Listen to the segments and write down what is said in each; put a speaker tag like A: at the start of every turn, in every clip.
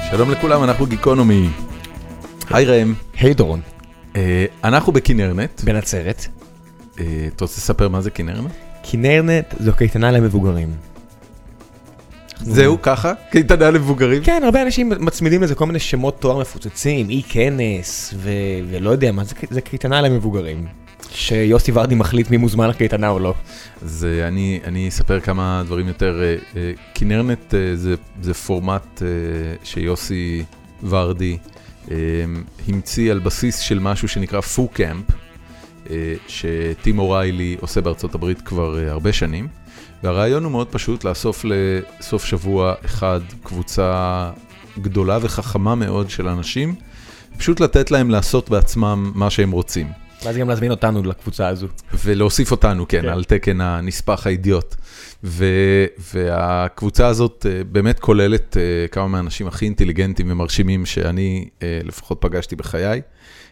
A: שלום לכולם, אנחנו גיקונומי. היי ראם.
B: היי דורון.
A: אנחנו בכנרנט.
B: בנצרת.
A: אתה רוצה לספר מה זה כנרנט?
B: כנרנט זו קייטנה למבוגרים.
A: זהו ככה? קייטנה למבוגרים?
B: כן, הרבה אנשים מצמידים לזה כל מיני שמות תואר מפוצצים, אי כנס, ולא יודע מה, זה קייטנה למבוגרים. שיוסי ורדי מחליט מי מוזמן לקייטנה או לא.
A: אז אני אספר כמה דברים יותר. כנרנט זה פורמט שיוסי ורדי המציא על בסיס של משהו שנקרא פו קאמפ, שטים אוריילי עושה בארצות הברית כבר הרבה שנים. והרעיון הוא מאוד פשוט לאסוף לסוף שבוע אחד קבוצה גדולה וחכמה מאוד של אנשים, פשוט לתת להם לעשות בעצמם מה שהם רוצים.
B: ואז גם להזמין אותנו לקבוצה הזו.
A: ולהוסיף אותנו, כן, על תקן הנספח האידיוט. והקבוצה הזאת באמת כוללת כמה מהאנשים הכי אינטליגנטים ומרשימים שאני לפחות פגשתי בחיי.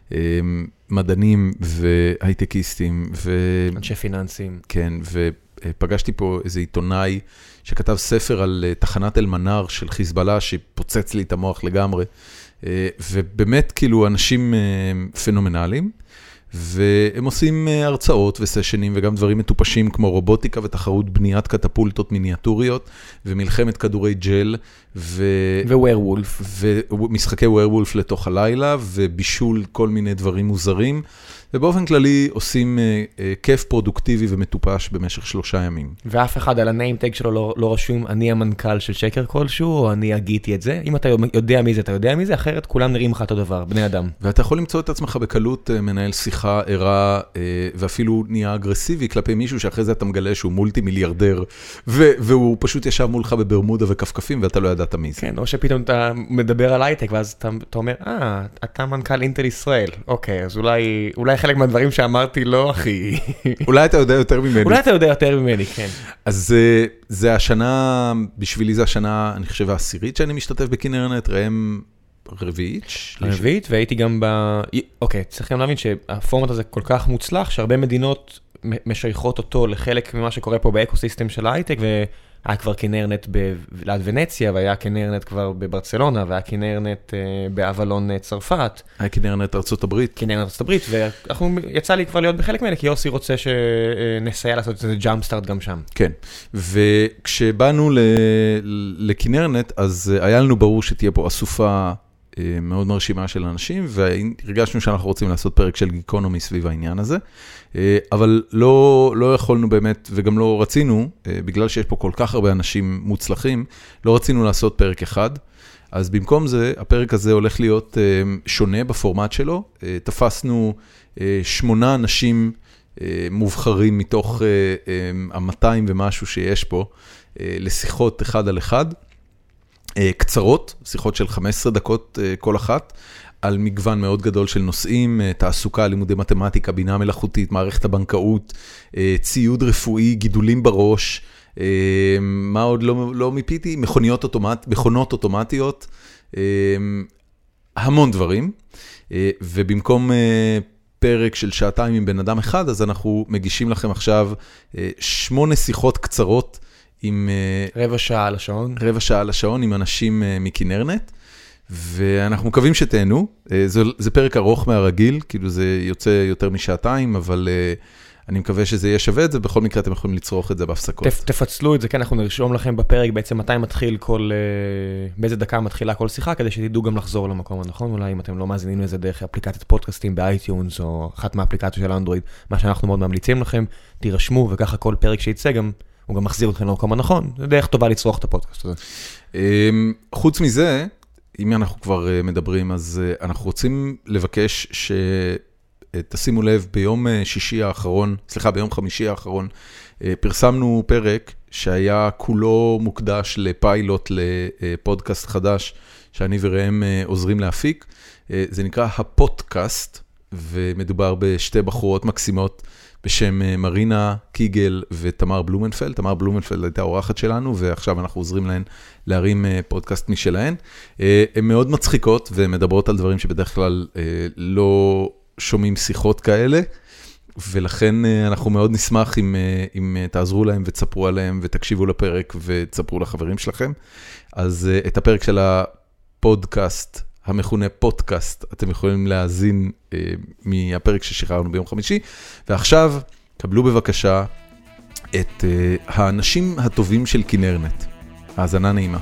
A: מדענים והייטקיסטים.
B: אנשי פיננסים.
A: כן, ופגשתי פה איזה עיתונאי שכתב ספר על תחנת אל-מנאר של חיזבאללה שפוצץ לי את המוח לגמרי. ובאמת כאילו אנשים פנומנליים. והם עושים הרצאות וסשנים וגם דברים מטופשים כמו רובוטיקה ותחרות בניית קטפולטות מיניאטוריות ומלחמת כדורי ג'ל
B: וויירוולף
A: ומשחקי וויירוולף לתוך הלילה ובישול כל מיני דברים מוזרים ובאופן כללי עושים כיף פרודוקטיבי ומטופש במשך 3 ימים.
B: ואף אחד על הניים-טג שלו לא רשום אני המנכ"ל של שקר כלשהו או אני הגיתי את זה. אם אתה יודע מי זה, אתה יודע מי זה, אחרת כולם נראים לך אותו דבר, בני אדם.
A: ואתה יכול למצוא את עצמך בקלות מנהל שיחה ערה ואפילו נהיה אגרסיבי כלפי מישהו שאחרי זה אתה מגלה שהוא מולטי מיליארדר והוא פשוט ישב מולך בברמודה וכפכפים ואתה לא ידעת מי זה.
B: כן, או שפתאום אתה מדבר על הייטק ואז אתה אומר, אתה מנכ"ל אינטל ישראל. אוקיי, אז אולי חלק מהדברים שאמרתי לא הכי...
A: אולי אתה יודע יותר ממני.
B: אולי אתה יודע יותר ממני, כן.
A: אז זה השנה, בשבילי זה השנה, אני חושב, העשירית שאני משתתף בכנרנט, ראם רביעית.
B: רביעית, והייתי גם אוקיי, צריך גם להבין שהפורמט הזה כל כך מוצלח, שהרבה מדינות משייכות אותו לחלק ממה שקורה פה באקוסיסטם של ההייטק, והיה כבר כנרנט ליד ונציה, והיה כנרנט כבר בברצלונה, והיה כנרנט באבלון צרפת.
A: היה כנרנט ארצות הברית.
B: כנרנט ארצות הברית, ויצא לי כבר להיות בחלק מאלה, כי יוסי רוצה שנסייע לעשות איזה ג'אמפ סטארט גם שם.
A: כן, וכשבאנו לכנרנט, אז היה לנו ברור שתהיה פה אסופה מאוד מרשימה של אנשים, והרגשנו שאנחנו רוצים לעשות פרק של גיקונומי סביב העניין הזה, אבל לא יכולנו באמת, וגם לא רצינו, בגלל שיש פה כל כך הרבה אנשים מוצלחים, לא רצינו לעשות פרק אחד, אז במקום זה, הפרק הזה הולך להיות שונה בפורמט שלו, תפסנו 8 אנשים מובחרים מתוך 200 ומשהו שיש פה, לשיחות אחד על אחד, קצרות, שיחות של 15 דקות כל אחת, על מגוון מאוד גדול של נושאים, תעסוקה, לימודי מתמטיקה, בינה מלאכותית, מערכת הבנקאות, ציוד רפואי, גידולים בראש, מה עוד לא מיפיתי, מכונות אוטומטיות, המון דברים, ובמקום פרק של 2 עם בן אדם אחד, אז אנחנו מגישים לכם עכשיו 8 שיחות קצרות, עם
B: רבע שעה על השעון.
A: רבע שעה על השעון עם אנשים מכנרנט, ואנחנו מקווים שתהנו. זה פרק ארוך מהרגיל, כאילו זה יוצא יותר מ2 אבל אני מקווה שזה יהיה שווה את זה, בכל מקרה אתם יכולים לצרוך את זה בהפסקות.
B: תפצלו את זה, כן, אנחנו נרשום לכם בפרק בעצם מתי מתחיל באיזה דקה מתחילה כל שיחה, כדי שתדעו גם לחזור למקום הנכון, אולי אם אתם לא מאזינים לזה דרך אפליקציית פודקאסטים באייטיונס, או אחת מהאפליקציות של אנדרואיד, מה שאנחנו מאוד ממליצים לכם, תירשמו, וככה כל פרק שיצא גם הוא גם מחזיר אתכם למקום הנכון, זה דרך טובה לצרוך את הפודקאסט הזה.
A: חוץ מזה, אם אנחנו כבר מדברים, אז אנחנו רוצים לבקש שתשימו לב ביום חמישי האחרון, פרסמנו פרק שהיה כולו מוקדש לפיילוט לפודקאסט חדש, שאני וראם עוזרים להפיק, זה נקרא הפודקאסט, ומדובר בשתי בחורות מקסימות, בשם מרינה קיגל ותמר בלומנפלד. תמר בלומנפלד הייתה אורחת שלנו, ועכשיו אנחנו עוזרים להן להרים פודקאסט משלהן. הן מאוד מצחיקות, ומדברות על דברים שבדרך כלל לא שומעים שיחות כאלה, ולכן אנחנו מאוד נשמח אם תעזרו להם ותספרו עליהם, ותקשיבו לפרק ותספרו לחברים שלכם. אז את הפרק של הפודקאסט, המכונה פודקאסט, אתם יכולים להאזין מהפרק ששחררנו ביום חמישי, ועכשיו קבלו בבקשה את האנשים הטובים של כנרנט. האזנה נעימה.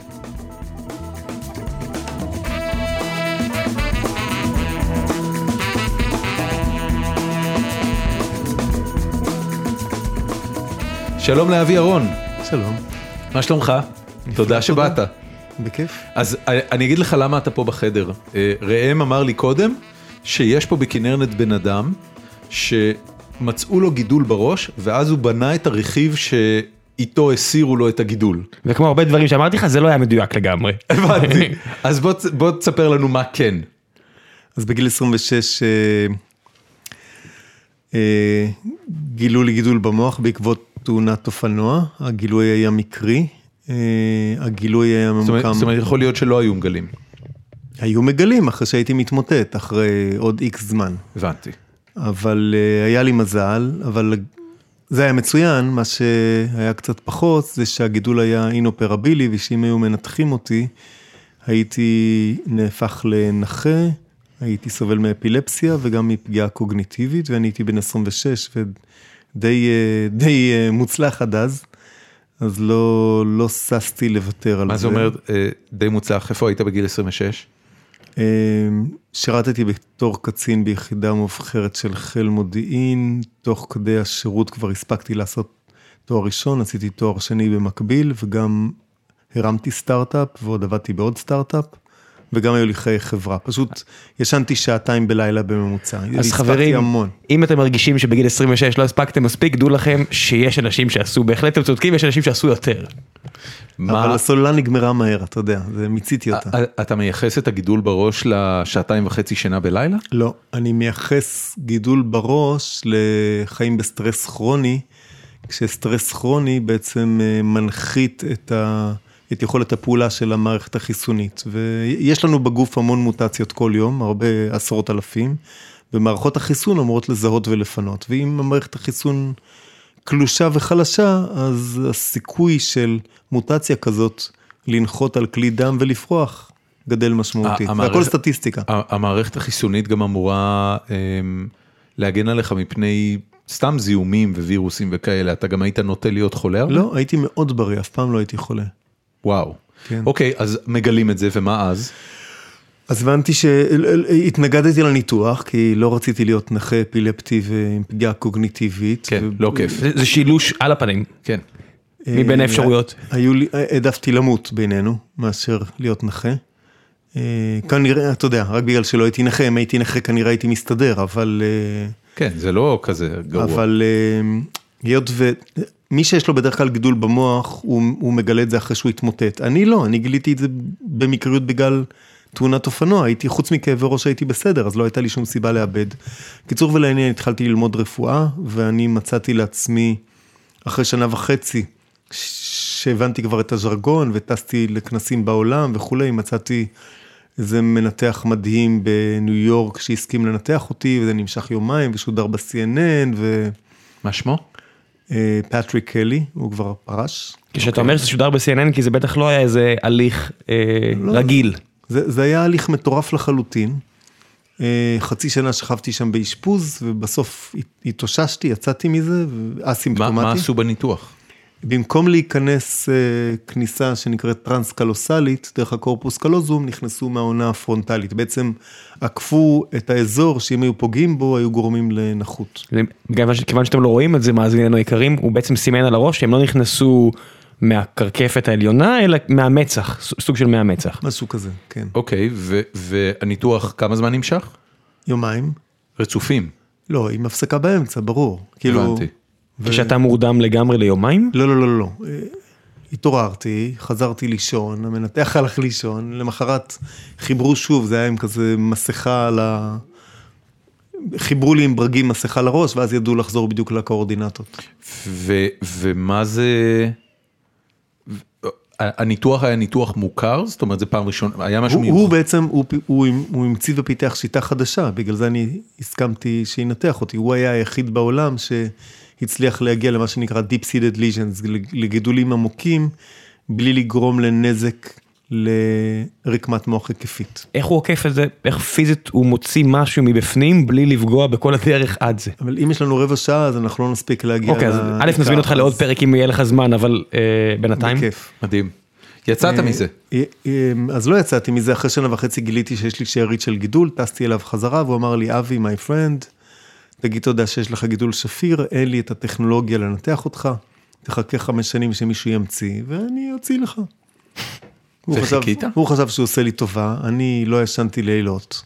A: שלום לאבי ארון.
C: שלום.
A: מה שלומך? תודה שבאת.
C: בכיף.
A: אז אני אגיד לך למה אתה פה בחדר. ראם אמר לי קודם שיש פה בכנרנט בן אדם שמצאו לו גידול בראש, ואז הוא בנה את הרכיב שאיתו הסירו לו את הגידול.
B: וכמו הרבה דברים שאמרתי לך, זה לא היה מדויק לגמרי.
A: הבנתי. אז בוא תספר לנו מה כן.
C: אז בגיל 26 גילו לי גידול במוח בעקבות תאונת אופנוע. הגילוי היה מקרי. הגילוי היה ממוקם.
A: זאת אומרת, יכול להיות שלא היו מגלים.
C: היו מגלים אחרי שהייתי מתמוטט, אחרי עוד איקס זמן.
A: הבנתי.
C: אבל היה לי מזל, אבל זה היה מצוין. מה שהיה קצת פחות, זה שהגידול היה אינאופרבילי, ושאם היו מנתחים אותי, הייתי נהפך לנכה, הייתי סובל מאפילפסיה, וגם מפגיעה קוגניטיבית, ואני הייתי בן 26, ודי מוצלח עד אז לא ססתי לוותר על זה.
A: מה זה אומר די מוצלח? איפה היית בגיל 26?
C: שירתתי בתור קצין ביחידה מובחרת של חיל מודיעין, תוך כדי השירות כבר הספקתי לעשות תואר ראשון, עשיתי תואר שני במקביל, וגם הרמתי סטארט-אפ, ועוד עבדתי בעוד סטארט-אפ, וגם היו לי חיי חברה. פשוט ישנתי 2 שעתיים בלילה בממוצע.
B: אז חברים, אם אתם מרגישים שבגיל 26 לא הספקתם מספיק, דעו לכם שיש אנשים שעשו, בהחלט אתם צודקים, יש אנשים שעשו יותר.
C: אבל הסוללה נגמרה מהר, אתה יודע, זה מיציתי אותה.
A: אתה מייחס את הגידול בראש לשעתיים וחצי שינה בלילה?
C: לא, אני מייחס גידול בראש לחיים בסטרס כרוני, כשסטרס כרוני בעצם מנחית את יכולת הפעולה של המערכת החיסונית, ויש לנו בגוף המון מוטציות כל יום, הרבה עשרות אלפים, ומערכות החיסון אמורות לזהות ולפנות, ואם המערכת החיסון קלושה וחלשה, אז הסיכוי של מוטציה כזאת לנחות על כלי דם ולפרוח גדל משמעותית, והכל סטטיסטיקה.
A: המערכת החיסונית גם אמורה להגן עליך מפני סתם זיהומים ווירוסים וכאלה, אתה גם היית נוטה להיות חולה?
C: לא, הייתי מאוד בריא, אף פעם לא הייתי חולה.
A: וואו. אוקיי, אז מגלים את זה, ומה אז?
C: אז הבנתי שהתנגדתי לניתוח, כי לא רציתי להיות נכה אפילפטי ועם פגיעה קוגניטיבית.
A: כן, לא כיף.
B: זה שילוש על הפנים.
A: כן.
B: מבין האפשרויות.
C: העדפתי למות בינינו, מאשר להיות נכה. כנראה, אתה יודע, רק בגלל שלא הייתי נכה, אם הייתי נכה כנראה הייתי מסתדר, אבל...
A: כן, זה לא כזה גרוע.
C: אבל היות מי שיש לו בדרך כלל גידול במוח, הוא מגלה את זה אחרי שהוא התמוטט. אני לא, אני גיליתי את זה במקריות בגלל תאונת אופנוע, הייתי חוץ מכאבי ראש הייתי בסדר, אז לא הייתה לי שום סיבה לאבד. קיצור ולעניין, התחלתי ללמוד רפואה, ואני מצאתי לעצמי, אחרי 1.5 שנה, שהבנתי כבר את הז'רגון, וטסתי לכנסים בעולם וכולי, מצאתי איזה מנתח מדהים בניו יורק, שהסכים לנתח אותי, וזה נמשך יומיים, ושודר ב-CNN,
A: מה שמו?
C: פטריק קלי, הוא כבר פרש.
B: כשאתה אומר שזה שודר ב-CNN, כי זה בטח לא היה איזה הליך רגיל.
C: זה היה הליך מטורף לחלוטין. 0.5 שנה שכבתי שם באשפוז, ובסוף התאוששתי, יצאתי מזה, ואסימפטומטי.
A: מה עשו בניתוח?
C: במקום להיכנס כניסה שנקראת טרנס-קלוסלית, דרך הקורפוס קלוזום, נכנסו מהעונה הפרונטלית. בעצם עקפו את האזור שאם היו פוגעים בו, היו גורמים לנחות.
B: כיוון שאתם לא רואים את זה, מאזיננו היקרים, הוא בעצם סימן על הראש, שהם לא נכנסו מהקרקפת העליונה, אלא מהמצח, סוג של מהמצח.
C: משהו כזה, כן.
A: אוקיי, והניתוח כמה זמן נמשך?
C: יומיים.
A: רצופים?
C: לא, עם הפסקה באמצע, ברור.
A: הבנתי.
B: כשאתה מורדם לגמרי ליומיים?
C: לא, לא, לא, לא. התעוררתי, חזרתי לישון, המנתח הלך לישון, למחרת חיברו שוב, זה היה עם כזה מסכה על חיברו לי עם ברגים מסכה לראש, ואז ידעו לחזור בדיוק לקואורדינטות.
A: ומה זה... הניתוח היה ניתוח מוכר? זאת אומרת, זה פעם ראשון, היה משהו מיוחד?
C: הוא בעצם, הוא המציא ופיתח שיטה חדשה, בגלל זה אני הסכמתי שינתח אותי. הוא היה היחיד בעולם שהצליח להגיע למה שנקרא Deep Seated Lesions, לגידולים עמוקים, בלי לגרום לנזק לרקמת מוח היקפית.
B: איך הוא עוקף את זה? איך פיזית הוא מוציא משהו מבפנים בלי לפגוע בכל הדרך עד זה?
C: אבל אם יש לנו רבע שעה, אז אנחנו לא נספיק להגיע.
B: אוקיי, אז א' נזמין אותך לעוד פרק אם יהיה לך זמן, אבל בינתיים.
C: בכיף.
A: מדהים. יצאת מזה?
C: אז לא יצאתי מזה, אחרי 1.5 שנה גיליתי שיש לי שארית של גידול, טסתי אליו חזרה, והוא אמר לי, אבי, my friend, תגיד תודה שיש לך גידול שפיר, אין לי את הטכנולוגיה לנתח אותך, תחכה 5 שנים שמישהו ימציא, ואני אוציא לך.
A: וחיכית?
C: הוא חשב שהוא עושה לי טובה, אני לא ישנתי לילות.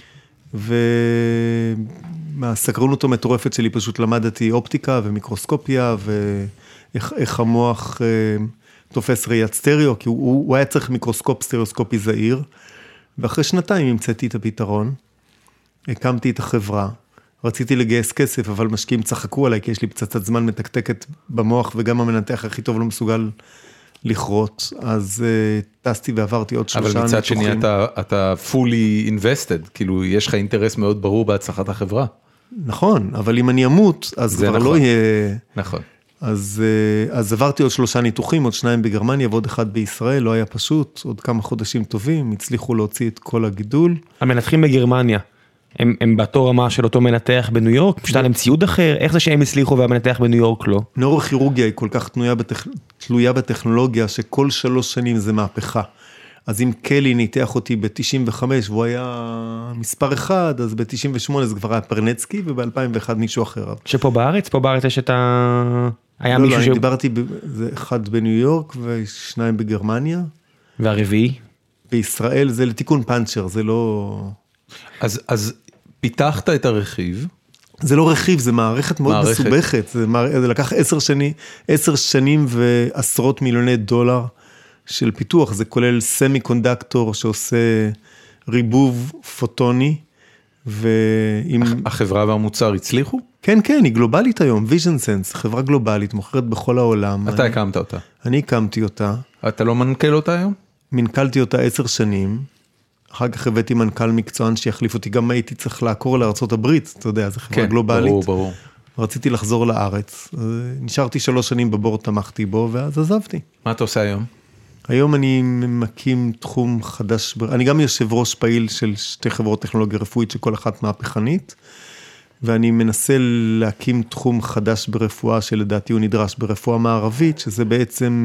C: ומהסקרנות המטורפת שלי פשוט למדתי אופטיקה ומיקרוסקופיה, ואיך המוח תופס ראיית סטריאו, כי הוא היה צריך מיקרוסקופ סטריאוסקופי זהיר, ואחרי 2 המצאתי את הפתרון, הקמתי את החברה, רציתי לגייס כסף, אבל משקיעים צחקו עליי, כי יש לי פצצת זמן מתקתקת במוח, וגם המנתח הכי טוב לא מסוגל לכרות, אז טסתי ועברתי עוד 3 ניתוחים.
A: אבל מצד שני אתה fully invested, כאילו יש לך אינטרס מאוד ברור בהצלחת החברה.
C: נכון, אבל אם אני אמות, אז כבר
A: נכון.
C: לא יהיה...
A: נכון.
C: אז עברתי עוד 3 ניתוחים, עוד 2 בגרמניה ועוד 1 בישראל, לא היה פשוט, עוד כמה חודשים טובים, הצליחו להוציא את כל הגידול.
B: המנתחים בגרמניה, הם באותו רמה של אותו מנתח בניו יורק, פשוט עליהם ציוד אחר, איך זה שהם הצליחו והמנתח בניו יורק לא?
C: נוירוכירורגיה היא כל כך תלויה בטכנולוגיה, שכל 3 שנים זה מהפכה. אז אם קלי ניתח אותי ב-95 והוא היה מספר 1, אז ב-98 זה כבר היה פרנצקי, וב-2001 מישהו אחר.
B: שפה בארץ? פה בארץ יש את ה... היה
C: לא,
B: מישהו
C: לא, אני דיברתי, זה 1 בניו יורק ו2 בגרמניה.
B: והרביעי? בישראל
C: זה לתיקון פאנצ'ר, זה לא...
A: אז פיתחת את הרכיב.
C: זה לא רכיב, זה מערכת מאוד מסובכת. זה לקח 10 שנים ועשרות מיליוני דולר של פיתוח. זה כולל סמי קונדקטור שעושה ריבוב פוטוני.
A: החברה והמוצר הצליחו?
C: כן, כן, היא גלובלית היום. ויז'ן סנס, חברה גלובלית, מוכרת בכל העולם.
A: אתה הקמת אותה.
C: אני הקמתי אותה.
A: אתה לא מנכ"ל אותה היום?
C: מנכ"לתי אותה 10 שנים. אחר כך הבאתי מנכ"ל מקצוען שיחליף אותי, גם הייתי צריך לעקור לארצות הברית, אתה יודע, זו חברה גלובלית.
A: ברור, ברור.
C: רציתי לחזור לארץ, נשארתי 3 שנים בבור, תמכתי בו, ואז עזבתי.
A: מה אתה עושה היום?
C: היום אני מקים תחום חדש, אני גם יושב ראש פעיל של 2 חברות טכנולוגיה רפואית, שכל אחת מהפכנית, ואני מנסה להקים תחום חדש ברפואה, שלדעתי הוא נדרש ברפואה מערבית, שזה בעצם,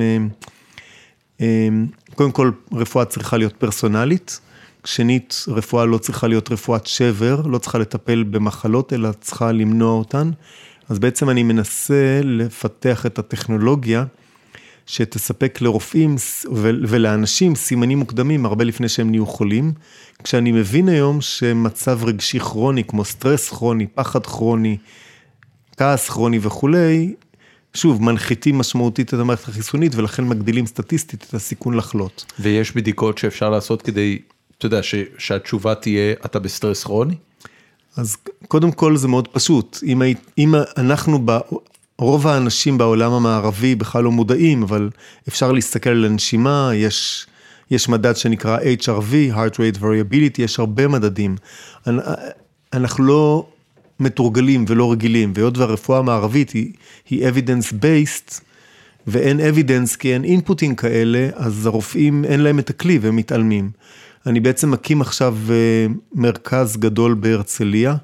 C: קודם כל, רפואה צריכה להיות פרסונלית, שנית, רפואה לא צריכה להיות רפואת שבר, לא צריכה לטפל במחלות, אלא צריכה למנוע אותן. אז בעצם אני מנסה לפתח את הטכנולוגיה, שתספק לרופאים ולאנשים סימנים מוקדמים, הרבה לפני שהם נהיו חולים. כשאני מבין היום שמצב רגשי כרוני, כמו סטרס כרוני, פחד כרוני, כעס כרוני וכולי, שוב, מנחיתים משמעותית את המערכת החיסונית, ולכן מגדילים סטטיסטית את הסיכון לחלות.
A: ויש בדיקות שאפשר לעשות כדי... אתה יודע, שהתשובה תהיה, אתה בסטרס כרוני?
C: אז קודם כל זה מאוד פשוט. אם אנחנו, רוב האנשים בעולם המערבי בכלל לא מודעים, אבל אפשר להסתכל על הנשימה, יש מדד שנקרא HRV, Heart Rate Variability, יש הרבה מדדים. אנחנו לא מתורגלים ולא רגילים, והיות והרפואה המערבית היא evidence-based, ואין evidence כי אין אינפוטים כאלה, אז הרופאים אין להם את הכלי והם מתעלמים. אני בעצם מקים עכשיו מרכז גדול בהרצליה,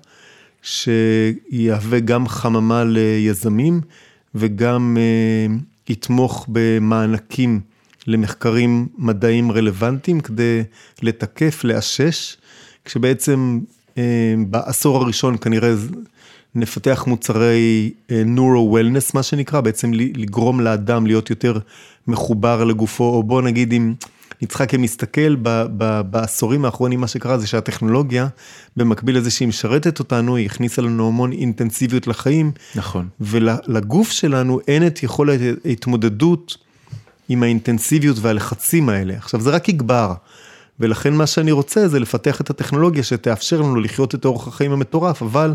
C: שיהווה גם חממה ליזמים, וגם יתמוך במענקים למחקרים מדעיים רלוונטיים, כדי לתקף, לאשש, כשבעצם בעשור הראשון כנראה נפתח מוצרי neuro-wellness, מה שנקרא, בעצם לגרום לאדם להיות יותר מחובר לגופו, או בוא נגיד אם... יצחק מסתכל בעשורים האחרונים, מה שקרה זה שהטכנולוגיה, במקביל לזה שהיא משרתת אותנו, היא הכניסה לנו המון אינטנסיביות לחיים.
A: נכון.
C: ולגוף שלנו אין את יכולת ההתמודדות עם האינטנסיביות והלחצים האלה. עכשיו זה רק יגבר, ולכן מה שאני רוצה זה לפתח את הטכנולוגיה שתאפשר לנו לחיות את אורח החיים המטורף, אבל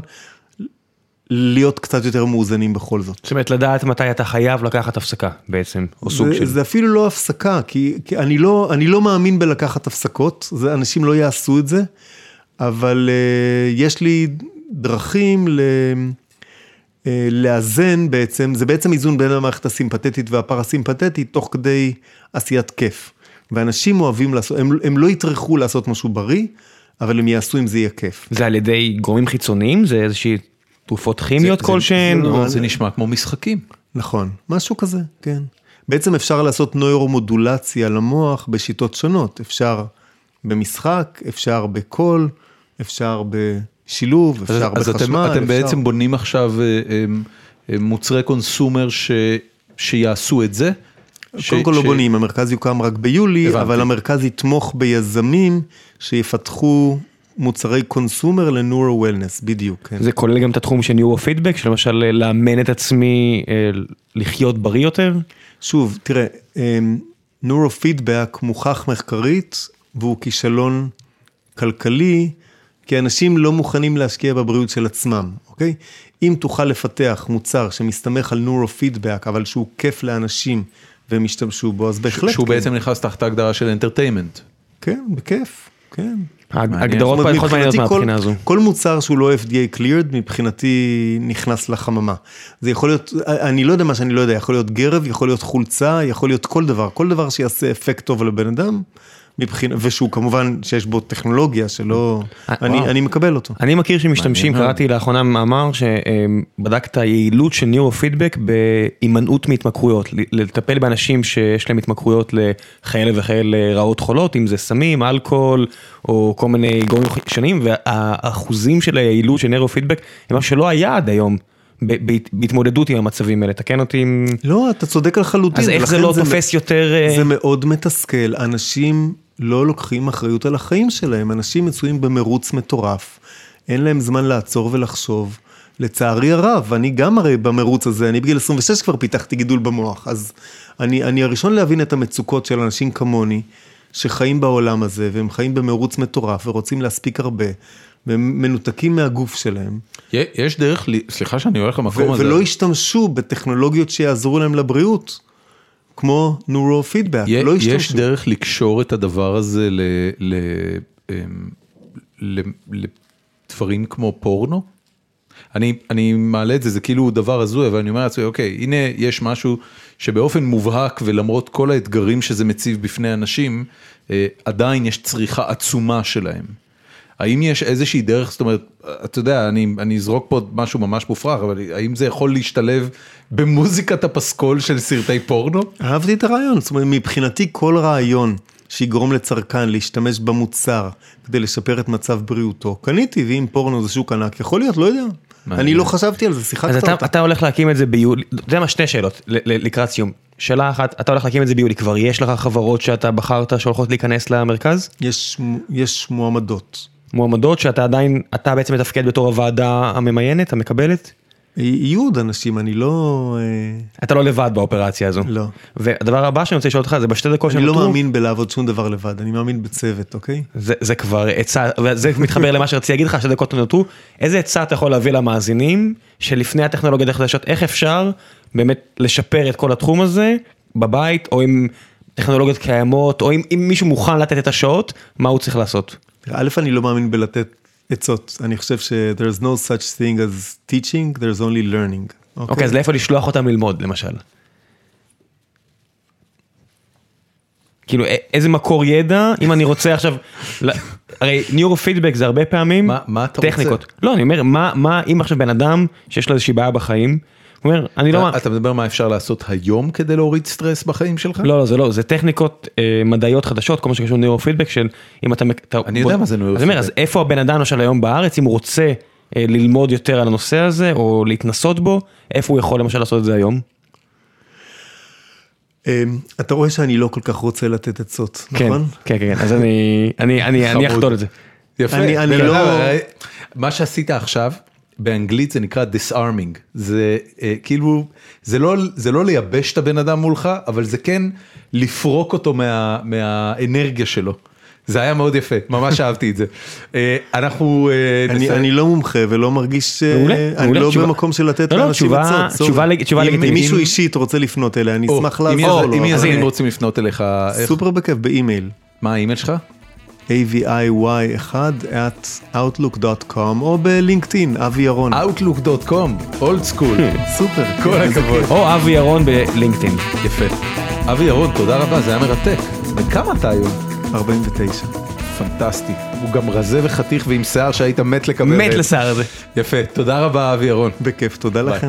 C: להיות קצת יותר מאוזנים בכל זאת.
B: זאת אומרת, לדעת מתי אתה חייב לקחת הפסקה בעצם, או סוג של...
C: זה אפילו לא הפסקה, כי אני לא מאמין בלקחת הפסקות, אנשים לא יעשו את זה, אבל יש לי דרכים לאזן בעצם, זה בעצם איזון בין המערכת הסימפתטית והפרסימפתטית, תוך כדי עשיית כיף. ואנשים אוהבים לעשות, הם לא יטרחו לעשות משהו בריא, אבל הם יעשו אם זה יהיה כיף.
B: זה על ידי גורמים חיצוניים? זה איזושהי תרופות כימיות כלשהן?
A: זה נשמע כמו משחקים.
C: נכון, משהו כזה, כן. בעצם אפשר לעשות נוירומודולציה למוח בשיטות שונות. אפשר במשחק, אפשר בקול, אפשר בשילוב, אפשר בחשמל.
A: אז אתם בעצם בונים עכשיו מוצרי קונסומר שיעשו את זה?
C: קודם כל לא בונים, המרכז יוקם רק ביולי, אבל המרכז יתמוך ביזמים שיפתחו מוצרי קונסומר לנורו וולנס, בדיוק.
B: זה כולל גם את התחום של ניורו פידבק, שלמשל לאמן את עצמי לחיות בריא יותר?
C: שוב, תראה, נורו פידבק מוכח מחקרית, והוא כישלון כלכלי, כי אנשים לא מוכנים להשקיע בבריאות של עצמם, אוקיי? אם תוכל לפתח מוצר שמסתמך על נורו פידבק, אבל שהוא כיף לאנשים והם ישתמשו בו, אז בהחלט.
A: שהוא בעצם נכנס תחת ההגדרה של אנטרטיימנט.
C: כן, בכיף, כן.
B: הגדרות פחות מעניינות מהבחינה הזו.
C: כל מוצר שהוא לא FDA cleared, מבחינתי נכנס לחממה. זה יכול להיות, אני לא יודע מה שאני לא יודע, יכול להיות גרב, יכול להיות חולצה, יכול להיות כל דבר שיעשה אפקט טוב לבן אדם, ושהוא כמובן שיש בו טכנולוגיה שלא, אני מקבל אותו.
B: אני מכיר שמשתמשים, קראתי לאחרונה מאמר שבדק את היעילות של ניורו-פידבק בהימנעות מהתמכרויות, לטפל באנשים שיש להם התמכרויות לכאלה וכאלה רעות חולות, אם זה סמים, אלכוהול או כל מיני גורמים שונים, והאחוזים של היעילות של ניורו-פידבק הם משהו שלא היה עד היום. בהתמודדות עם המצבים האלה, תקן אותי עם...
C: לא, אתה צודק לחלוטין.
B: אז איך זה לא תופס יותר...
C: זה מאוד מתסכל, אנשים לא לוקחים אחריות על החיים שלהם, אנשים מצויים במרוץ מטורף, אין להם זמן לעצור ולחשוב, לצערי הרב, אני גם הרי במרוץ הזה, אני בגיל 26 כבר פיתחתי גידול במוח, אז אני הראשון להבין את המצוקות של אנשים כמוני, שחיים בעולם הזה, והם חיים במרוץ מטורף, ורוצים להספיק הרבה, והם מנותקים מהגוף שלהם.
A: יש דרך, סליחה שאני הולך למקום הזה.
C: ולא השתמשו בטכנולוגיות שיעזרו להם לבריאות, כמו נורו-פידבק, לא השתמשו.
A: יש דרך לקשור את הדבר הזה לדברים כמו פורנו? אני מעלה את זה, זה כאילו דבר הזוי, אבל אני אומר לעצמי, אוקיי, הנה יש משהו שבאופן מובהק, ולמרות כל האתגרים שזה מציב בפני אנשים, עדיין יש צריכה עצומה שלהם. האם יש איזושהי דרך, זאת אומרת, אתה יודע, אני אזרוק פה משהו ממש מופרך, אבל האם זה יכול להשתלב במוזיקת הפסקול של סרטי פורנו?
C: אהבתי את הרעיון, זאת אומרת, מבחינתי כל רעיון שיגרום לצרכן להשתמש במוצר, כדי לשפר את מצב בריאותו, קניתי, ואם פורנו זה שוק ענק, יכול להיות, לא יודע. אני לא חשבתי על זה, שיחקת אותה.
B: אז אתה הולך להקים את זה ביולי, אתה יודע מה, שתי שאלות לקראת סיום. שאלה אחת, אתה הולך להקים את זה ביולי, כבר יש לך חברות שאתה בחרת שהולכות להיכנס למרכז?
C: יש
B: מועמדות שאתה עדיין, אתה בעצם מתפקד בתור הוועדה הממיינת, המקבלת?
C: יהיו עוד אנשים, אני לא...
B: אתה לא לבד באופרציה הזו.
C: לא.
B: והדבר הבא שאני רוצה לשאול אותך, זה בשתי דקות
C: אני לא מאמין בלעבוד שום דבר לבד, אני מאמין בצוות, אוקיי?
B: זה כבר עצה, וזה מתחבר למה שרציתי להגיד לך, שתי דקות נותרו, איזה עצה אתה יכול להביא למאזינים, שלפני הטכנולוגיות החדשות, איך אפשר באמת לשפר את כל התחום הזה, בבית, או עם טכנולוגיות קיימות, או אם מישהו מוכן לתת את השעות, מה הוא צריך לעשות?
C: א', אני לא מאמין בלתת עצות. אני חושב there's no such thing as teaching, there's only learning.
B: אוקיי, אז לאיפה לשלוח אותם ללמוד, למשל? כאילו, איזה מקור ידע, אם אני רוצה עכשיו, הרי ניורו-פידבק זה הרבה פעמים,
A: מה אתה רוצה?
B: טכניקות. לא, אני אומר, מה, אם עכשיו בן אדם שיש לו איזושהי בעיה בחיים, הוא אומר, אני לא...
A: אתה מדבר מה אפשר לעשות היום כדי להוריד סטרס בחיים שלך?
B: לא, זה לא, זה טכניקות מדעיות חדשות, כל מה שקשור ניורו-פידבק של, אם אתה...
A: אני יודע מה זה ניורו-פידבק.
B: אז איפה הבן אדם של היום בארץ, אם הוא רוצה ללמוד יותר על הנושא הזה, או להתנסות בו, איפה הוא יכול למשל לעשות את זה היום?
C: אתה רואה שאני לא כל כך רוצה לתת עצות, נכון?
B: כן, כן, אז אני אחדול את זה.
A: יפה. אני לא... מה שעשית עכשיו, באנגלית זה נקרא disarming, זה כאילו, זה לא לייבש את הבן אדם מולך, אבל זה כן לפרוק אותו מהאנרגיה שלו. זה היה מאוד יפה, ממש אהבתי את זה. אנחנו...
C: אני לא מומחה ולא מרגיש... אני לא במקום של לתת לאנשים עצות.
B: תשובה לגיטימית.
C: אם מישהו אישית רוצה לפנות אליה, אני אשמח לעזור לו.
A: אם יזמים רוצים לפנות אליך...
C: סופר בכיף, באימייל.
A: מה האימייל שלך?
C: aviy1@outlook.com או בלינקדאין, אבי ירון.
A: outlook.com, old school.
C: סופר.
A: כל הכבוד.
B: או אבי ירון בלינקדאין.
A: יפה. אבי ירון, תודה רבה, זה היה מרתק. וכמה אתה היום?
C: 49.
A: פנטסטי. הוא גם רזה וחתיך ועם שיער שהיית מת לקבל.
B: מת לשיער הזה.
A: יפה, תודה רבה אבי ירון.
C: בכיף, תודה לכם.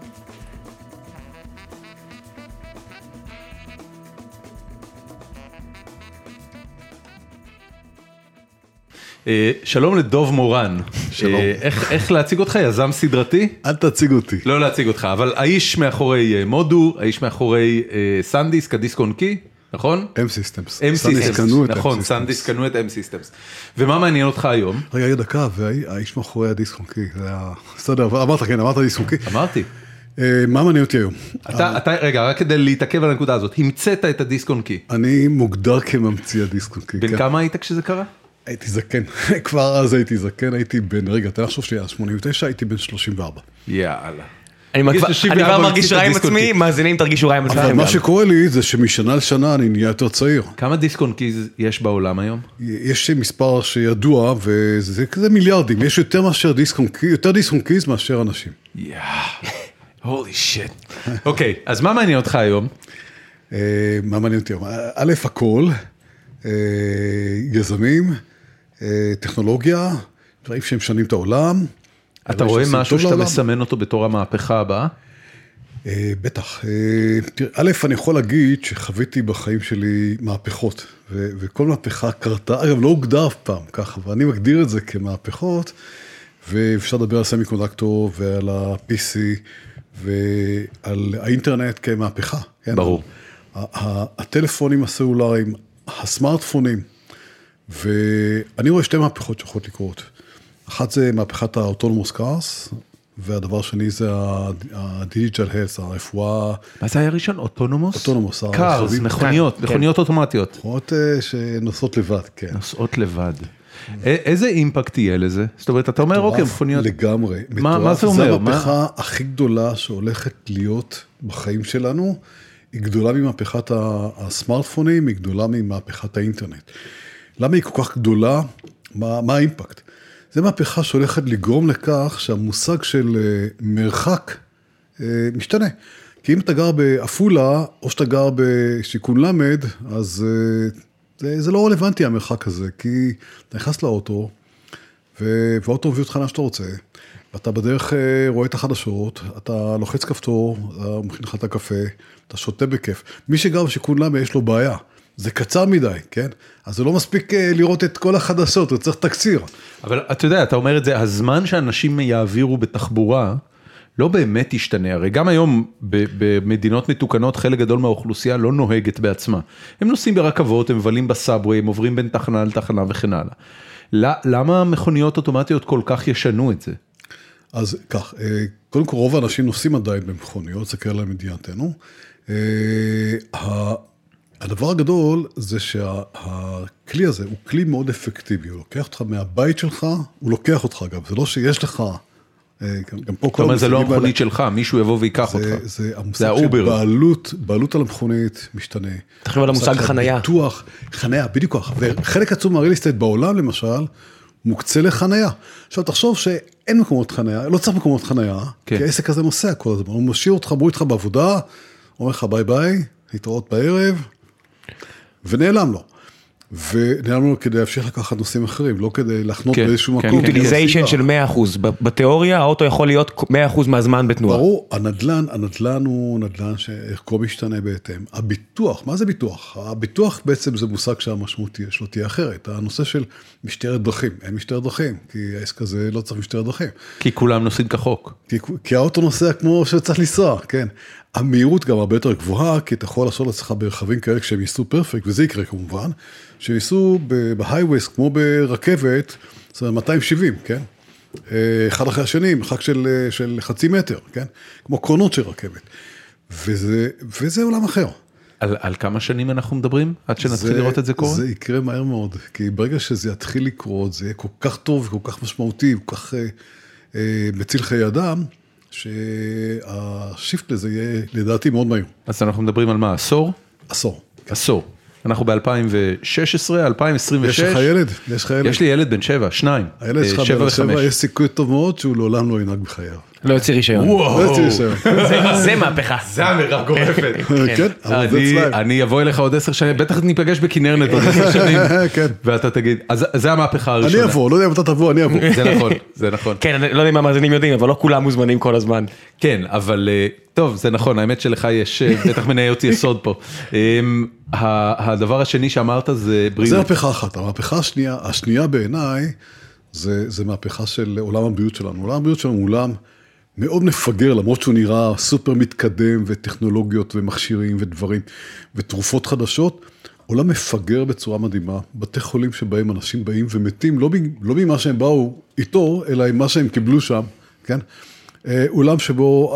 A: שלום לדוב מורן.
D: שלום.
A: איך להציג אותך? יזם סדרתי?
D: אל תציג אותי.
A: לא להציג אותך, אבל האיש מאחורי מודו, האיש מאחורי סנדיסק, הדיסק און קי, נכון?
D: M-Systems.
A: M-Systems, נכון, סנדיסק קנו את M-Systems. ומה מעניין אותך היום?
D: רגע, דקה, והאיש מאחורי הדיסק און קי, זה היה... בסדר, אמרת דיסק און קי.
A: אמרתי.
D: מה מעניין אותי היום?
A: רגע, רק כדי להתעכב על הנקודה הזאת, המצאת את הדיסק און קי.
D: אני מוגדר כממציא הדיסק און קי.
A: בן כמה היית כשזה קרה?
D: הייתי זקן, כבר אז הייתי זקן, הייתי בן, רגע, תן לחשוב שלי, 89, הייתי בן 34.
A: יאללה.
B: אני כבר מרגיש רע עם עצמי, מאזינים תרגישו רע עם עצמם.
D: אבל מה שקורה לי זה שמשנה לשנה אני נהיה יותר צעיר.
A: כמה דיסק און קי יש בעולם היום?
D: יש מספר שידוע, וזה כזה מיליארדים, יש יותר מאשר דיסק און קי, יותר דיסק און קיז מאשר אנשים.
A: הולי שיט. אוקיי, אז מה מעניין אותך היום?
D: מה מעניין אותי היום? א', הכל, יזמים, טכנולוגיה, דברים שהם משנים את העולם.
A: אתה רואה משהו שאתה מסמן אותו בתור המהפכה הבאה?
D: בטח. א', אני יכול להגיד שחוויתי בחיים שלי מהפכות, וכל מהפכה קרתה, אגב, לא הוגדר אף פעם ככה, ואני מגדיר את זה כמהפכות, ואפשר לדבר על סמי-קונדקטור ועל ה-PC ועל האינטרנט כמהפכה.
A: ברור.
D: הטלפונים הסלולריים, הסמארטפונים, ואני רואה שתי מהפכות שיכולות לקרות. אחת זה מהפכת האוטונומוס קארס, והדבר שני זה הדיג'יטל הלס, הרפואה.
A: מה זה היה ראשון? אוטונומוס?
D: אוטונומוס.
A: קארס, מכוניות אוטומטיות.
D: מכוניות שנוסעות לבד, כן.
A: נוסעות לבד. איזה אימפקט יהיה לזה? זאת אומרת, אתה אומר, אוקיי, מכוניות.
D: לגמרי.
A: מה זה אומר?
D: זו המהפכה הכי גדולה שהולכת להיות בחיים שלנו, היא גדולה ממהפכת הסמארטפונים, היא גדולה ממהפכת האינטרנט. למה היא כל כך גדולה? מה האימפקט? זה מהפכה שהולכת לגרום לכך שהמושג של מרחק משתנה. כי אם אתה גר באפולה, או שאתה גר בשיכון למד, אז זה לא רלוונטי המרחק הזה, כי אתה נכנס לאוטו, והאוטו מביא אותך מה שאתה רוצה, ואתה בדרך רואה את החדשות, אתה לוחץ כפתור, אתה מכין לך את הקפה, אתה שותה בכיף. מי שגר בשיכון למד יש לו בעיה. זה קצר מדי, כן? אז זה לא מספיק לראות את כל החדשות, הוא צריך תקציר.
A: אבל אתה יודע, אתה אומר את זה, הזמן שאנשים יעבירו בתחבורה, לא באמת ישתנה. הרי גם היום במדינות מתוקנות, חלק גדול מהאוכלוסייה לא נוהגת בעצמה. הם נוסעים ברכבות, הם מבלים בסאבווי, הם עוברים בין תחנה לתחנה וכן הלאה. למה מכוניות אוטומטיות כל כך ישנו את זה?
D: אז כך, קודם כל רוב האנשים נוסעים עדיין במכוניות, זה קרה להם מדינתנו. הדבר הגדול זה שהכלי הזה הוא כלי מאוד אפקטיבי, הוא לוקח אותך מהבית שלך, הוא לוקח אותך אגב, זה לא שיש לך, גם פה
A: זאת אומרת, זה לא המכונית שלך, מישהו יבוא ויקח אותך.
D: זה המושג של בעלות על המכונית משתנה.
B: תחשוב על המושג חנייה.
D: ביטוח, חנייה, בדיוק ככה, וחלק עצום מהריל אסטייט בעולם למשל, מוקצה לחנייה. עכשיו תחשוב שאין מקומות חנייה, לא צריך מקומות חנייה, כי העסק הזה נוסע כל הזמן, הוא משאיר אותך, בוא איתך בעבודה, אומר לך ביי ביי, להתראות בערב, ונעלם לו. ונעלם לו כדי להמשיך לקחת נושאים אחרים, לא כדי לחנות באיזשהו מקום.
B: אוטיליזיישן של 100%. בתיאוריה, האוטו יכול להיות 100% מהזמן בתנועה.
D: ברור, הנדל"ן הוא נדל"ן שערכו משתנה בהתאם. הביטוח, מה זה ביטוח? הביטוח בעצם זה מושג שהמשמעות שלו תהיה אחרת. הנושא של משטרת דרכים, אין משטרת דרכים, כי העסק הזה לא צריך משטרת דרכים.
A: כי כולם נוסעים כחוק.
D: כי האוטו נוסע כמו שצריך לנסוע, כן. המהירות גם הרבה יותר גבוהה, כי אתה יכול לעשות לעצמך ברכבים כאלה כשהם ייסעו פרפקט, וזה יקרה כמובן, שייסעו בהייווייס כמו ברכבת, זאת אומרת 270, כן? אחד אחרי השני, מרחק של חצי מטר, כן? כמו קרונות של רכבת. וזה עולם אחר.
A: על כמה שנים אנחנו מדברים? עד שנתחיל לראות את זה קורה?
D: זה יקרה מהר מאוד, כי ברגע שזה יתחיל לקרות, זה יהיה כל כך טוב וכל כך משמעותי, כל כך מציל חיי אדם, שהשיפט לזה יהיה לדעתי מאוד מהיר.
A: אז אנחנו מדברים על מה? עשור?
D: עשור.
A: עשור. אנחנו ב-2016, 2026.
D: יש לך ילד? יש לך ילד?
A: יש לי ילד בן 7, 2.
D: הילד שלך בן 7, יש סיכוי טוב מאוד שהוא לעולם לא ינהג בחייו.
B: לא יוציא רישיון.
D: לא יוציא רישיון.
B: זה מהפכה.
A: זה אמירה גורפת.
D: כן, אבל זה צליים.
A: אני אבוא אליך עוד 10 שנים, בטח ניפגש בכנרנט עוד 10 שנים, ואתה תגיד, אז זה המהפכה הראשונה.
D: אני אבוא, לא יודע אם אתה תבוא, אני אבוא.
A: זה נכון, זה נכון.
B: כן, אני לא יודע אם המאזינים יודעים, אבל לא כולם מוזמנים כל הזמן.
A: כן, אבל טוב, זה נכון, האמת שלך יש בטח מניות יסוד פה. הדבר השני שאמרת זה בריאות.
D: זה מהפכה אחת, המהפכה השנייה בעיניי, זה מהפכה של עולם הבריאות שלנו. עולם הבריאות שלנו הוא עולם מאוד מפגר, למרות שהוא נראה סופר מתקדם, וטכנולוגיות ומכשירים ודברים, ותרופות חדשות, עולם מפגר בצורה מדהימה, בתי חולים שבהם אנשים באים ומתים, לא ממה שהם באו איתו, אלא עם מה שהם קיבלו שם, כן? עולם שבו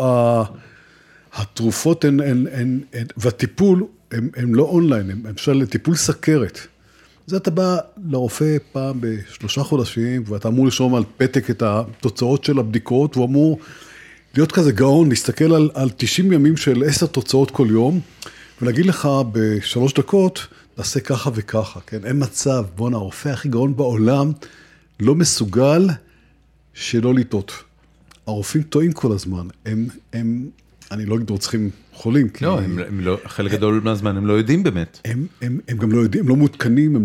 D: התרופות והטיפול הם לא אונליין, הם למשל טיפול סכרת. זה אתה בא לרופא פעם ב3 חודשים, ואתה אמור לשאול על פתק את התוצאות של הבדיקות, והוא אמור להיות כזה גאון, להסתכל על 90 ימים של 10 תוצאות כל יום, ולהגיד לך ב3 דקות, תעשה ככה וככה, כן? אין מצב, בוא'נה, הרופא הכי גאון בעולם, לא מסוגל שלא לטעות. הרופאים טועים כל הזמן, אני לא אגיד רוצחים חולים.
A: לא, הם לא, חלק גדול מהזמן, הם לא יודעים באמת.
D: הם גם לא יודעים, הם לא מעודכנים,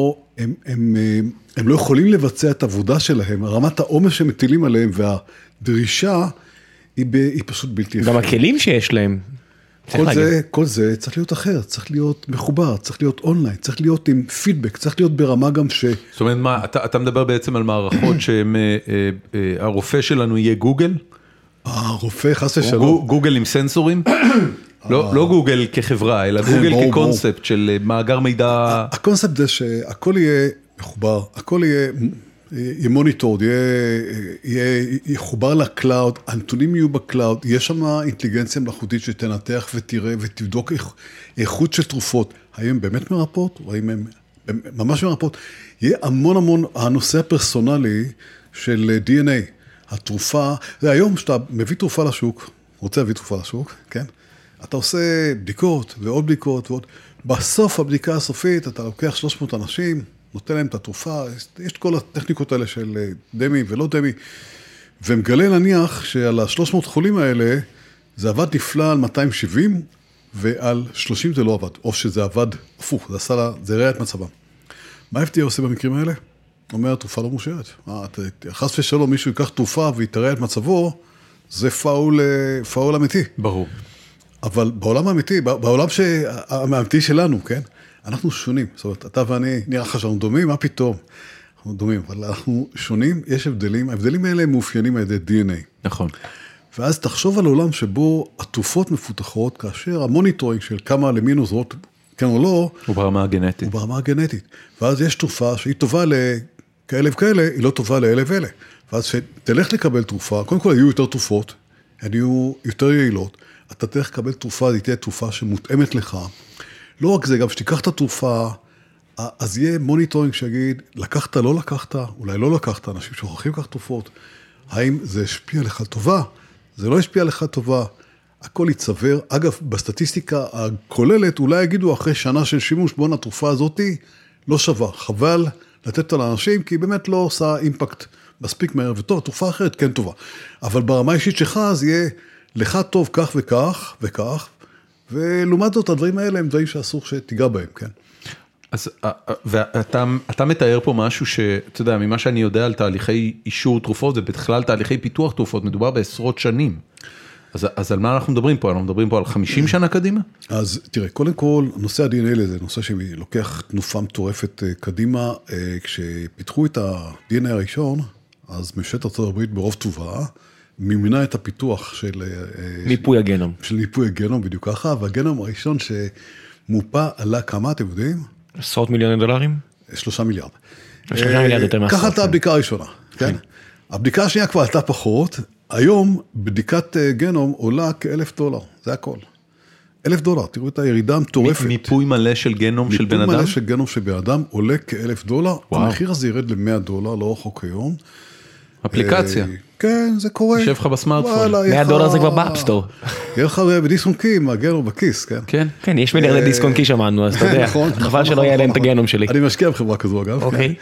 D: הם לא יכולים לבצע את העבודה שלהם, רמת העומס שמטילים עליהם והדרישה היא פשוט בלתי אפשרית.
B: גם הכלים שיש להם.
D: כל זה צריך להיות אחר, צריך להיות מחובר, צריך להיות אונליין, צריך להיות עם פידבק, צריך להיות ברמה גם
A: זאת אומרת מה, אתה מדבר בעצם על מערכות שהרופא שלנו יהיה גוגל?
D: הרופא חס ושלום.
A: גוגל עם סנסורים? לא גוגל כחברה, אלא גוגל כקונספט של מאגר מידע.
D: הקונספט זה שהכל יהיה מחובר, הכל יהיה מוניטורד, יהיה חובר לקלאוד, הנתונים יהיו בקלאוד, יש שם אינטליגנציה מלאכותית שתנתח ותראה ותבדוק איכות של תרופות, האם הן באמת מרפאות, או האם הן ממש מרפאות, יהיה המון הנושא הפרסונלי של DNA. התרופה, זה היום שאתה מביא תרופה לשוק, רוצה להביא תרופה לשוק, כן? אתה עושה בדיקות ועוד בדיקות ועוד, בסוף הבדיקה הסופית אתה לוקח 300 אנשים, נותן להם את התרופה, יש את כל הטכניקות האלה של דמי ולא דמי, ומגלה נניח שעל ה-300 חולים האלה, זה עבד נפלא על 270, ועל 30 זה לא עבד, או שזה עבד הפוך, זה ראה את מצבם. מה FDA עושה במקרים האלה? אומר, התרופה לא מושרת. חס ושלום, מישהו ייקח תרופה ויתראה את מצבו, זה פאול אמיתי.
A: ברור.
D: אבל בעולם האמיתי, בעולם האמיתי שלנו, כן? אנחנו שונים. זאת אומרת, אתה ואני, נראה לך שאנחנו דומים, מה פתאום? אנחנו דומים, אבל אנחנו שונים, יש הבדלים. ההבדלים האלה הם מאופיינים על ידי DNA.
A: נכון.
D: ואז תחשוב על עולם שבו התרופות מפותחות, כאשר המוניטורינג של כמה למין עוזרות, כן או לא,
A: הוא ברמה הגנטית.
D: הוא ברמה הגנטית. ואז יש תרופה שהיא טובה כאלה וכאלה, היא לא טובה לאלה ואלה. ואז שתלך לקבל תרופה, קודם כל היו יותר תרופות, הן יהיו יותר יעילות, אתה תלך לקבל תרופה, היא תהיה תרופה שמותאמת לך. לא רק זה, גם שתיקח את התרופה, אז יהיה מוניטורינג שיגיד, לקחת, לא לקחת, אולי לא לקחת, אנשים שוכחים כך תרופות, האם זה השפיע לך טובה? זה לא השפיע לך טובה, הכל יצבר. אגב, בסטטיסטיקה הכוללת, אולי יגידו אחרי שנה של שימוש, בוא התרופה הזאת לא שווה, חבל לתת אותה לאנשים, כי היא באמת לא עושה אימפקט מספיק מהר, וטוב, התרופה אחרת כן טובה. אבל ברמה האישית שלך, אז יהיה לך טוב כך וכך וכך, ולעומת זאת, הדברים האלה הם דברים שאסור שתיגע בהם, כן?
A: אז, ואתה מתאר פה משהו שאתה יודע, ממה שאני יודע על תהליכי אישור תרופות, ובכלל תהליכי פיתוח תרופות, מדובר בעשרות שנים. אז על מה אנחנו מדברים פה? אנחנו מדברים פה על 50 שנה קדימה?
D: אז תראה, קודם כל, נושא ה-DNA זה נושא שלוקח תנופה מטורפת קדימה. כשפיתחו את ה-DNA הראשון, אז ממשלת ארצות הברית ברוב טובה, מימנה את הפיתוח של
B: מיפוי הגנום.
D: של מיפוי הגנום, בדיוק ככה, והגנום הראשון שמופה עלה כמה, אתם יודעים?
B: עשרות מיליוני דולרים?
D: 3 מיליארד.
B: 3 מיליארד יותר מעשרות.
D: ככה הייתה הבדיקה הראשונה, כן? הבדיקה השנייה כבר עלתה פחות, היום בדיקת גנום עולה כ$1,000, זה הכל. $1,000, תראו את הירידה המטורפת.
A: מיפוי מלא של גנום של בן אדם?
D: מיפוי מלא של גנום של בן אדם עולה כ$1,000, המחיר הזה ירד ל$100, לא רחוק היום.
A: אפליקציה.
D: כן, זה קורה.
A: יושב לך בסמארטפון.
B: $100 זה כבר באפסטור.
D: יהיה לך בדיסק-און-קי עם הגנום בכיס, כן?
A: כן.
B: כן, יש מיליארדי דיסק-און-קי שמענו, אז אתה יודע. חבל שלא יהיה להם את הגנום שלי.
D: אני משקיע בחברה כזו, אגב.
B: אוקיי.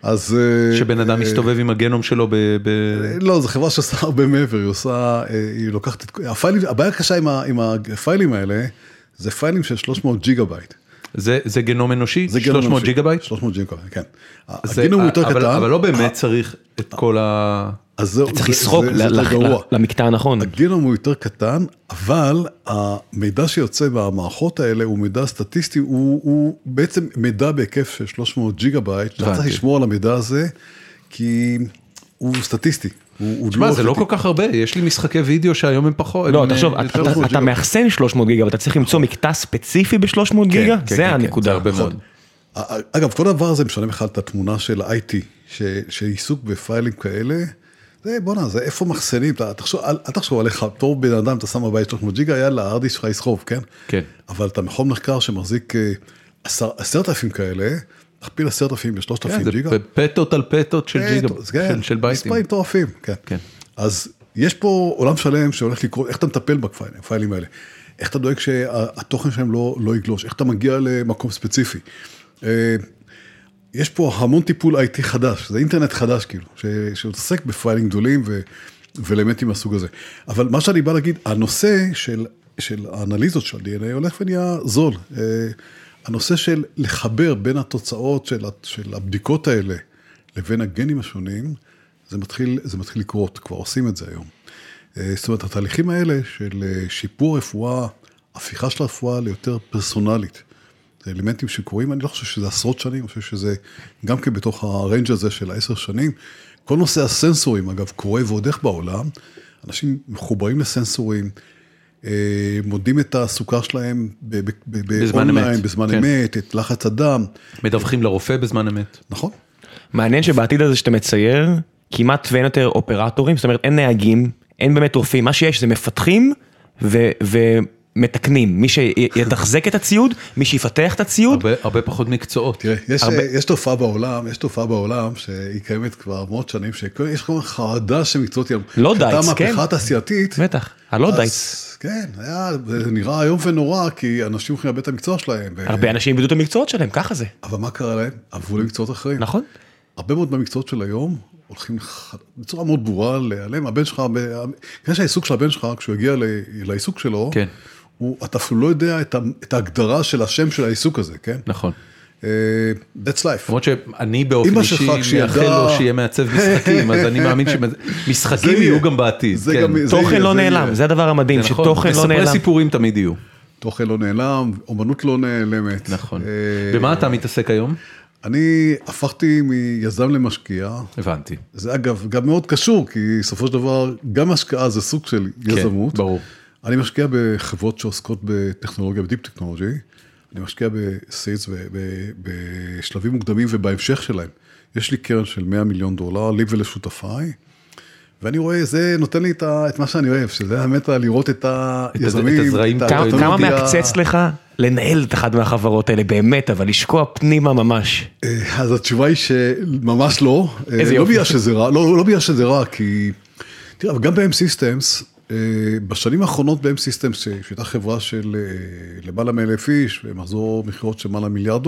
D: אז...
A: שבן אדם מסתובב עם הגנום שלו
D: לא, זו חברה שעושה הרבה מעבר, היא לוקחת את... הבעיה הקשה עם הפיילים האלה, זה פיילים של 300 ג'יגה בייט.
A: זה גנום אנושי? 300 ג'יגה בייט?
D: 300 ג'יגה בייט, כן. הגנום הוא יותר קטן.
A: אבל לא באמת צריך את כל ה...
B: צריך לסחוק למקטע הנכון.
D: הגנום הוא יותר קטן, אבל המידע שיוצא מהמערכות האלה הוא מידע סטטיסטי, הוא בעצם מידע בהיקף של 300 ג'יגה בייט, אתה צריך לשמור על המידע הזה, כי הוא סטטיסטי.
A: תשמע, זה לא כל כך הרבה, יש לי משחקי וידאו שהיום הם פחות.
B: לא, תחשוב, אתה מאחסן 300 גיגה, ואתה צריך למצוא מקטע ספציפי ב-300 גיגה, זה הנקודה.
A: הרבה מאוד.
D: אגב, כל דבר הזה משנה בכלל את התמונה של ה-IT, שעיסוק בפיילים כאלה, זה בוא'נה, זה איפה מחסנים, אל תחשוב עליך, פה בן אדם, אתה שם בבית 300 ג'יגה, יאללה, הארדיס שלך יסחוב, כן?
A: כן.
D: אבל אתה מכון מחקר שמחזיק 10,000 כאלה, תכפיל 10,000 ל-3,000 ג'יגה.
A: זה פטות על פטות של ג'יגה, של בייטים.
D: מספרים מטורפים, כן. אז יש פה עולם שלם שהולך לקרוא, איך אתה מטפל בפיילים האלה, איך אתה דואג שהתוכן שלהם לא יגלוש, איך אתה מגיע למקום ספציפי. יש פה המון טיפול IT חדש, זה אינטרנט חדש כאילו, שעוסק בפיילים גדולים ואלמנטים מהסוג הזה. אבל מה שאני בא להגיד, הנושא של האנליזות של DNA הולך ונהיה זול. הנושא של לחבר בין התוצאות של הבדיקות האלה לבין הגנים השונים, זה מתחיל לקרות, כבר עושים את זה היום. זאת אומרת, התהליכים האלה של שיפור רפואה, הפיכה של הרפואה ליותר פרסונלית, זה אלמנטים שקורים, אני לא חושב שזה עשרות שנים, אני חושב שזה גם כן בתוך הריינג' הזה של 10 שנים, כל נושא הסנסורים, אגב, קורה ועוד איך בעולם, אנשים מחוברים לסנסורים, מודדים את הסוכר שלהם באונליין, בזמן אמת, את לחץ הדם.
A: מדווחים לרופא בזמן אמת.
D: נכון.
B: מעניין שבעתיד הזה שאתה מצייר, כמעט ואין יותר אופרטורים, זאת אומרת אין נהגים, אין באמת רופאים, מה שיש זה מפתחים ומתקנים, מי שיתחזק את הציוד, מי שיפתח את הציוד.
A: הרבה פחות מקצועות.
D: תראה, יש תופעה בעולם שהיא קיימת כבר מאות שנים, שיש כל חרדה שמקצועות יום.
B: לא דייץ, כן.
D: מהפכה תעשייתית.
B: בטח, הלא דייץ.
D: כן, זה נראה היום ונורא, כי אנשים הולכים לאבד את המקצוע שלהם.
B: הרבה אנשים איבדו את המקצועות שלהם, ככה זה.
D: אבל מה קרה להם? עברו למקצועות אחרים.
B: נכון.
D: הרבה מאוד במקצועות של היום, הולכים בצורה מאוד ברורה להיעלם. הבן שלך, כנראה שהעיסוק של הבן שלך, כשהוא הגיע לעיסוק שלו,
A: כן.
D: אתה אפילו לא יודע את ההגדרה של השם של העיסוק הזה, כן?
A: נכון.
D: That's life.
A: למרות שאני באופן אישי מאחל לו שיהיה מעצב משחקים, אז אני מאמין שמשחקים יהיו גם בעתיד.
B: תוכן לא נעלם, זה הדבר המדהים, שתוכן לא נעלם.
A: מספרי סיפורים תמיד יהיו.
D: תוכן לא נעלם, אומנות לא נעלמת.
A: נכון. במה אתה מתעסק היום?
D: אני הפכתי מיזם למשקיע.
A: הבנתי.
D: זה אגב גם מאוד קשור, כי בסופו של דבר, גם השקעה זה סוג של יזמות.
A: כן, ברור.
D: אני משקיע בחברות שעוסקות בטכנולוגיה, בדיפ טכנולוגי. אני משקיע בסיידס בשלבים מוקדמים ובהמשך שלהם. יש לי קרן של $100 מיליון, לי ולשותפיי, ואני רואה, זה נותן לי את מה שאני אוהב, שזה האמת לראות את היזמים.
A: את הזרעים.
B: כמה מהקצץ לך לנהל את אחת מהחברות האלה, באמת, אבל לשקוע פנימה ממש?
D: אז התשובה היא שממש לא. לא בגלל שזה רע, לא בגלל שזה רע, כי, תראה, אבל גם ב-M-Systems, בשנים האחרונות ב-M-Systems, שהייתה חברה של למעלה מ1,000 איש, ומחזור מכירות של למעלה $1 מיליארד,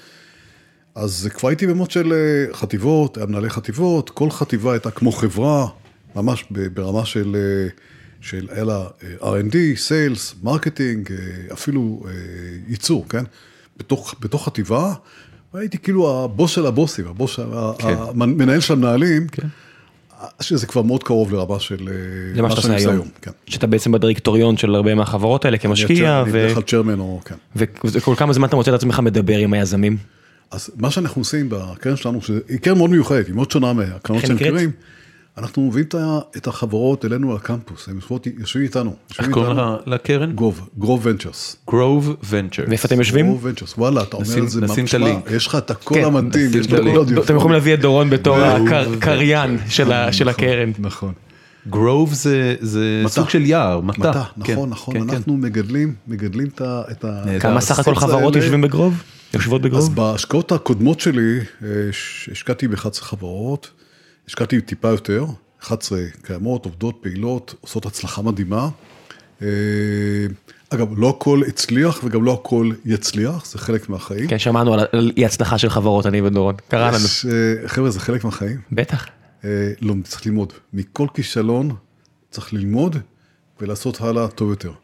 D: אז כבר הייתי במות של חטיבות, מנהלי חטיבות, כל חטיבה הייתה כמו חברה, ממש ברמה של היה לה R&D, Sales, מרקטינג, אפילו ייצור, כן? בתוך חטיבה, והייתי כאילו הבוס של הבוסים, המנהל של המנהלים, שזה כבר מאוד קרוב לרמה של
B: מה שאתה עושה היום. שאתה בעצם בדירקטוריון של הרבה מהחברות האלה כמשקיע.
D: אני בדרך כלל צ'רמן או כן.
B: וכל כמה זמן אתה מוצא את עצמך מדבר עם היזמים?
D: אז מה שאנחנו עושים בקרן שלנו, שהיא קרן מאוד מיוחדת, היא מאוד שונה מהקרנות שהם מכירים, אנחנו מביאים את החברות אלינו לקמפוס, הם יושבים איתנו.
A: איך קוראים לקרן?
D: גרוב ונצ'רס.
A: גרוב ונצ'רס.
B: ואיפה אתם יושבים?
D: גרוב ונצ'רס, וואלה, אתה אומר את זה,
A: נשים את הלינק.
D: יש לך את הכל המתאים.
B: אתם יכולים להביא את דורון בתור הקריין של הקרן.
D: נכון.
A: גרוב זה סוג של יער, מטה.
D: נכון, אנחנו מגדלים את ה...
B: כמה סך הכל חברות יושבים בגרוב? יושבות בגרוב?
D: אז בהשקעות הקודמות שלי, השקעתי ב-11 חברות, השקעתי טיפה יותר, 11 קיימות, עובדות, פעילות, עושות הצלחה מדהימה. אגב, לא הכל הצליח וגם לא הכל יצליח, זה חלק מהחיים.
B: כן, שמענו על אי הצלחה של חברות, אני ודורון. קרה לנו.
D: חבר'ה, זה חלק מהחיים.
B: בטח.
D: לא, צריך ללמוד. מכל כישלון צריך ללמוד ולעשות הלאה טוב יותר.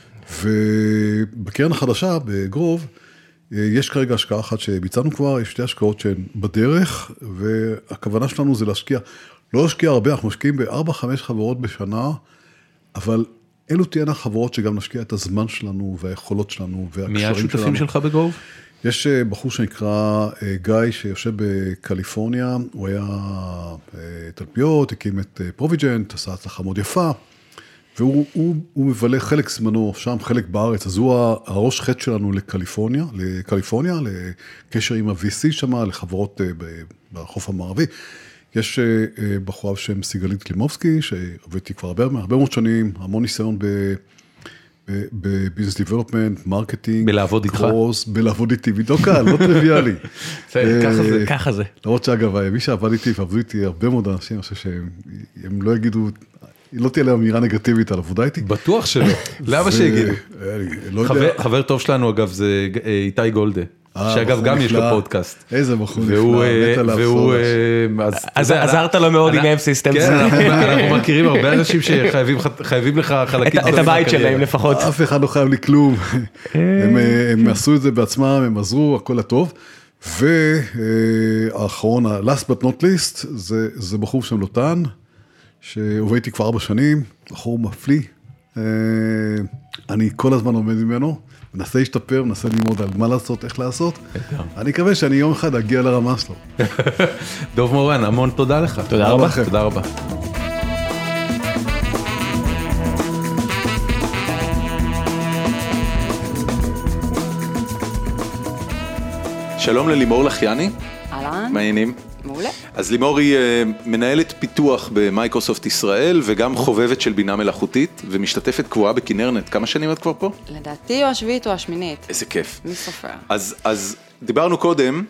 D: ובקרן החדשה, בגרוב, יש כרגע השקעה אחת שביצענו כבר, יש 2 השקעות שהן בדרך, והכוונה שלנו זה להשקיע, לא להשקיע הרבה, אנחנו משקיעים ב4-5 חברות בשנה, אבל אלו תהיינה חברות שגם נשקיע את הזמן שלנו והיכולות שלנו והקשרים שלנו.
A: מי השותפים שלך בגרוב?
D: יש בחור שנקרא גיא שיושב בקליפורניה, הוא היה תלפיות, הקים את פרוביג'נט, עשה הצלחה מאוד יפה, והוא מבלה חלק זמנו שם, חלק בארץ, אז הוא הראש חטא שלנו לקליפורניה, לקשר עם ה-VC שם, לחברות בחוף המערבי. יש בחורה בשם סיגלית קלימובסקי, שעובדתי כבר הרבה מאוד שנים, המון ניסיון בביזנס דיבלופמנט, מרקטינג.
A: בלעבוד איתך.
D: בלעבוד איתי, בדיוק קל, לא טריוויאלי.
B: ככה זה.
D: למרות שאגב, מי שעבד איתי ועבדו איתי הרבה מאוד אנשים, אני חושב שהם לא יגידו, לא תהיה להם אמירה נגטיבית על עבודה איתי.
A: בטוח שלא. למה שיגידו? חבר טוב שלנו אגב זה איתי גולדה. שאגב גם יש לו פודקאסט.
D: איזה בחור נפלא,
A: והוא...
B: אז עזרת לו מאוד עם M-Systems.
A: כן, אנחנו מכירים הרבה אנשים שחייבים לך חלקים.
B: את הבית שלהם לפחות.
D: אף אחד לא חייב לי כלום. הם עשו את זה בעצמם, הם עזרו, הכל הטוב. והאחרון, ה-last but not least, זה בחור שם לוטן, שעובד איתי כבר 4 שנים, בחור מפליא. אני כל הזמן עומד ממנו. מנסה להשתפר, מנסה ללמוד על מה לעשות, איך לעשות. אני מקווה שאני יום אחד אגיע לרמה שלו.
A: דוב מורן, המון תודה לך.
B: תודה רבה.
A: תודה רבה. שלום ללימור לחייני.
E: אהלן.
A: מה העניינים?
E: מעולה.
A: אז לימור היא מנהלת פיתוח במייקרוסופט ישראל, וגם חובבת של בינה מלאכותית, ומשתתפת קבועה בכנרנט. כמה שנים את כבר פה?
E: לדעתי או השביעית או השמינית.
A: איזה כיף.
E: מי סופר?
A: אז דיברנו קודם,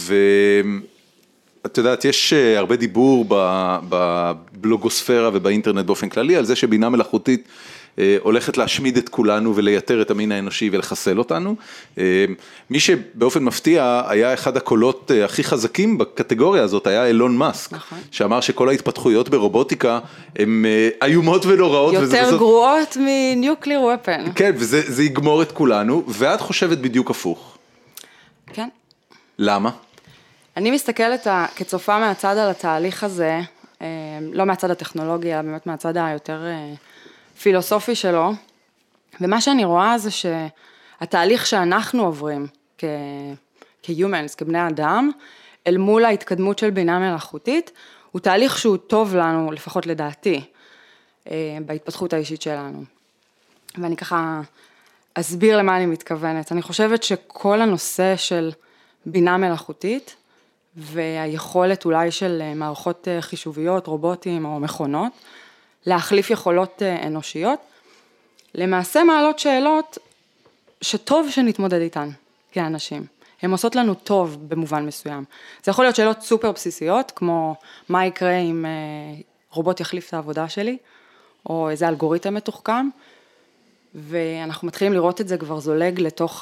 A: ואת יודעת, יש הרבה דיבור בבלוגוספירה ובאינטרנט באופן כללי, על זה שבינה מלאכותית הולכת להשמיד את כולנו ולייתר את המין האנושי ולחסל אותנו. מי שבאופן מפתיע היה אחד הקולות הכי חזקים בקטגוריה הזאת, היה אילון מאסק,
E: נכון.
A: שאמר שכל ההתפתחויות ברובוטיקה הן איומות ונוראות.
E: יותר גרועות מניוקליר ופן.
A: כן, וזה יגמור את כולנו, ואת חושבת בדיוק הפוך.
E: כן.
A: למה?
E: אני מסתכלת כצופה מהצד על התהליך הזה, לא מהצד הטכנולוגי, אלא באמת מהצד היותר פילוסופי שלו, ומה שאני רואה זה שהתהליך שאנחנו עוברים כ-humans, כבני אדם, אל מול ההתקדמות של בינה מלאכותית, הוא תהליך שהוא טוב לנו, לפחות לדעתי, בהתפתחות האישית שלנו. ואני ככה אסביר למה אני מתכוונת. אני חושבת שכל הנושא של בינה מלאכותית, והיכולת אולי של מערכות חישוביות, רובוטים או מכונות, להחליף יכולות אנושיות, למעשה מעלות שאלות שטוב שנתמודד איתן כאנשים. הן עושות לנו טוב במובן מסוים. זה יכול להיות שאלות סופר בסיסיות, כמו מה יקרה אם רובוט יחליף את העבודה שלי, או איזה אלגוריתם מתוחכם, ואנחנו מתחילים לראות את זה כבר זולג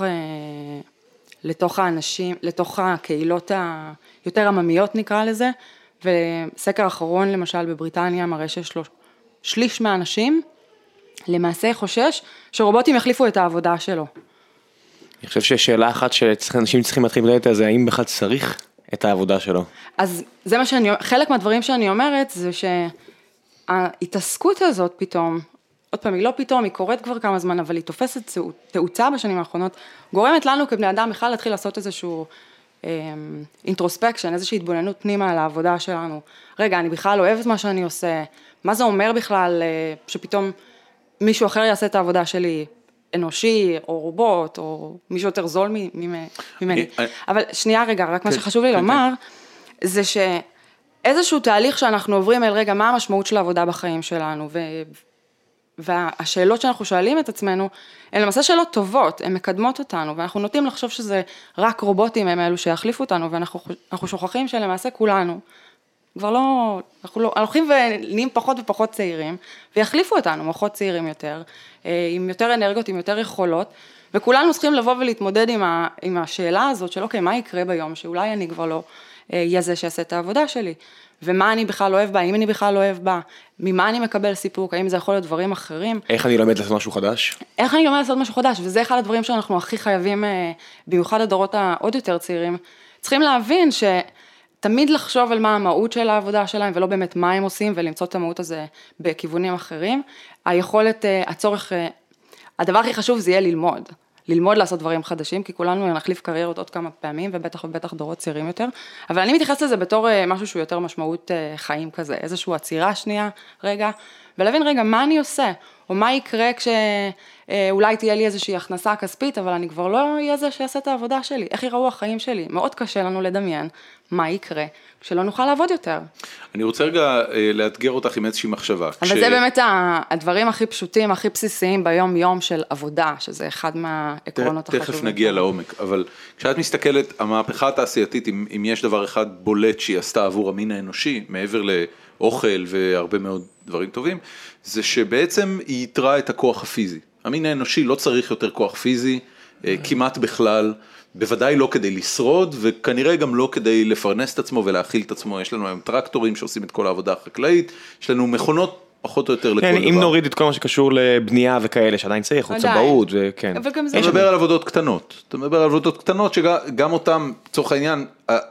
E: לתוך האנשים, לתוך הקהילות היותר עממיות נקרא לזה, וסקר אחרון למשל בבריטניה מראה שליש מהאנשים למעשה חושש שרובוטים יחליפו את העבודה שלו.
B: אני חושב ששאלה אחת שאנשים צריכים להתחיל לדעת זה האם בכלל צריך את העבודה שלו.
E: אז זה מה חלק מהדברים שאני אומרת זה שההתעסקות הזאת פתאום, עוד פעם היא לא פתאום, היא קורית כבר כמה זמן, אבל היא תופסת תאוצה בשנים האחרונות, גורמת לנו כבני אדם בכלל להתחיל לעשות איזשהו אינטרוספקשן, איזושהי התבוננות פנימה על העבודה שלנו. רגע, אני בכלל אוהבת מה שאני עושה, מה זה אומר בכלל שפתאום מישהו אחר יעשה את העבודה שלי, אנושי או רובוט או מישהו יותר זול ממני. אבל שנייה רגע, רק מה שחשוב לי לומר, זה שאיזשהו תהליך שאנחנו עוברים אל רגע, מה המשמעות של העבודה בחיים שלנו, והשאלות שאנחנו שואלים את עצמנו, הן למעשה שאלות טובות, הן מקדמות אותנו, ואנחנו נוטים לחשוב שזה רק רובוטים הם אלו שיחליפו אותנו, ואנחנו שוכחים שלמעשה כולנו, כבר לא, אנחנו הולכים ונהיים פחות ופחות צעירים, ויחליפו אותנו, מוחות צעירים יותר, עם יותר אנרגיות, עם יותר יכולות, וכולנו צריכים לבוא ולהתמודד עם השאלה הזאת של אוקיי, מה יקרה ביום, שאולי אני כבר לא יהיה זה שיעשה את העבודה שלי, ומה אני בכלל לא אוהב בה, אם אני בכלל לא אוהב בה, ממה אני מקבל סיפוק, האם זה יכול להיות דברים אחרים.
B: איך אני לומד לעשות משהו חדש?
E: איך אני לומד לעשות משהו חדש, וזה אחד הדברים שאנחנו הכי חייבים, במיוחד הדורות העוד יותר צעירים, צריכים להבין שתמיד לחשוב על מה המהות של העבודה שלהם, ולא באמת מה הם עושים, ולמצוא את המהות הזה בכיוונים אחרים. היכולת, הצורך, הדבר הכי חשוב זה יהיה ללמוד לעשות דברים חדשים, כי כולנו נחליף קריירות עוד כמה פעמים, ובטח דורות צעירים יותר, אבל אני מתייחסת לזה בתור משהו שהוא יותר משמעות חיים כזה, איזושהי עצירה שנייה, רגע, ולהבין רגע מה אני עושה, או מה יקרה כשאולי תהיה לי איזושהי הכנסה כספית, אבל אני כבר לא אהיה זה שיעשה את העבודה שלי, איך יראו החיים שלי, מאוד קשה לנו לדמיין מה יקרה, כשלא נוכל לעבוד יותר.
A: אני רוצה רגע לאתגר אותך עם איזושהי מחשבה.
E: אבל זה באמת הדברים הכי פשוטים, הכי בסיסיים ביום יום של עבודה, שזה אחד מהעקרונות החשובים.
A: תכף נגיע לעומק, אבל כשאת מסתכלת, המהפכה התעשייתית, אם יש דבר אחד בולט שהיא עשתה עבור המין האנושי, מעבר לאוכל והרבה מאוד דברים טובים, זה שבעצם היא יתרה את הכוח הפיזי. המין האנושי לא צריך יותר כוח פיזי, כמעט בכלל, בוודאי לא כדי לשרוד, וכנראה גם לא כדי לפרנס את עצמו ולהכיל את עצמו. יש לנו היום טרקטורים שעושים את כל העבודה החקלאית, יש לנו מכונות פחות או יותר לכל דבר.
B: אם נוריד את כל מה שקשור לבנייה וכאלה, שעדיין צריך, או צבאות, וכן.
A: אתה מדבר על עבודות קטנות, אתה מדבר על עבודות קטנות שגם אותם, לצורך העניין,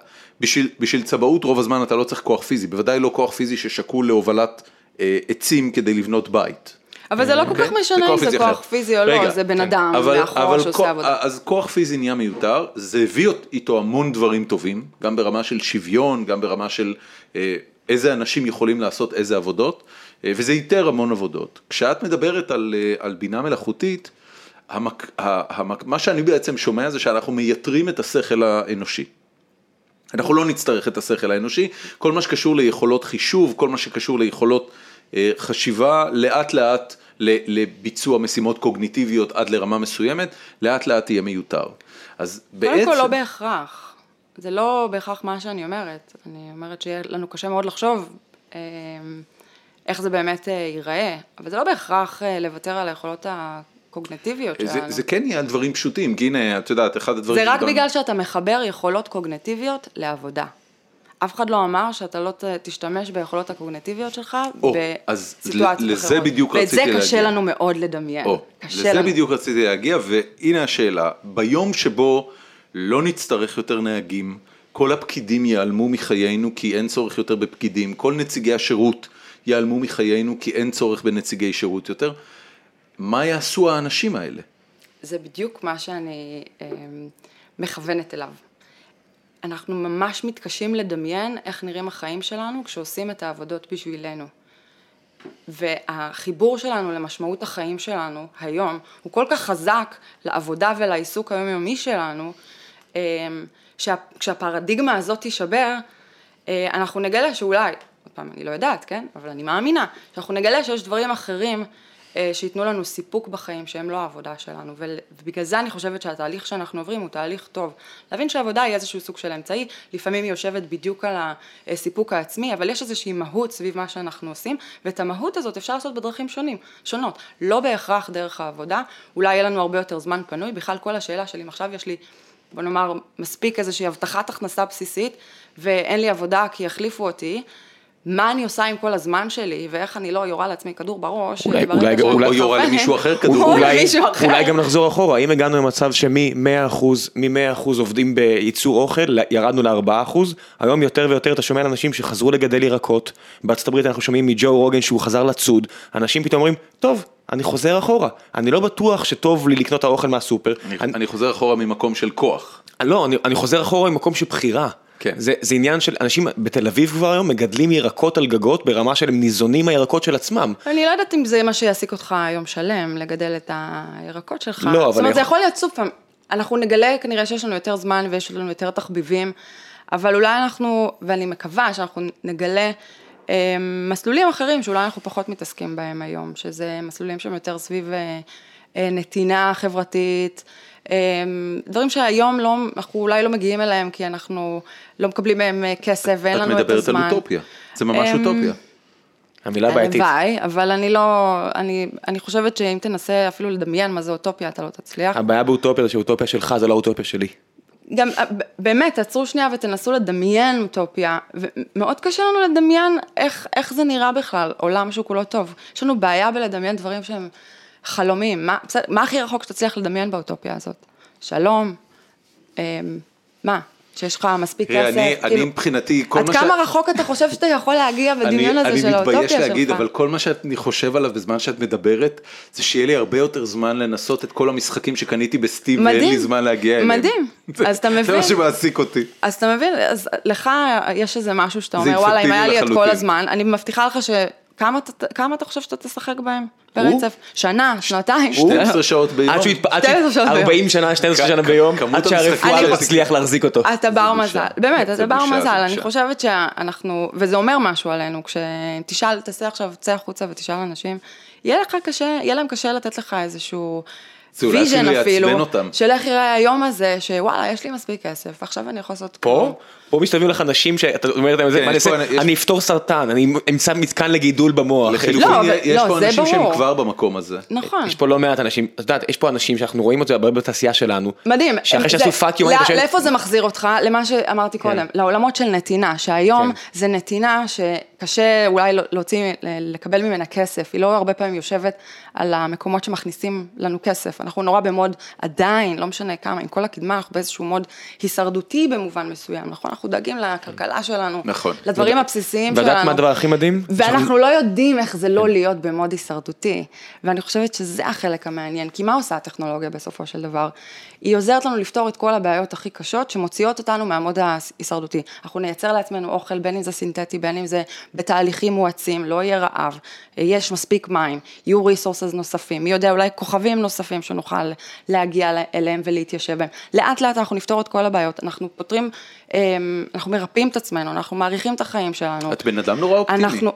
A: בשביל צבאות רוב הזמן אתה לא צריך כוח פיזי, בוודאי לא כוח פיזי ששקול להובלת עצים כדי לבנות בית.
E: אבל זה לא כל כך משנה אם זה כוח פיזי או לא, זה בן אדם מאחורה שעושה עבודה.
A: אז כוח פיזי נהיה מיותר, זה הביא איתו המון דברים טובים, גם ברמה של שוויון, גם ברמה של איזה אנשים יכולים לעשות איזה עבודות, וזה ייתר המון עבודות. כשאת מדברת על בינה מלאכותית, מה שאני בעצם שומע זה שאנחנו מייתרים את השכל האנושי. אנחנו לא נצטרך את השכל האנושי, כל מה שקשור ליכולות חישוב, כל מה שקשור ליכולות חשיבה, לאט לאט לביצוע משימות קוגניטיביות עד לרמה מסוימת, לאט לאט יהיה מיותר. אז בעצם...
E: קודם כל לא בהכרח, זה לא בהכרח מה שאני אומרת, אני אומרת שיהיה לנו קשה מאוד לחשוב איך זה באמת ייראה, אבל זה לא בהכרח לוותר על היכולות הקוגניטיביות שלנו.
A: זה כן יהיה דברים פשוטים, כי הנה, את יודעת, אחד הדברים...
E: זה רק בגלל שאתה מחבר יכולות קוגניטיביות לעבודה. אף אחד לא אמר שאתה לא תשתמש ביכולות הקוגניטיביות שלך בסיטואציות אחרות. ואת זה קשה לנו מאוד לדמיין.
A: לזה בדיוק רציתי להגיע, והנה השאלה, ביום שבו לא נצטרך יותר נהגים, כל הפקידים ייעלמו מחיינו כי אין צורך יותר בפקידים, כל נציגי השירות ייעלמו מחיינו כי אין צורך בנציגי שירות יותר, מה יעשו האנשים האלה?
E: זה בדיוק מה שאני מכוונת אליו. אנחנו ממש מתקשים לדמיין איך נראים החיים שלנו כשעושים את העבודות בשבילנו. והחיבור שלנו למשמעות החיים שלנו היום הוא כל כך חזק לעבודה ולעיסוק היומיומי שלנו, כשהפרדיגמה הזאת תישבר, אנחנו נגלה שאולי, עוד פעם אני לא יודעת, כן? אבל אני מאמינה, שאנחנו נגלה שיש דברים אחרים שיתנו לנו סיפוק בחיים שהם לא העבודה שלנו, ובגלל זה אני חושבת שהתהליך שאנחנו עוברים הוא תהליך טוב. להבין שהעבודה היא איזשהו סוג של אמצעי, לפעמים היא יושבת בדיוק על הסיפוק העצמי, אבל יש איזושהי מהות סביב מה שאנחנו עושים, ואת המהות הזאת אפשר לעשות בדרכים שונות, לא בהכרח דרך העבודה, אולי יהיה לנו הרבה יותר זמן פנוי, בכלל כל השאלה שלי, אם עכשיו יש לי, בוא נאמר, מספיק איזושהי הבטחת הכנסה בסיסית, ואין לי עבודה כי יחליפו אותי, מה אני עושה עם כל הזמן שלי, ואיך אני לא יורה לעצמי כדור בראש,
A: או יורה למישהו אחר כדור.
B: אולי גם נחזור אחורה, האם הגענו למצב מ-100% עובדים בייצור אוכל, ירדנו ל4%, היום יותר ויותר אתה שומע על אנשים שחזרו לגדל ירקות, בארצות הברית אנחנו שומעים מג'ו רוגן שהוא חזר לצוד, אנשים פתאום אומרים, טוב, אני חוזר אחורה, אני לא בטוח שטוב לי לקנות האוכל מהסופר.
A: אני חוזר אחורה ממקום של כוח.
B: לא, אני חוזר אחורה ממקום של בחירה. כן. זה עניין של אנשים בתל אביב כבר היום מגדלים ירקות על גגות ברמה של הם ניזונים מהירקות של עצמם.
E: אני לא יודעת אם זה מה שיעסיק אותך יום שלם, לגדל את הירקות שלך.
B: לא,
E: זאת אומרת, זה יכול להיות סוף פעם. אנחנו נגלה כנראה שיש לנו יותר זמן ויש לנו יותר תחביבים, אבל אולי אנחנו, ואני מקווה שאנחנו נגלה מסלולים אחרים שאולי אנחנו פחות מתעסקים בהם היום, שזה מסלולים שהם יותר סביב נתינה חברתית, דברים שהיום אנחנו אולי לא מגיעים אליהם, כי אנחנו לא מקבלים מהם כסף ואין לנו את הזמן.
A: את מדברת על אוטופיה, זה ממש אוטופיה.
B: המילה בעייתית.
E: אבל אני חושבת שאם תנסה אפילו לדמיין מה זה אוטופיה, אתה לא תצליח.
B: הבעיה באוטופיה זה שאוטופיה שלך, זה לא אוטופיה שלי.
E: גם באמת, תעצרו שנייה ותנסו לדמיין אוטופיה, ומאוד קשה לנו לדמיין איך זה נראה בכלל, עולם שהוא כולו טוב. יש לנו בעיה בלדמיין דברים שהם חלומים. מה הכי רחוק שתצליח לדמיין באוטופיה הזאת? שלום, מה? שיש לך מספיק כסף,
A: אני מבחינתי,
E: עד כמה רחוק אתה חושב שאתה יכול להגיע בדמיון הזה של האוטופיה שלך?
A: אני מתבייש להגיד, אבל כל מה שאני חושב עליו בזמן שאת מדברת, זה שיהיה לי הרבה יותר זמן לנסות את כל המשחקים שקניתי בסטים, ואין לי זמן להגיע אליהם.
E: מדהים, אז אתה מבין.
A: זה מה שמעסיק אותי.
E: אז אתה מבין, אז לך יש איזה משהו שאתה אומר, וואלה, אם היה לי את כל הזמן, אני מבטיחה לך כמה אתה חושב שאתה תשחק בהם? ברצף, שנה, שנתיים.
A: 12 שעות ביום.
B: 40 שנה, 12 שנה ביום, עד שהרפואה לא תצליח להחזיק אותו.
E: אתה בר מזל, באמת, אתה בר מזל. אני חושבת שאנחנו, וזה אומר משהו עלינו, כשתשאל, תעשה עכשיו, צא החוצה ותשאל אנשים, יהיה להם קשה לתת לך איזשהו ויז'ן אפילו, של איך יראה היום הזה, שוואלה, יש לי מספיק כסף, עכשיו אני יכול לעשות כלום.
B: פה משתלבים לך אנשים שאתה אומרת להם, אני אפתור סרטן, אני אמצא מתקן לגידול במוח.
A: יש פה אנשים שהם כבר במקום הזה.
E: נכון.
B: יש פה לא מעט אנשים, את יודעת, יש פה אנשים שאנחנו רואים את זה הרבה בתעשייה שלנו.
E: מדהים.
B: שאחרי שעשו פאק
E: לאיפה זה מחזיר אותך? למה שאמרתי קודם, לעולמות של נתינה, שהיום זה נתינה שקשה אולי לקבל ממנה כסף, היא לא הרבה פעמים יושבת על המקומות שמכניסים לנו כסף. אנחנו נורא במוד עדיין, לא משנה כמה, עם כל הקדמה, אנחנו באיזשהו מוד הישרדותי במובן מסוים, נכון? אנחנו דואגים לכלכלה שלנו, לדברים הבסיסיים שלנו.
B: ודעת מה הדבר הכי מדהים?
E: ואנחנו לא יודעים איך זה לא להיות במוד הישרדותי, ואני חושבת שזה החלק המעניין, כי מה עושה הטכנולוגיה בסופו של דבר? היא עוזרת לנו לפתור את כל הבעיות הכי קשות, שמוציאות אותנו מהמוד ההישרדותי. אנחנו נייצר לעצמנו אוכל, בין אם זה סינתטי, בין אם זה בתהליכים מואצים, לא יהיה רעב, יש מספיק מים, יהיו ריסורסס נוספים, מי יודע, אולי כוכבים נוספים שנוכל להגיע אליהם ולהתיישב בהם. לאט לאט אנחנו נפתור את כל הבעיות, אנחנו פותרים, אנחנו מרפאים את עצמנו, אנחנו מעריכים את החיים שלנו.
A: את בן אדם נורא אופטימי.
E: אנחנו,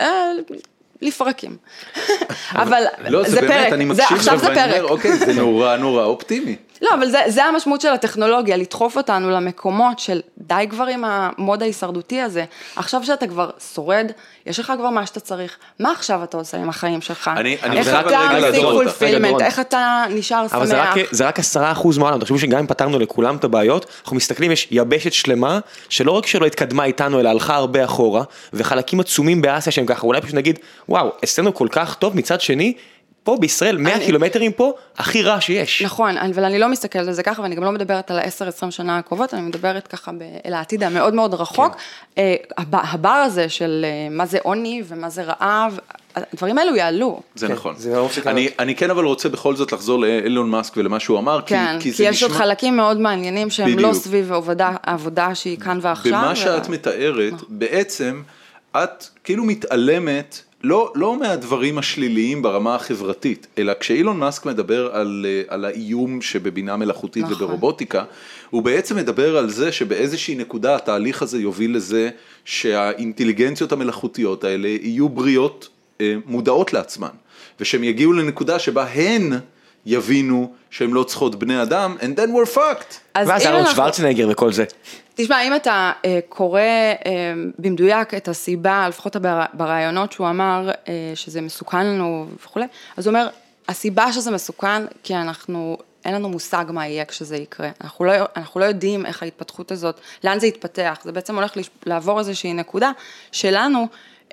E: לפרקים. אבל
A: לא,
E: זה פרק, עכשיו זה פרק.
A: אוקיי, זה נורא אופטימי.
E: לא, אבל זה המשמעות של הטכנולוגיה, לדחוף אותנו למקומות של די כבר עם המוד ההישרדותי הזה. עכשיו שאתה כבר שורד, יש לך כבר מה שאתה צריך. מה עכשיו אתה עושה עם החיים שלך? איך אתה משיג פולפילמנט, איך אתה נשאר שמח?
B: אבל זה רק 10% מהעולם. תחשבו שגם אם פתרנו לכולם את הבעיות, אנחנו מסתכלים, יש יבשת שלמה, שלא רק שלא התקדמה איתנו, אלא הלכה הרבה אחורה, וחלקים עצומים באסיה שהם ככה, אולי פשוט נגיד, וואו, אצלנו כל כך טוב, מצד שני, פה בישראל, 100 קילומטרים פה, הכי רע שיש.
E: נכון, אבל אני לא מסתכלת על זה ככה, ואני גם לא מדברת על 10-20 שנה הקרובות, אני מדברת ככה אל העתיד המאוד מאוד רחוק. הבר הזה של מה זה עוני ומה זה רעב, הדברים האלו יעלו.
A: זה נכון. אני כן אבל רוצה בכל זאת לחזור לאילון מאסק ולמה שהוא אמר,
E: כי יש עוד חלקים מאוד מעניינים שהם לא סביב העבודה שהיא כאן ועכשיו.
A: במה שאת מתארת, בעצם את כאילו מתעלמת, לא מהדברים השליליים ברמה החברתית, אלא כשאילון מאסק מדבר על האיום שבבינה מלאכותית וברובוטיקה, הוא בעצם מדבר על זה שבאיזושהי נקודה התהליך הזה יוביל לזה שהאינטליגנציות המלאכותיות האלה יהיו בריאות מודעות לעצמן, ושהם יגיעו לנקודה שבה הן יבינו שהם לא צריכות בני אדם, and then we're fucked.
B: ואז ארנולד שוורצנגר וכל זה.
E: תשמע, אם אתה קורא במדויק את הסיבה, לפחות ברעיונות שהוא אמר שזה מסוכן לנו וכו', אז הוא אומר, הסיבה שזה מסוכן, כי אין לנו מושג מה יהיה כשזה יקרה. אנחנו לא יודעים איך ההתפתחות הזאת, לאן זה יתפתח. זה בעצם הולך לעבור איזושהי נקודה שלנו,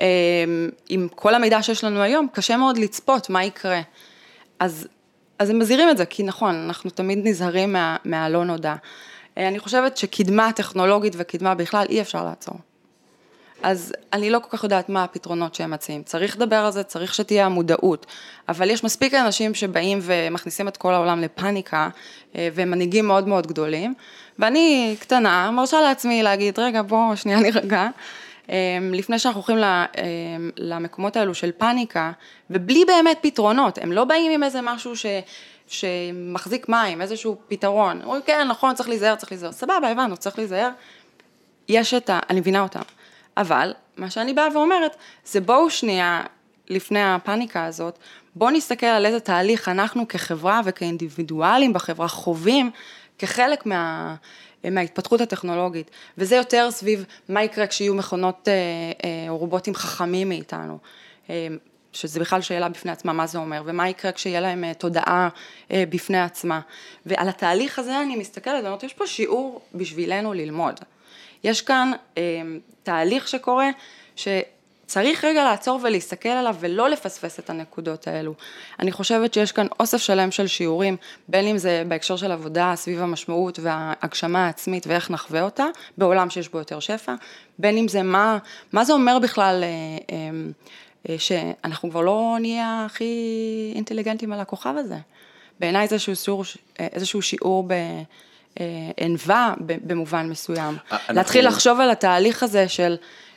E: עם כל המידע שיש לנו היום, קשה מאוד לצפות מה יקרה. אז הם מזהירים את זה, כי נכון, אנחנו תמיד נזהרים מהלא נודע. אני חושבת שקדמה טכנולוגית וקדמה בכלל אי אפשר לעצור. אז אני לא כל כך יודעת מה הפתרונות שהם מציעים. צריך לדבר על זה, צריך שתהיה המודעות, אבל יש מספיק אנשים שבאים ומכניסים את כל העולם לפאניקה, ומנהיגים מאוד מאוד גדולים, ואני קטנה, מרשה לעצמי להגיד, רגע, בוא, שנייה נרגע, לפני שאנחנו הולכים למקומות האלו של פאניקה, ובלי באמת פתרונות, הם לא באים עם איזה משהו שמחזיק מים, איזשהו פתרון, אומרים, כן, נכון, צריך להיזהר, סבבה, הבנו, צריך להיזהר, אני מבינה אותם, אבל מה שאני באה ואומרת, זה בואו שנייה לפני הפאניקה הזאת, בוא נסתכל על איזה תהליך אנחנו כחברה וכאינדיבידואלים בחברה חווים כחלק מההתפתחות הטכנולוגית, וזה יותר סביב מה יקרה כשיהיו מכונות או רובוטים חכמים מאיתנו, שזה בכלל שאלה בפני עצמה מה זה אומר, ומה יקרה כשיהיה להם תודעה בפני עצמה, ועל התהליך הזה אני מסתכלת, ואומרת, יש פה שיעור בשבילנו ללמוד, יש כאן תהליך שקורה, שצריך רגע לעצור ולהסתכל עליו, ולא לפספס את הנקודות האלו. אני חושבת שיש כאן אוסף שלם של שיעורים, בין אם זה בהקשר של עבודה, סביב המשמעות וההגשמה העצמית, ואיך נחווה אותה, בעולם שיש בו יותר שפע, בין אם זה מה זה אומר בכלל, שאנחנו כבר לא נהיה הכי אינטליגנטים על הכוכב הזה. בעיניי זה איזשהו שיעור בענווה במובן מסוים. להתחיל לחשוב על התהליך הזה של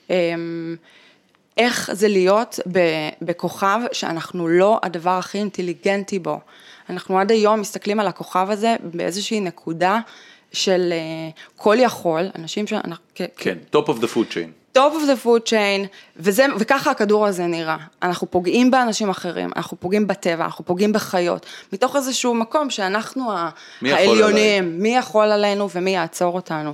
E: איך זה להיות בכוכב שאנחנו לא הדבר הכי אינטליגנטי בו. אנחנו עד היום מסתכלים על הכוכב הזה באיזושהי נקודה של כל יכול, אנשים שאנחנו...
A: כן, top of the food chain.
E: top of the food chain, וככה הכדור הזה נראה. אנחנו פוגעים באנשים אחרים, אנחנו פוגעים בטבע, אנחנו פוגעים בחיות, מתוך איזשהו מקום שאנחנו העליונים, מי יכול עלינו ומי יעצור אותנו.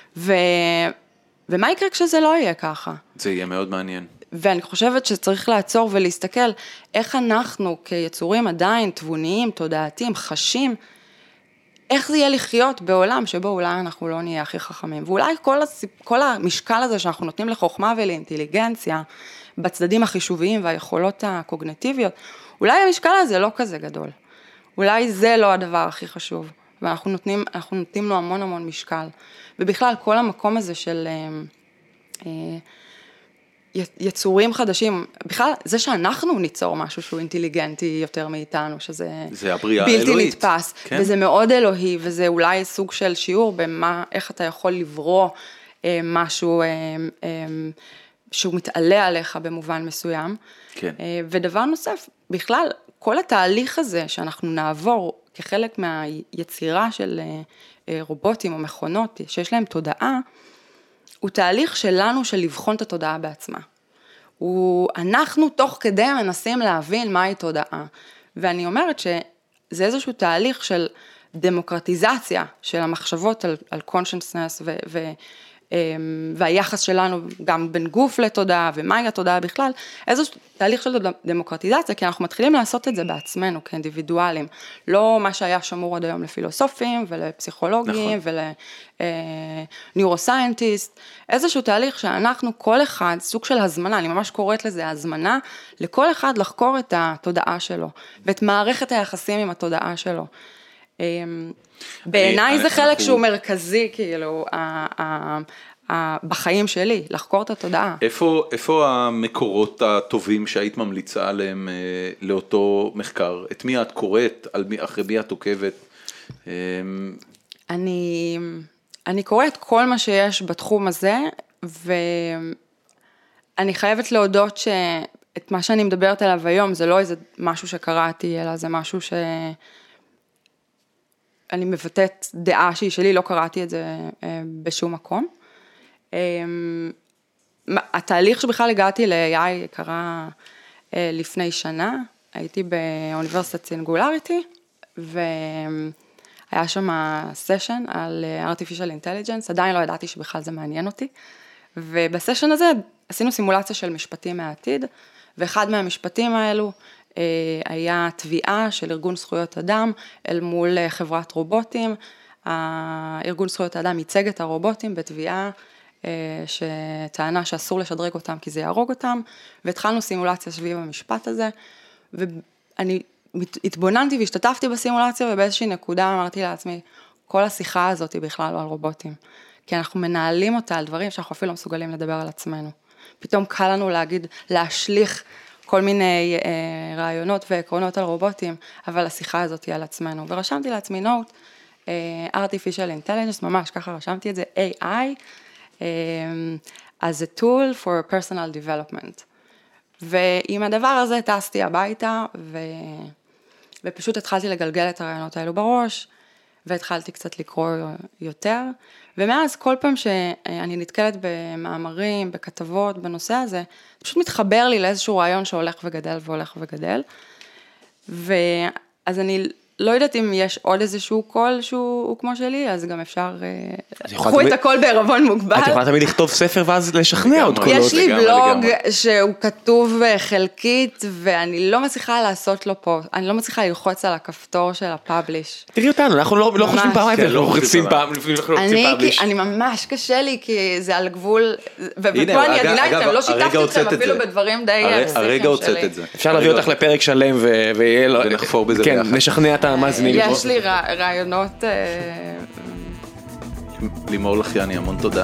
E: ומה יקרה כשזה לא יהיה ככה?
A: זה יהיה מאוד מעניין.
E: ואני חושבת שצריך לעצור ולהסתכל איך אנחנו כיצורים עדיין תבוניים, תודעתיים, חשים, איך זה יהיה לחיות בעולם שבו אולי אנחנו לא נהיה הכי חכמים. ואולי כל המשקל הזה שאנחנו נותנים לחוכמה ולאינטליגנציה, בצדדים החישוביים והיכולות הקוגניטיביות, אולי המשקל הזה לא כזה גדול. אולי זה לא הדבר הכי חשוב. ואנחנו נותנים לו המון המון משקל. ובכלל כל המקום הזה של יצורים חדשים, בכלל זה שאנחנו ניצור משהו שהוא אינטליגנטי יותר מאיתנו, שזה בלתי נתפס, כן? וזה מאוד אלוהי, וזה אולי סוג של שיעור איך אתה יכול לברוא משהו שהוא מתעלה עליך במובן מסוים. כן. ודבר נוסף, בכלל כל התהליך הזה שאנחנו נעבור כחלק מהיצירה של רובוטים או מכונות שיש להם תודעה, הוא תהליך שלנו של לבחון את התודעה בעצמה. אנחנו תוך כדי מנסים להבין מהי תודעה. ואני אומרת שזה איזשהו תהליך של דמוקרטיזציה של המחשבות על consciousness והיחס שלנו גם בין גוף לתודעה ומהי התודעה בכלל, איזשהו תהליך של דמוקרטיזציה, כי אנחנו מתחילים לעשות את זה בעצמנו כאינדיבידואלים, לא מה שהיה שמור עד היום לפילוסופים ולפסיכולוגים ולניורוסייינטיסט, איזשהו תהליך שאנחנו כל אחד, סוג של הזמנה, אני ממש קוראת לזה הזמנה, לכל אחד לחקור את התודעה שלו, ואת מערכת היחסים עם התודעה שלו. בעיניי זה חלק שהוא מרכזי, כאילו, בחיים שלי, לחקור את התודעה.
A: איפה המקורות הטובים שהיית ממליצה עליהם לאותו מחקר? את מי את קוראת? אחרי מי את עוקבת?
E: אני קוראת כל מה שיש בתחום הזה, ואני חייבת להודות שאת מה שאני מדברת עליו היום, זה לא איזה משהו שקראתי, אלא זה משהו אני מבטאת דעה שהיא שלי, לא קראתי את זה בשום מקום. התהליך שבכלל הגעתי ל-AI קרה לפני שנה, הייתי באוניברסיטת סינגולריטי, והיה שם סשן על artificial intelligence, עדיין לא ידעתי שבכלל זה מעניין אותי, ובסשן הזה עשינו סימולציה של משפטים מהעתיד, ואחד מהמשפטים האלו, היה תביעה של ארגון זכויות אדם אל מול חברת רובוטים, הארגון זכויות האדם ייצג את הרובוטים בתביעה שטענה שאסור לשדרג אותם כי זה יהרוג אותם, והתחלנו סימולציה סביב המשפט הזה, ואני התבוננתי והשתתפתי בסימולציה, ובאיזושהי נקודה אמרתי לעצמי, כל השיחה הזאת היא בכלל לא על רובוטים, כי אנחנו מנהלים אותה על דברים שאנחנו אפילו לא מסוגלים לדבר על עצמנו. פתאום קל לנו להשליך כל מיני רעיונות ועקרונות על רובוטים, אבל השיחה הזאת היא על עצמנו. ורשמתי לעצמי נוט, artificial intelligence, ממש ככה רשמתי את זה, AI, as a tool for personal development. ועם הדבר הזה טסתי הביתה, ופשוט התחלתי לגלגל את הרעיונות האלו בראש, והתחלתי קצת לקרוא יותר, ומאז כל פעם שאני נתקלת במאמרים, בכתבות, בנושא הזה, פשוט מתחבר לי לאיזשהו רעיון שהולך וגדל והולך וגדל, ואז אני לא יודעת אם יש עוד איזשהו קול שהוא כמו שלי, אז גם אפשר, קחו את הכל בערבון מוגבל.
B: את יכולה תמיד לכתוב ספר ואז לשכנע עוד קולות.
E: יש לי בלוג שהוא כתוב חלקית, ואני לא מצליחה לעשות לו פה, אני לא מצליחה ללחוץ על הכפתור של הפאבליש.
B: תראי אותנו, אנחנו לא חושבים פעמיים, אנחנו רוצים פעם לפני פאבליש.
E: אני ממש קשה לי, כי זה על גבול, ופה אני עדינה איתם, לא שיתפתי אתכם אפילו בדברים די פסיכיים שלי.
B: אפשר להביא אותך לפרק שלם ויהיה לו,
A: ונחפור בזה ביחד.
B: כן, נשכנע את המאזינים.
E: יש לי רעיונות.
A: לימור לחיאני, המון תודה.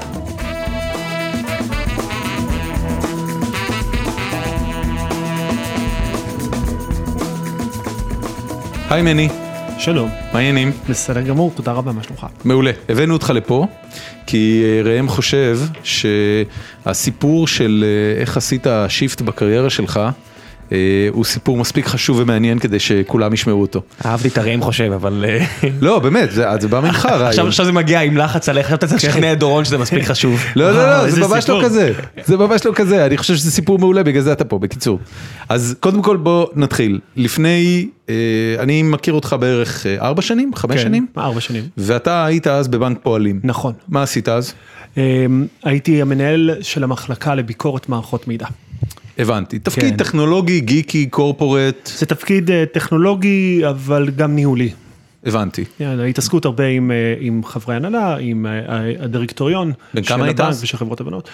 A: היי מני.
F: שלום.
A: מה העניינים?
F: בסדר גמור, תודה רבה, מה שלומך?
A: מעולה. הבאנו אותך לפה, כי ראם חושב שהסיפור של איך עשית שיפט בקריירה שלך, הוא סיפור מספיק חשוב ומעניין כדי שכולם ישמעו אותו.
B: אהבתי את הרעים חושב, אבל...
A: לא, באמת, זה בא ממך רעיון.
B: עכשיו זה מגיע עם לחץ עליך, עכשיו אתה צריך לשכנע את דורון שזה מספיק חשוב.
A: לא, זה ממש לא כזה. זה ממש לא כזה, אני חושב שזה סיפור מעולה, בגלל זה אתה פה, בקיצור. אז קודם כל בוא נתחיל. לפני, אני מכיר אותך בערך 4 שנים, 5 שנים?
F: כן, 4 שנים.
A: ואתה היית אז בבנק פועלים.
F: נכון.
A: מה עשית אז?
F: הייתי המנהל של המחלקה לביקורת מערכות מידע.
A: הבנתי. תפקיד טכנולוגי, גיקי, קורפורט.
F: זה תפקיד טכנולוגי, אבל גם ניהולי.
A: הבנתי.
F: התעסקות הרבה עם חברי הנהלה, עם הדירקטוריון.
A: בין כמה היית אז?
F: ושל חברות הבנות.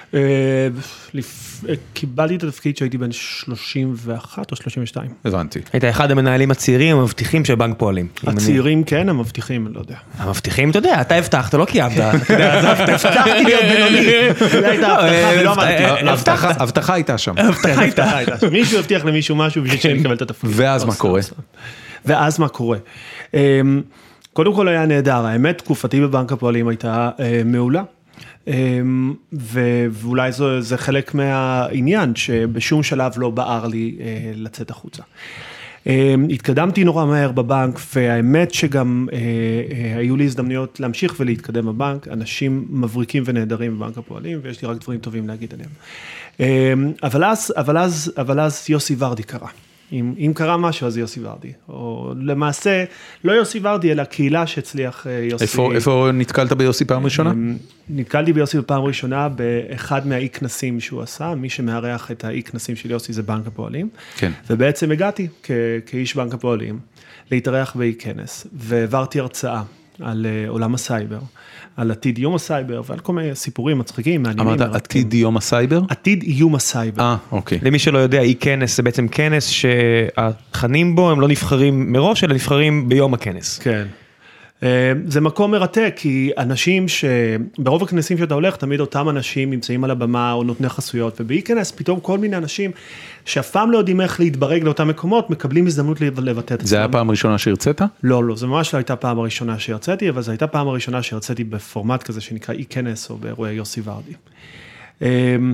F: קיבלתי את התפקיד שהייתי בין 31 או 32.
A: הבנתי.
B: היית אחד המנהלים הצעירים המבטיחים של בנק פועלים.
F: הצעירים כן, המבטיחים, לא יודע.
B: המבטיחים, אתה יודע, אתה הבטחת, לא קיימת.
F: הבטחתי להיות בינוני. זה הייתה הבטחה ולא עמדתי.
A: הבטחה הייתה שם.
F: הבטחה הייתה. מישהו הבטיח למישהו משהו בשביל שאני אקבל את התפקיד.
A: ואז מה קורה?
F: ואז מה קורה? קודם כל היה נהדר, האמת, תקופתי בבנק הפועלים הייתה מעולה. ואולי זה חלק מהעניין שבשום שלב לא בער לי לצאת החוצה. התקדמתי נורא מהר בבנק, והאמת שגם היו לי הזדמנויות להמשיך ולהתקדם בבנק, אנשים מבריקים ונהדרים בבנק הפועלים, ויש לי רק דברים טובים להגיד עליהם. אבל אז יוסי ורדי קרה. אם קרה משהו, אז יוסי ורדי. או למעשה, לא יוסי ורדי, אלא קהילה שהצליח יוסי.
A: איפה נתקלת ביוסי פעם ראשונה?
F: נתקלתי ביוסי בפעם ראשונה באחד מהאי כנסים שהוא עשה, מי שמארח את האי כנסים של יוסי זה בנק הפועלים. כן. ובעצם הגעתי כאיש בנק הפועלים להתארח באי כנס, והעברתי הרצאה על עולם הסייבר, על עתיד איום הסייבר, ועל כל מיני סיפורים מצחיקים, מעניינים.
A: אמרת עתיד איום הסייבר?
F: עתיד איום הסייבר.
A: אוקיי.
B: למי שלא יודע, אי כנס זה בעצם כנס שהתכנים בו הם לא נבחרים מראש, אלא נבחרים ביום הכנס.
F: כן. זה מקום מרתק, כי אנשים ברוב הכנסים שאתה הולך, תמיד אותם אנשים נמצאים על הבמה או נותני חסויות, ובאי כנס פתאום כל מיני אנשים שאף פעם לא יודעים איך להתברג לאותם מקומות, מקבלים הזדמנות לבטא את עצמם.
A: זה היה פעם ראשונה שהרצית?
F: לא, זה ממש לא הייתה פעם הראשונה שהרציתי, אבל זו הייתה פעם הראשונה שהרציתי בפורמט כזה שנקרא אי כנס או באירועי יוסי ורדי.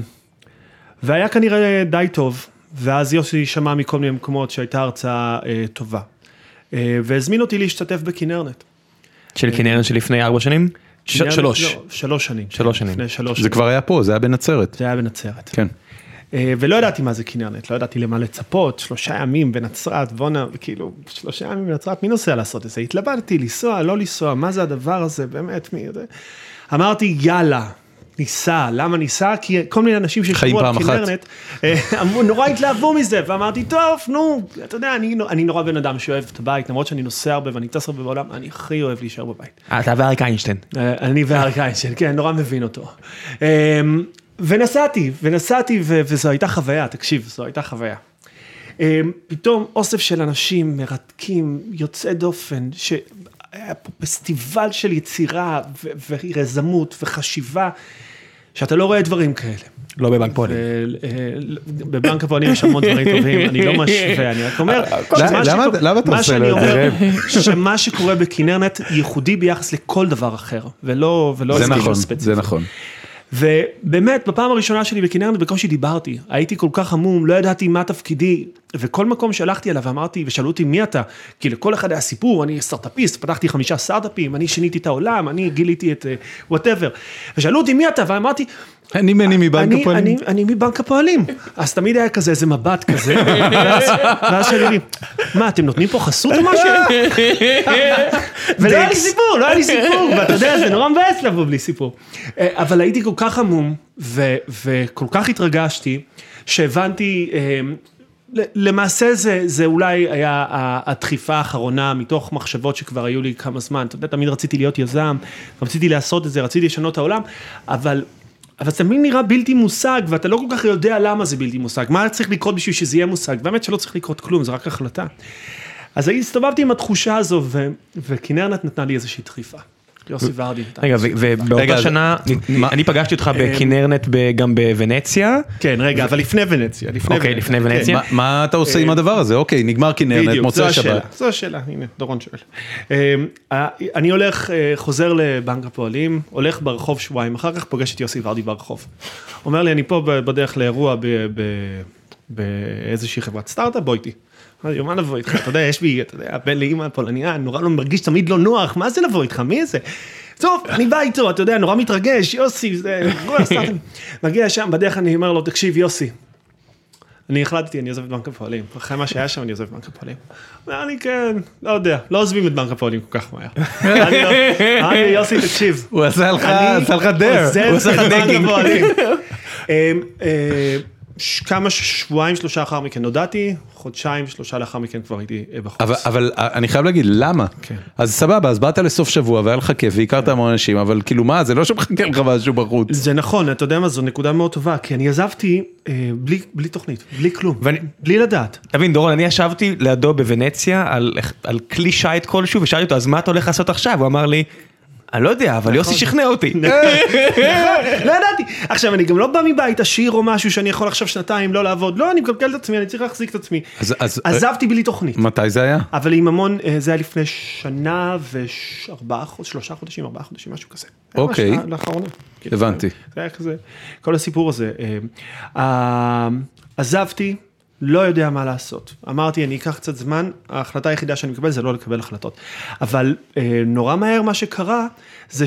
F: והיה כנראה די טוב, ואז יוסי שמע מכל מיני מקומות שהייתה הרצאה טובה, והזמין אותי להשתתף בכנרנט.
B: של כנרנט שלפני 4 שנים? 3.
F: לא, 3 שנים.
B: 3 שנים.
F: לפני 3
A: זה
F: שנים.
A: כבר היה פה, זה היה בנצרת.
F: זה היה בנצרת.
A: כן.
F: ולא ידעתי מה זה כנרנט, לא ידעתי למה לצפות, 3 ימים בנצרת, כאילו 3 ימים בנצרת, מי נוסע לעשות את זה? התלבטתי, לנסוע, לא לנסוע, מה זה הדבר הזה, באמת, מי יודע? אמרתי, יאללה, ניסה, למה ניסה? כי כל מיני אנשים ששמעו על כנרנט, נורא התלהבו מזה, ואמרתי, טוב, נו, אתה יודע, אני נורא בן אדם שאוהב את הבית, למרות שאני נוסע הרבה ואני טס הרבה בעולם, אני הכי אוהב להישאר בבית.
B: אתה ואריק איינשטיין.
F: אני ואריק איינשטיין, כן, נורא מבין אותו. ונסעתי, וזו הייתה חוויה, תקשיב, זו הייתה חוויה. פתאום אוסף של אנשים מרתקים, יוצא דופן, שהיה פה פסטיבל של יצירה ורזמות וחשיבה, שאתה לא רואה דברים כאלה.
B: לא בבנק פועלים.
F: בבנק הפועלים יש המון דברים טובים, אני לא משווה, אני רק אומר, מה שאני אומר, שמה שקורה בכנרנט ייחודי ביחס לכל דבר אחר, ולא
A: זה נכון, זה נכון.
F: ובאמת, בפעם הראשונה שלי בכנרת, בקושי דיברתי, הייתי כל כך עמום, לא ידעתי מה תפקידי, וכל מקום שהלכתי אליו ואמרתי, ושאלו אותי מי אתה, כי לכל אחד היה סיפור, אני סטארט-אפיסט, פתחתי 5 סטארט-אפים, אני שיניתי את העולם, אני גיליתי את whatever, ושאלו אותי מי אתה, ואמרתי,
A: אני מבנק הפועלים.
F: אני מבנק הפועלים. אז תמיד היה כזה, איזה מבט כזה, ואז שאלי לי, מה, אתם נותנים פה חסות או משהו? ולא היה לי סיפור, ואתה יודע, זה נורא מבאס לבוא בלי סיפור. אבל הייתי כל כך עמום, וכל כך התרגשתי, שהבנתי, למעשה זה אולי היה הדחיפה האחרונה, מתוך מחשבות שכבר היו לי כמה זמן, אתה יודע, תמיד רציתי להיות יזם, רציתי לעשות את זה, רציתי לשנות את העולם, אבל זה תמיד נראה בלתי מושג, ואתה לא כל כך יודע למה זה בלתי מושג, מה צריך לקרות בשביל שזה יהיה מושג, באמת שלא צריך לקרות כלום, זה רק החלטה. אז הסתובבתי עם התחושה הזו, וכנרת נתנה לי איזושהי דחיפה. יוסי ורדי.
B: רגע, ובאותה שנה, אני פגשתי אותך בכנרנט גם בוונציה.
F: כן, רגע, אבל לפני ונציה.
B: אוקיי, לפני ונציה.
A: מה אתה עושה עם הדבר הזה? אוקיי, נגמר כנרנט, מוצא שבת.
F: זו השאלה, הנה, דורון שואל. אני הולך, חוזר לבנק הפועלים, הולך ברחוב שבועיים, אחר כך פוגש את יוסי ורדי ברחוב. אומר לי, אני פה בדרך לאירוע באיזושהי חברת סטארט-אפ, בוא איתי. מה לבוא איתך? אתה יודע, יש בי, אתה יודע, בן לאמא פולניה, נורא לא מרגיש תמיד לא נוח, מה זה לבוא איתך? מי זה? טוב, אני בא איתו, אתה יודע, נורא מתרגש, יוסי, זה... מגיע שם, בדרך אני אומר לו, תקשיב, יוסי, אני החלטתי, אני עוזב את בנק הפועלים. אחרי מה שהיה שם, אני עוזב את בנק הפועלים. אמר לי, כן, לא יודע, לא עוזבים את בנק הפועלים כל כך מהר. אמר לי, יוסי, תקשיב.
A: הוא עשה לך דר.
F: הוא עושה לך בנק הפועלים. כמה שבועיים, 3 אחר מכן נודעתי, חודשיים, 3 לאחר מכן כבר הייתי בחוץ.
A: אבל אני חייב להגיד, למה? אז סבבה, אז באת לסוף שבוע והיה לך כיף, והכרת המון אנשים, אבל כאילו מה, זה לא שמחכה לך משהו בחוץ. זה
F: נכון, אתה יודע מה, זו נקודה מאוד טובה, כי אני עזבתי בלי תוכנית, בלי כלום, בלי לדעת.
B: תבין, דורון, אני ישבתי לידו בוונציה על כלי שייט כלשהו, ושאלתי אותו, אז מה אתה הולך לעשות עכשיו? הוא אמר לי, אני לא יודע, אבל יוסי שכנע אותי.
F: לא ידעתי. עכשיו, אני גם לא בא מבית עשיר או משהו שאני יכול עכשיו 2 לא לעבוד. לא, אני מקלקל את עצמי, אני צריך להחזיק את עצמי. עזבתי בלי תוכנית.
A: מתי זה היה?
F: אבל עם המון, זה היה לפני 1 3 חודשים, 4 חודשים, משהו כזה.
A: אוקיי. הבנתי.
F: זה היה כזה, כל הסיפור הזה. עזבתי, לא יודע מה לעשות. אמרתי, אני אקח קצת זמן, ההחלטה היחידה שאני מקבל זה לא לקבל החלטות. אבל נורא מהר מה שקרה, זה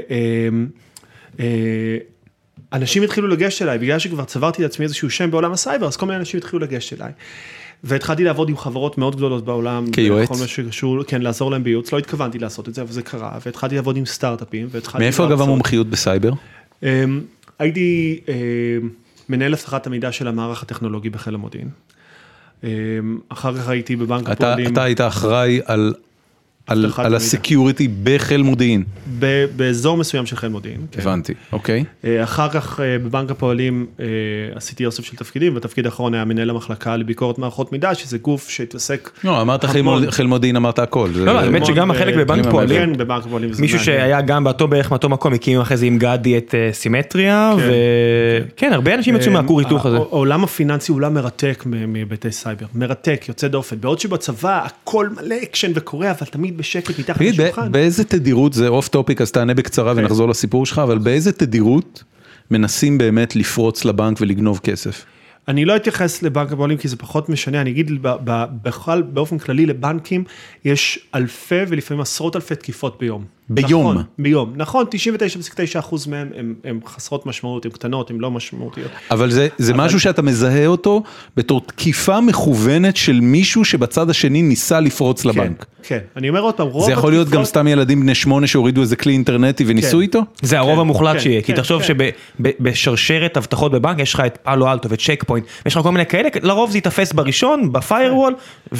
F: שאנשים התחילו לגשת אליי, בגלל שכבר צברתי לעצמי איזשהו שם בעולם הסייבר, אז כל מיני אנשים התחילו לגשת אליי. והתחלתי לעבוד עם חברות מאוד גדולות בעולם.
A: כיועץ?
F: בכל מה שקשור, כן, לעזור להם בייעוץ, לא התכוונתי לעשות את זה, אבל זה קרה. והתחלתי לעבוד עם סטארט-אפים,
A: מאיפה אגב המומחיות בסייבר?
F: הייתי מנהל אבטחת המידע של המערך הטכנולוגי בחיל המודיעין. אחר כך הייתי בבנק הפועלים.
A: אתה היית אחראי על הסקיוריטי בחיל מודיעין.
F: באזור מסוים של חיל מודיעין.
A: הבנתי, אוקיי.
F: אחר כך בבנק הפועלים עשיתי אוסף של תפקידים, והתפקיד האחרון היה מנהל המחלקה לביקורת מערכות מידע, שזה גוף שהתעסק...
A: לא, אמרת חיל מודיעין, אמרת הכל.
B: לא, האמת שגם החלק בבנק פועלים.
F: כן, בבנק הפועלים.
B: מישהו שהיה גם באותו בערך מאותו מקום, הקים אחרי זה עם גדי את סימטריה, וכן, הרבה אנשים יצאו מהכור היתוך הזה.
F: העולם הפיננסי הוא עולם מרתק מביתי סייבר, מרתק, יוצא דופן. בעוד שבצבא הכל מלא אקשן וקורה, אבל תמיד בשקט מתחת לשולחן.
A: באיזה תדירות, זה אוף טופיק, אז תענה בקצרה ונחזור לסיפור שלך, אבל באיזה תדירות מנסים באמת לפרוץ לבנק ולגנוב כסף?
F: אני לא אתייחס לבנק הפועלים כי זה פחות משנה, אני אגיד בכלל באופן כללי לבנקים יש אלפי ולפעמים עשרות אלפי תקיפות ביום.
A: ביום?
F: נכון, ביום. נכון, 99.9% מהם הם חסרות משמעות, הם קטנות, הם לא משמעותיות.
A: אבל זה משהו שאתה מזהה אותו בתור תקיפה מכוונת של מישהו שבצד השני ניסה לפרוץ לבנק.
F: כן, אני אומר עוד פעם, רוב...
A: זה יכול להיות גם סתם ילדים בני 8 שהורידו איזה כלי אינטרנטי וניסו איתו?
B: זה הרוב המוחלט שיהיה, כי תחשוב שבשרשרת הבטחות בבנק יש לך את פאלו אלטו וצ'ק פוינט, יש לך כל מיני כאלה, לרוב זה יתפס בראשון, בפיירוול,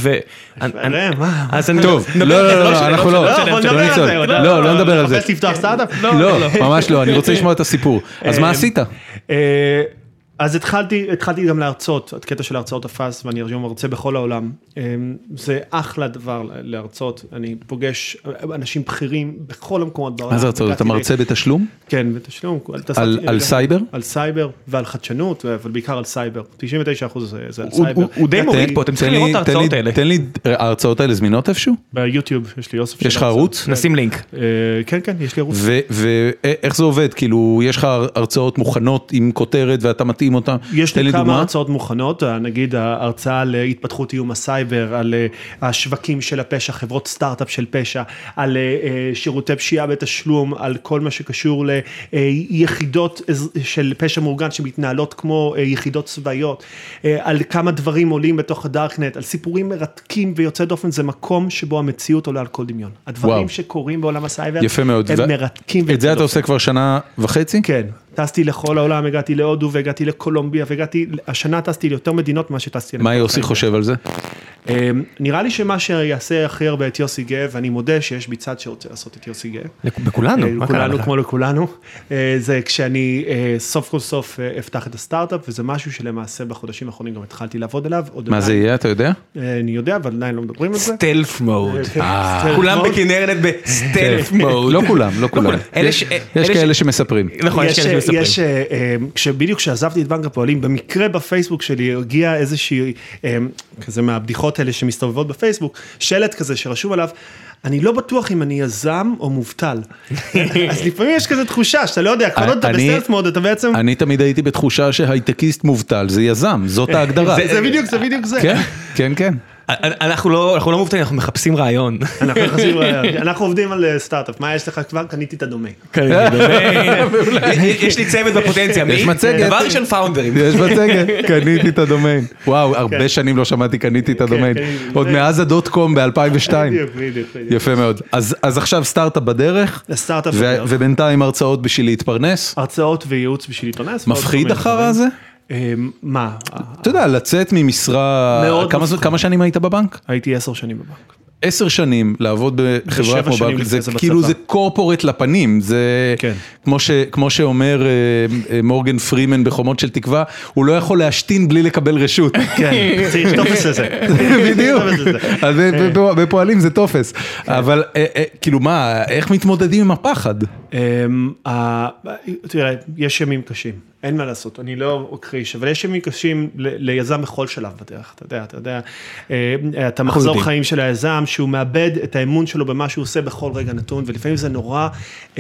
A: טוב, לא, אנחנו לא נדבר על זה. לא, ממש לא, אני רוצה לשמוע את הסיפור. אז מה עשית?
F: אז התחלתי גם להרצות, הקטע של ההרצאות הפס, ואני היום מרצה בכל העולם. זה אחלה דבר להרצות, אני פוגש אנשים בכירים בכל המקומות בעולם.
A: מה זה הרצאות? אתה מרצה בתשלום?
F: כן, בתשלום.
A: על סייבר?
F: על סייבר ועל חדשנות, אבל בעיקר על סייבר. 99% זה על סייבר.
B: הוא די מוריד פה, אתם צריכים לראות את ההרצאות האלה.
A: תן לי, ההרצאות האלה זמינות איפשהו?
F: ביוטיוב, יש לי אוסף של
A: יש לך ערוץ?
B: נשים לינק.
F: כן, יש לי ערוץ.
A: ואיך זה עובד? כאילו, יש לך הרצאות מוכנות עם כותרת ואתה מתאים אותה?
F: יש לי כמה הרצאות מוכנות, נגיד ההרצאה על התפתחות איום הסייבר, על השווקים של הפשע, חברות סטארט-אפ של פשע, על שירותי פשיעה בתשלום, על כל מה שקשור ליחידות של פשע מאורגן שמתנהלות כמו יחידות צבאיות, על כמה דברים עולים בתוך הדארקנט, על סיפורים מרתקים ויוצא דופן, זה מקום שבו המציאות עולה על כל דמיון. הדברים שקורים בעולם הסייבר הם מרתקים.
A: את זה אתה עושה כבר שנה וחצי?
F: כן. טסתי לכל העולם, הגעתי להודו והגעתי לקולומביה, השנה טסתי ליותר מדינות מה שטסתי.
A: מה יוסי חושב על זה?
F: נראה לי שמה שיעשה הכי הרבה את יוסי גאה, ואני מודה שיש בי צד שרוצה לעשות את יוסי גאה.
B: בכולנו.
F: לכולנו כמו לכולנו. זה כשאני סוף כל סוף אפתח את הסטארט-אפ, וזה משהו שלמעשה בחודשים האחרונים גם התחלתי לעבוד עליו.
A: מה זה יהיה, אתה יודע?
F: אני יודע, אבל עדיין לא מדברים על זה.
B: סטלף מוד. כולם בכנרנט בסטלף מוד.
A: לא כולם. יש כאלה שמספרים.
B: נכון, יש כאלה שמספרים.
F: בדיוק כשעזבתי את בנק הפועלים, במקרה בפייסבוק שלי הגיע איזושהי, כזה מהבדיחות האלה שמסתובבות בפייסבוק, שלט כזה שרשום עליו, אני לא בטוח אם אני יזם או מובטל. אז לפעמים יש כזה תחושה, שאתה לא יודע, כל עוד אתה בסטלף מוד, אתה בעצם...
A: אני תמיד הייתי בתחושה שהייטקיסט מובטל, זה יזם, זאת ההגדרה.
F: זה בדיוק זה.
A: כן.
B: אנחנו לא מובטלים, אנחנו מחפשים רעיון.
F: אנחנו עובדים על סטארט-אפ, מה יש לך כבר? קניתי את הדומיין.
B: יש לי צוות בפוטנציה, מי?
A: יש מצגת.
B: דבר ראשון פאונדרים.
A: יש מצגת, קניתי את הדומיין. וואו, הרבה שנים לא שמעתי, קניתי את הדומיין. עוד מאז הדוט-קום ב-2002. יפה מאוד. אז עכשיו סטארט-אפ בדרך, ובינתיים הרצאות בשביל להתפרנס.
F: הרצאות וייעוץ בשביל להתפרנס.
A: מפחיד אחר הזה?
F: מה?
A: אתה יודע, לצאת ממשרה, כמה שנים היית בבנק?
F: הייתי 10 שנים בבנק.
A: 10 שנים לעבוד בחברה כמו בנק, זה כאילו זה קורפורט לפנים, זה כמו שאומר מורגן פרימן בחומות של תקווה, הוא לא יכול להשתין בלי לקבל רשות.
F: כן, צריך תופס לזה.
A: בדיוק, אז בפועלים זה תופס, אבל כאילו מה, איך מתמודדים עם הפחד?
F: תראה, יש ימים קשים. אין מה לעשות, אני לא אקריש, אבל יש ימים קשים ליזם בכל שלב בדרך, אתה יודע, אתה מחזור חיים של היזם, שהוא מאבד את האמון שלו במה שהוא עושה בכל רגע נתון, ולפעמים זה נורא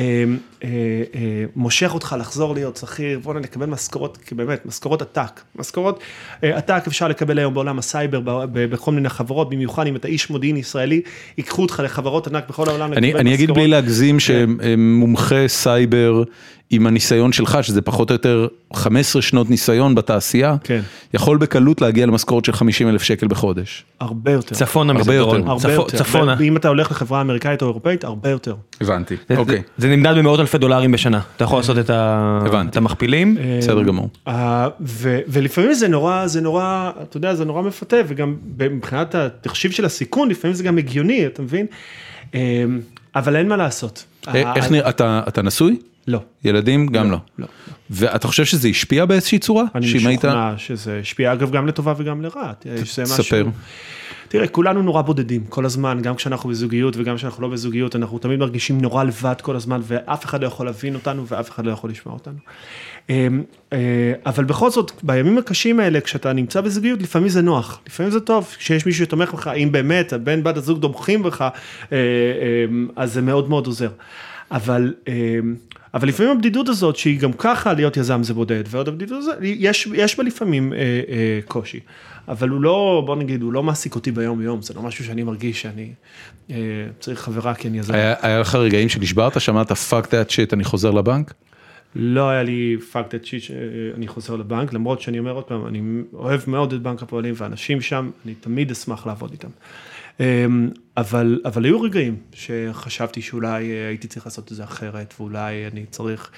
F: מושך אותך לחזור להיות שכיר, בוא נקבל משכורות, כי באמת, משכורות עתק, משכורות עתק אפשר לקבל היום בעולם הסייבר, בכל מיני חברות, במיוחד אם אתה איש מודיעין ישראלי, ייקחו אותך לחברות ענק בכל העולם.
A: אני אגיד בלי להגזים שמומחה סייבר, עם הניסיון שלך, שזה פחות או יותר 15 שנות ניסיון בתעשייה, יכול בקלות להגיע למשכורת של 50,000 שקל בחודש.
F: הרבה יותר.
B: צפונה מסדרון. צפונה.
F: ואם אתה הולך לחברה אמריקאית או אירופאית, הרבה יותר.
A: הבנתי, אוקיי.
B: זה נמדד במאות אלפי דולרים בשנה. אתה יכול לעשות את המכפילים.
A: בסדר גמור.
F: ולפעמים זה נורא, אתה יודע, זה נורא מפתה, וגם מבחינת התחשיב של הסיכון, לפעמים זה גם הגיוני, אתה מבין? אבל אין מה לעשות.
A: איך נראה, אתה נשוי?
F: לא.
A: ילדים? גם לא.
F: לא.
A: ואתה חושב שזה השפיע באיזושהי צורה?
F: אני משוכנע שזה השפיע, אגב, גם לטובה וגם לרע.
A: תספר.
F: תראה, כולנו נורא בודדים כל הזמן, גם כשאנחנו בזוגיות וגם כשאנחנו לא בזוגיות, אנחנו תמיד מרגישים נורא לבד כל הזמן, ואף אחד לא יכול להבין אותנו, ואף אחד לא יכול לשמוע אותנו. אבל בכל זאת, בימים הקשים האלה, כשאתה נמצא בזוגיות, לפעמים זה נוח, לפעמים זה טוב, כשיש מישהו שתומך בך, אם באמת, הבן בת הזוג דומכים בך, אז זה מאוד מאוד עוזר. אבל לפעמים הבדידות הזאת, שהיא גם ככה להיות יזם זה בודד, ועוד הבדידות הזאת, יש בה לפעמים קושי, אבל הוא לא, בוא נגיד, הוא לא מעסיק אותי ביום ביום, זה לא משהו שאני מרגיש שאני צריך חברה כי אני יזם.
A: היה לך רגעים שנשברת, שמעת fuck that shit, אני חוזר לבנק?
F: לא היה לי fuck that shit שאני חוזר לבנק, למרות שאני אומר עוד פעם, אני אוהב מאוד את בנק הפועלים, ואנשים שם, אני תמיד אשמח לעבוד איתם. אבל היו רגעים שחשבתי שאולי הייתי צריך לעשות את זה אחרת, ואולי אני צריך,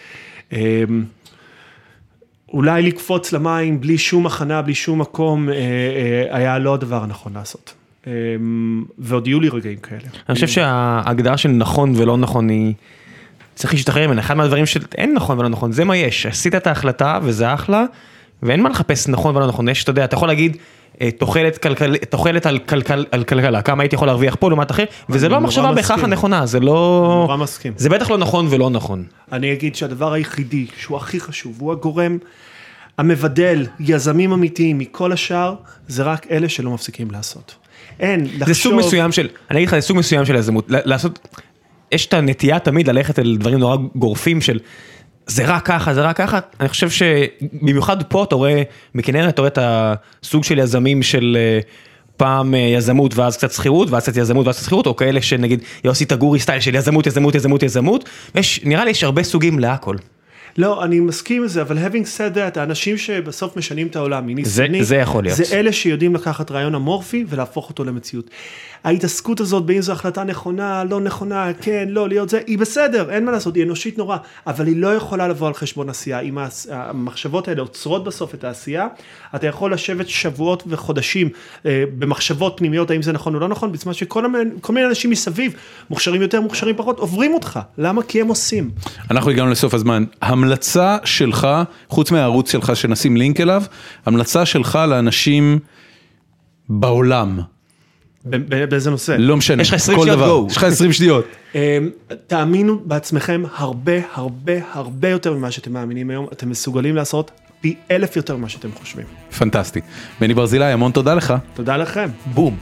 F: אולי לקפוץ למים בלי שום הכנה, בלי שום מקום, היה לא הדבר הנכון לעשות. ועוד יהיו לי רגעים כאלה.
B: אני חושב שההגדרה של נכון ולא נכון היא, צריך להשתחרר ממנה, אחד מהדברים שאין נכון ולא נכון, זה מה יש, עשית את ההחלטה וזה אחלה, ואין מה לחפש נכון ולא נכון, יש, אתה יודע, אתה יכול להגיד, תוחלת על כלכלה, כמה הייתי יכול להרוויח פה לעומת אחר, וזה לא המחשבה בהכרח הנכונה, זה לא...
F: נורא מסכים.
B: זה בטח לא נכון ולא נכון.
F: אני אגיד שהדבר היחידי, שהוא הכי חשוב, הוא הגורם המבדל, יזמים אמיתיים מכל השאר, זה רק אלה שלא מפסיקים לעשות. אין, לחשוב...
B: זה סוג מסוים של, אני אגיד לך, זה סוג מסוים של יזמות, לעשות, יש את הנטייה תמיד ללכת אל דברים נורא גורפים של, זה רק ככה, זה רק ככה, אני חושב שבמיוחד פה אתה רואה, מכנרת אתה רואה את הסוג של יזמים של פעם יזמות ואז קצת שכירות, ואז קצת יזמות ואז קצת שכירות, או כאלה שנגיד יוסי תגורי סטייל של יזמות, יזמות, יזמות, יזמות, נראה לי יש הרבה סוגים להכל.
F: לא, אני מסכים עם זה, אבל having said that, האנשים שבסוף משנים את העולם, מניסיוני,
B: זה יכול להיות.
F: זה אלה שיודעים לקחת רעיון אמורפי ולהפוך אותו למציאות. ההתעסקות הזאת, באם זו החלטה נכונה, לא נכונה, כן, לא, להיות זה, היא בסדר, אין מה לעשות, היא אנושית נורא, אבל היא לא יכולה לבוא על חשבון עשייה. אם המחשבות האלה עוצרות בסוף את העשייה, אתה יכול לשבת שבועות וחודשים במחשבות פנימיות, האם זה נכון או לא נכון, בזמן שכל מיני אנשים מסביב, מוכשרים יותר, מוכשרים פחות, עוברים אותך. למה? כי הם עושים.
A: אנחנו הגענו לסוף הזמן. המלצה שלך, חוץ מהערוץ שלך שנשים לינק אליו, המלצה שלך לאנשים בעולם.
F: באיזה נושא?
A: לא משנה,
B: יש לך 20
A: כל
B: שניות,
A: דבר.
B: go.
A: יש לך 20 שניות.
F: תאמינו בעצמכם הרבה, הרבה, הרבה יותר ממה שאתם מאמינים היום. אתם מסוגלים לעשות פי 1000 יותר ממה שאתם חושבים.
A: פנטסטי. בני ברזילי, המון תודה לך.
F: תודה לכם.
B: בום.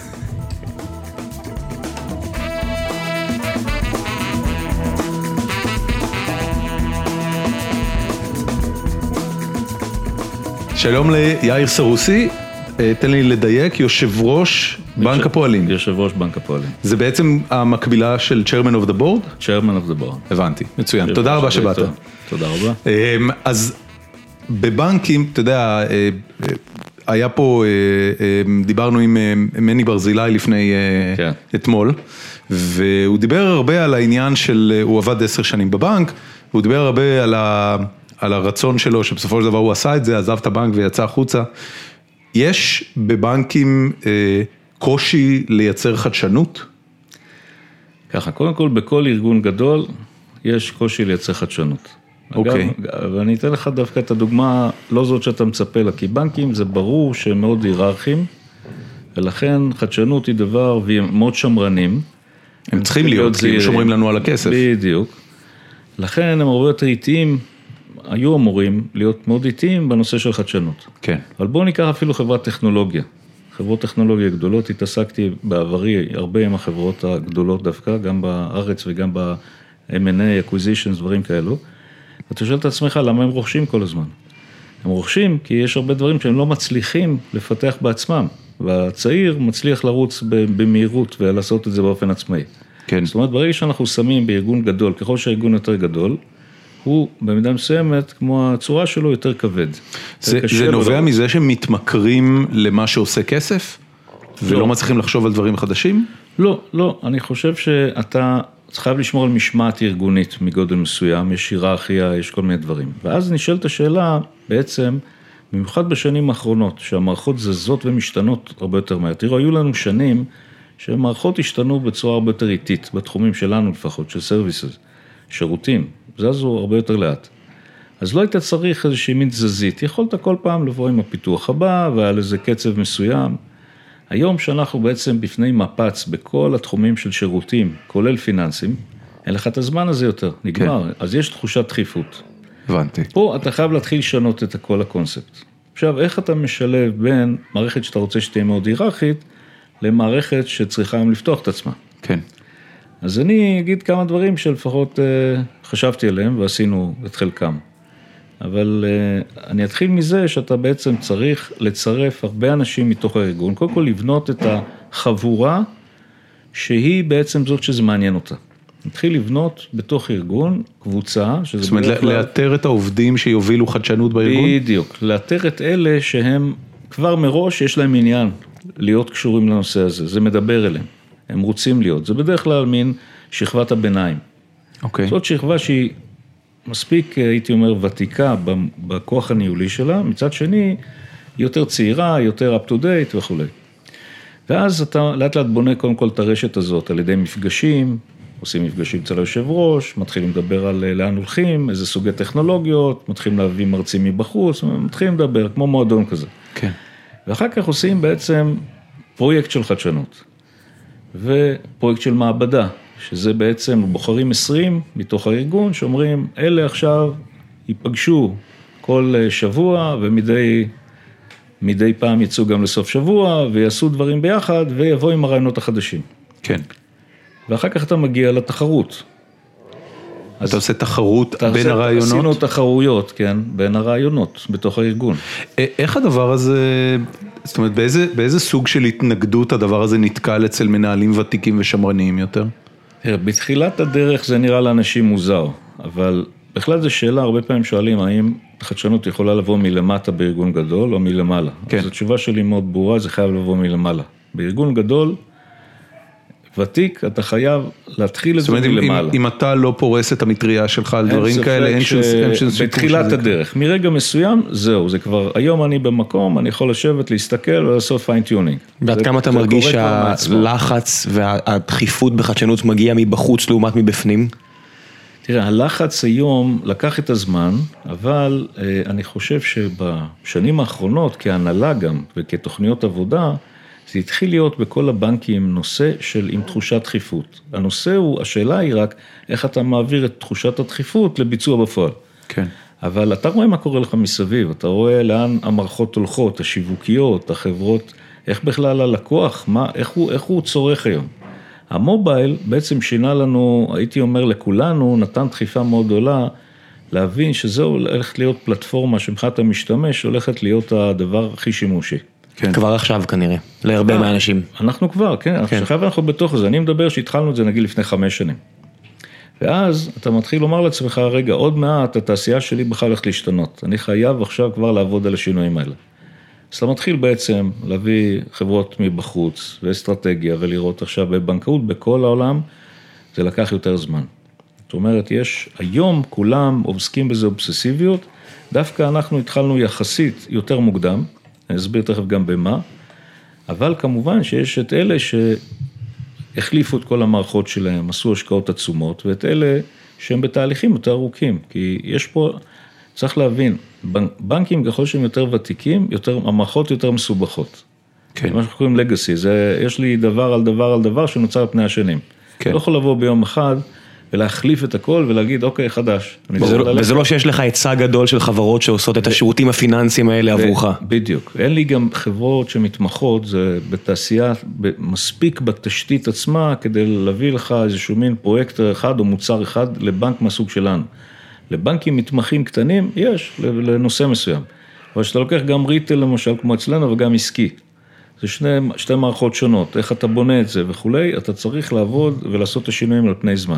A: שלום ליאיר סרוסי, תן לי לדייק, יושב ראש בנק הפועלים.
G: יושב ראש בנק הפועלים.
A: זה בעצם המקבילה של Chairman of the Board?
G: Chairman of the Board.
A: הבנתי, מצוין. תודה רבה שבאת.
G: תודה רבה.
A: אז בבנקים, אתה יודע, היה פה, דיברנו עם מני ברזילי לפני אתמול, והוא דיבר הרבה על העניין של, הוא עבד 10 שנים בבנק, והוא דיבר הרבה על הרצון שלו, שבסופו של דבר הוא עשה את זה, עזב את הבנק ויצא החוצה. יש בבנקים קושי לייצר חדשנות?
G: ככה, קודם כל, בכל ארגון גדול יש קושי לייצר חדשנות.
A: אוקיי.
G: ואני אתן לך דווקא את הדוגמה, לא זאת שאתה מצפה לה, כי בנקים זה ברור שהם מאוד היררכיים, ולכן חדשנות היא דבר, והם מאוד שמרנים.
A: הם צריכים להיות, כי הם שומרים לנו על הכסף.
G: בדיוק. לכן הם הרבה יותר איטיים, היו אמורים להיות מאוד איטיים בנושא של חדשנות.
A: כן.
G: אבל בואו ניקח אפילו חברת טכנולוגיה. חברות טכנולוגיה גדולות, התעסקתי בעברי הרבה עם החברות הגדולות דווקא, גם בארץ וגם ב-M&A, acquisitions, דברים כאלו. ואתה שואל את עצמך, למה הם רוכשים כל הזמן? הם רוכשים כי יש הרבה דברים שהם לא מצליחים לפתח בעצמם, והצעיר מצליח לרוץ במהירות ולעשות את זה באופן עצמאי.
A: כן.
G: זאת אומרת, ברגע שאנחנו שמים בארגון גדול, ככל שהארגון יותר גדול, הוא במידה מסוימת, כמו הצורה שלו, יותר כבד.
A: זה נובע מזה שמתמכרים למה שעושה כסף? ולא מצליחים לחשוב על דברים חדשים?
G: לא, לא. אני חושב שאתה חייב לשמור על משמעת ארגונית מגודל מסוים, יש היררכיה, יש כל מיני דברים. ואז נשאלת השאלה, בעצם, במיוחד בשנים האחרונות, שהמערכות זזות ומשתנות הרבה יותר מהר. תראו, היו לנו שנים שהמערכות השתנו בצורה הרבה יותר איטית, בתחומים שלנו לפחות, של סרוויסס, שירותים. זזו הרבה יותר לאט. אז לא היית צריך איזושהי מין תזזית, יכולת כל פעם לבוא עם הפיתוח הבא, ועל איזה קצב מסוים. היום שאנחנו בעצם בפני מפץ, בכל התחומים של שירותים, כולל פיננסים, אין לך את הזמן הזה יותר, נגמר. כן. אז יש תחושת דחיפות.
A: הבנתי.
G: פה אתה חייב להתחיל לשנות את כל הקונספט. עכשיו, איך אתה משלב בין מערכת שאתה רוצה שתהיה מאוד היררכית, למערכת שצריכה היום לפתוח את עצמה?
A: כן.
G: אז אני אגיד כמה דברים שלפחות חשבתי עליהם ועשינו את חלקם. אבל אני אתחיל מזה שאתה בעצם צריך לצרף הרבה אנשים מתוך הארגון, קודם כל לבנות את החבורה שהיא בעצם זאת שזה מעניין אותה. נתחיל לבנות בתוך ארגון, קבוצה, שזה
A: זאת אומרת, לאתר את העובדים שיובילו חדשנות בארגון?
G: בדיוק, לאתר את אלה שהם כבר מראש יש להם עניין להיות קשורים לנושא הזה, זה מדבר אליהם. הם רוצים להיות, זה בדרך כלל מין שכבת הביניים.
A: אוקיי.
G: זאת שכבה שהיא מספיק, הייתי אומר, ותיקה בכוח הניהולי שלה, מצד שני, היא יותר צעירה, יותר up to date וכו'. ואז אתה לאט לאט בונה קודם כל את הרשת הזאת, על ידי מפגשים, עושים מפגשים אצל היושב ראש, מתחילים לדבר על לאן הולכים, איזה סוגי טכנולוגיות, מתחילים להביא מרצים מבחוץ, מתחילים לדבר, כמו מועדון כזה.
A: כן.
G: ואחר כך עושים בעצם פרויקט של חדשנות, ופרויקט של מעבדה, שזה בעצם בוחרים 20 מתוך הארגון, שאומרים, אלה עכשיו ייפגשו כל שבוע, ומדי פעם יצאו גם לסוף שבוע, ויעשו דברים ביחד, ויבואו עם הרעיונות החדשים.
A: כן.
G: ואחר כך אתה מגיע לתחרות.
A: אתה עושה תחרות בין הרעיונות?
G: עשינו תחרויות, כן, בין הרעיונות, בתוך הארגון.
A: איך הדבר הזה, זאת אומרת, באיזה סוג של התנגדות הדבר הזה נתקל אצל מנהלים ותיקים ושמרניים יותר?
G: בתחילת הדרך זה נראה לאנשים מוזר, אבל בכלל זו שאלה, הרבה פעמים שואלים, האם חדשנות יכולה לבוא מלמטה בארגון גדול או מלמעלה?
A: כן.
G: אז התשובה שלי מאוד ברורה, זה חייב לבוא מלמעלה. בארגון גדול, ותיק, אתה חייב להתחיל את זה מלמעלה.
A: זאת אומרת, אם אתה לא פורס את המטריה שלך על דברים כאלה, אין שום סיכוי.
G: בתחילת הדרך, מרגע מסוים, זהו, זה כבר, היום אני במקום, אני יכול לשבת, להסתכל ולעשות פיינטיונינג.
B: ועד כמה אתה מרגיש שהלחץ והדחיפות בחדשנות מגיע מבחוץ לעומת מבפנים?
G: תראה, הלחץ היום לקח את הזמן, אבל אני חושב שבשנים האחרונות, כהנהלה גם וכתוכניות עבודה, זה התחיל להיות בכל הבנקים נושא עם תחושת דחיפות. הנושא הוא, השאלה היא רק, איך אתה מעביר את תחושת הדחיפות לביצוע בפועל.
A: כן.
G: אבל אתה רואה מה קורה לך מסביב, אתה רואה לאן המערכות הולכות, השיווקיות, החברות, איך בכלל הלקוח, איך הוא צורך היום. המובייל בעצם שינה לנו, הייתי אומר לכולנו, נתן דחיפה מאוד גדולה, להבין שזהו הולכת להיות פלטפורמה שמבחינת המשתמש, הולכת להיות הדבר הכי שימושי.
B: כן. כבר עכשיו כנראה, להרבה מהאנשים.
G: אנחנו כבר, כן, אנחנו בתוך זה, אני מדבר שהתחלנו את זה נגיד לפני 5 שנים. ואז אתה מתחיל לומר לעצמך, רגע, עוד מעט התעשייה שלי בכלל הולכת להשתנות, אני חייב עכשיו כבר לעבוד על השינויים האלה. אז אתה מתחיל בעצם להביא חברות מבחוץ ואסטרטגיה ולראות עכשיו בבנקאות בכל העולם, זה לקח יותר זמן. זאת אומרת, היום כולם עוסקים בזה אובססיביות, דווקא אנחנו התחלנו יחסית יותר מוקדם, אני אסביר תכף גם במה, אבל כמובן שיש את אלה שהחליפו את כל המערכות שלהם, עשו השקעות עצומות, ואת אלה שהם בתהליכים יותר ארוכים, כי יש פה, צריך להבין, בנקים ככל שהם יותר ותיקים, המערכות יותר מסובכות.
A: כן.
G: מה שאנחנו קוראים לגאסי, יש לי דבר על דבר על דבר שנוצר על פני השנים.
A: כן.
G: לא יכול לבוא ביום אחד ולהחליף את הכל ולהגיד, אוקיי, חדש.
B: וזה לא שיש לך היצע גדול של חברות שעושות את השירותים הפיננסיים האלה עבורך.
G: בדיוק. אין לי גם חברות שמתמחות, זה בתעשייה, מספיק בתשתית עצמה, כדי להביא לך איזשהו מין פרויקט אחד או מוצר אחד לבנק מהסוג שלנו. לבנקים מתמחים קטנים, יש, לנושא מסוים. אבל שאתה לוקח גם ריטל למשל, כמו אצלנו, וגם עסקי. זה שתי מערכות שונות, איך אתה בונה את זה וכולי, אתה צריך לעבוד ולעשות את השינויים על פני זמן.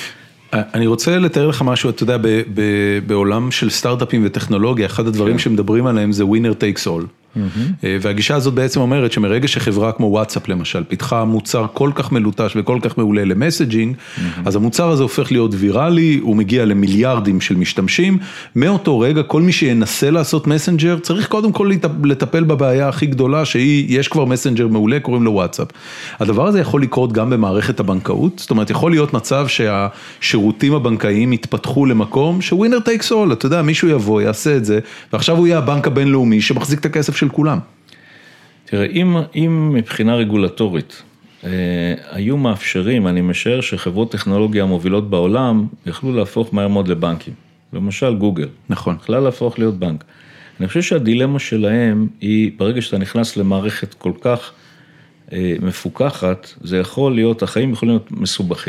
A: אני רוצה לתאר לך משהו, אתה יודע, בעולם של סטארט-אפים וטכנולוגיה, אחד הדברים שמדברים עליהם זה winner takes all. והגישה הזאת בעצם אומרת שמרגע שחברה כמו וואטסאפ למשל, פיתחה מוצר כל כך מלוטש וכל כך מעולה למסג'ינג, אז המוצר הזה הופך להיות ויראלי, הוא מגיע למיליארדים של משתמשים, מאותו רגע כל מי שינסה לעשות מסנג'ר, צריך קודם כל לטפל בבעיה הכי גדולה, יש כבר מסנג'ר מעולה, קוראים לו וואטסאפ. הדבר הזה יכול לקרות גם במערכת הבנקאות, זאת אומרת יכול להיות מצב שהשירותים הבנקאיים יתפתחו למקום, שווינר טייקס אול, אתה יודע, מישהו יבוא, יעשה את זה, ועכשיו הוא יהיה הבנק הבינלאומי שמחזיק את הכסף של כולם.
G: תראה, אם מבחינה רגולטורית היו מאפשרים, אני משער שחברות טכנולוגיה המובילות בעולם יכלו להפוך מהר מאוד לבנקים. למשל גוגל.
A: נכון.
G: יכלה להפוך להיות בנק. אני חושב שהדילמה שלהם היא, ברגע שאתה נכנס למערכת כל כך מפוקחת, זה יכול להיות, החיים יכולים להיות מסובכים.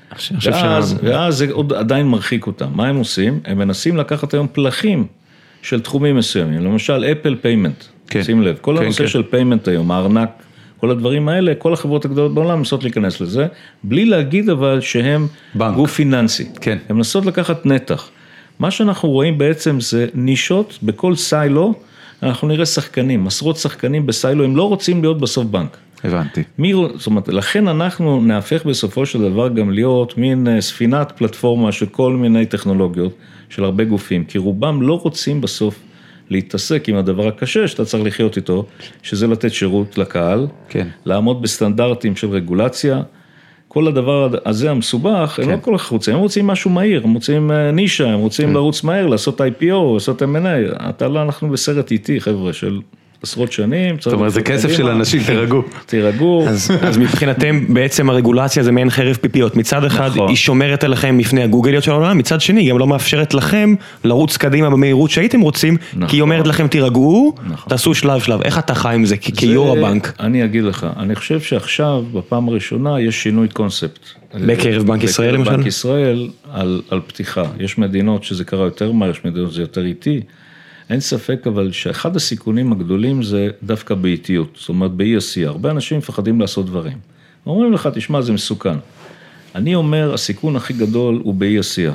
G: ואז זה עוד עדיין מרחיק אותם. מה הם עושים? הם מנסים לקחת היום פלחים של תחומים מסוימים. למשל, אפל פיימנט. שים לב, כל הנושא של פיימנט היום, הארנק, כל הדברים האלה, כל החברות הגדולות בעולם מנסות להיכנס לזה, בלי להגיד אבל שהם גוף פיננסי. הם מנסות לקחת נתח. מה שאנחנו רואים בעצם זה נישות, בכל סיילו, אנחנו נראה שחקנים, עשרות שחקנים בסיילו, הם לא רוצים להיות בסוף בנק.
A: הבנתי.
G: זאת אומרת, לכן אנחנו נהפך בסופו של דבר גם להיות מין ספינת פלטפורמה של כל מיני טכנולוגיות, של הרבה גופים, כי רובם לא רוצים בסוף להתעסק עם הדבר הקשה שאתה צריך לחיות איתו, שזה לתת שירות לקהל, לעמוד בסטנדרטים של רגולציה, כל הדבר הזה המסובך, הם לא כל כך רוצים, הם רוצים משהו מהיר, הם רוצים נישה, הם רוצים לרוץ מהר, לעשות IPO, לעשות M&A, אנחנו בסרט איטי, חבר'ה, של עשרות שנים.
A: זאת אומרת, זה כסף של אנשים,
G: תירגעו.
B: אז מבחינתם בעצם הרגולציה זה מעין חרב פיפיות, מצד אחד היא שומרת עליכם מפני הגוגליות של העולם, מצד שני גם לא מאפשרת לכם לרוץ קדימה במהירות שהייתם רוצים, כי היא אומרת לכם תירגעו, תעשו שלב שלב, איך אתה חי עם זה כיור הבנק?
G: אני אגיד לך, אני חושב שעכשיו בפעם הראשונה יש שינוי קונספט.
B: בקרב בנק ישראל למשל?
G: בנק ישראל על פתיחה, יש מדינות שזה קרה יותר מהר, יש מדינות שזה יותר איטי, אין ספק אבל שאחד הסיכונים הגדולים זה דווקא באיטיות, זאת אומרת באי עשייה, הרבה אנשים מפחדים לעשות דברים. אומרים לך, תשמע, זה מסוכן. אני אומר, הסיכון הכי גדול הוא באי עשייה.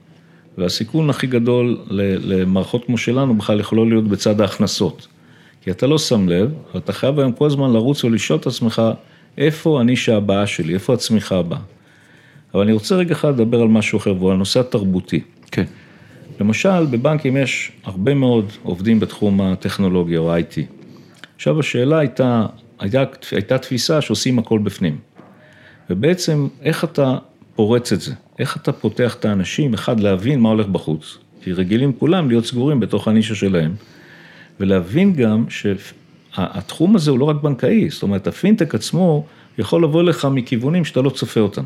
G: והסיכון הכי גדול למערכות כמו שלנו בכלל יכול להיות בצד ההכנסות. כי אתה לא שם לב, אתה חייב היום כל הזמן לרוץ ולשאול את עצמך, איפה הנישה הבאה שלי, איפה הצמיחה הבאה. אבל אני רוצה רגע אחד לדבר על משהו אחר, והוא הנושא התרבותי.
A: כן.
G: למשל, בבנקים יש הרבה מאוד עובדים בתחום הטכנולוגיה או IT. עכשיו השאלה הייתה תפיסה שעושים הכל בפנים. ובעצם, איך אתה פורץ את זה? איך אתה פותח את האנשים, אחד, להבין מה הולך בחוץ, כי רגילים כולם להיות סגורים בתוך הנישה שלהם, ולהבין גם שהתחום הזה הוא לא רק בנקאי, זאת אומרת, הפינטק עצמו יכול לבוא לך מכיוונים שאתה לא צופה אותם,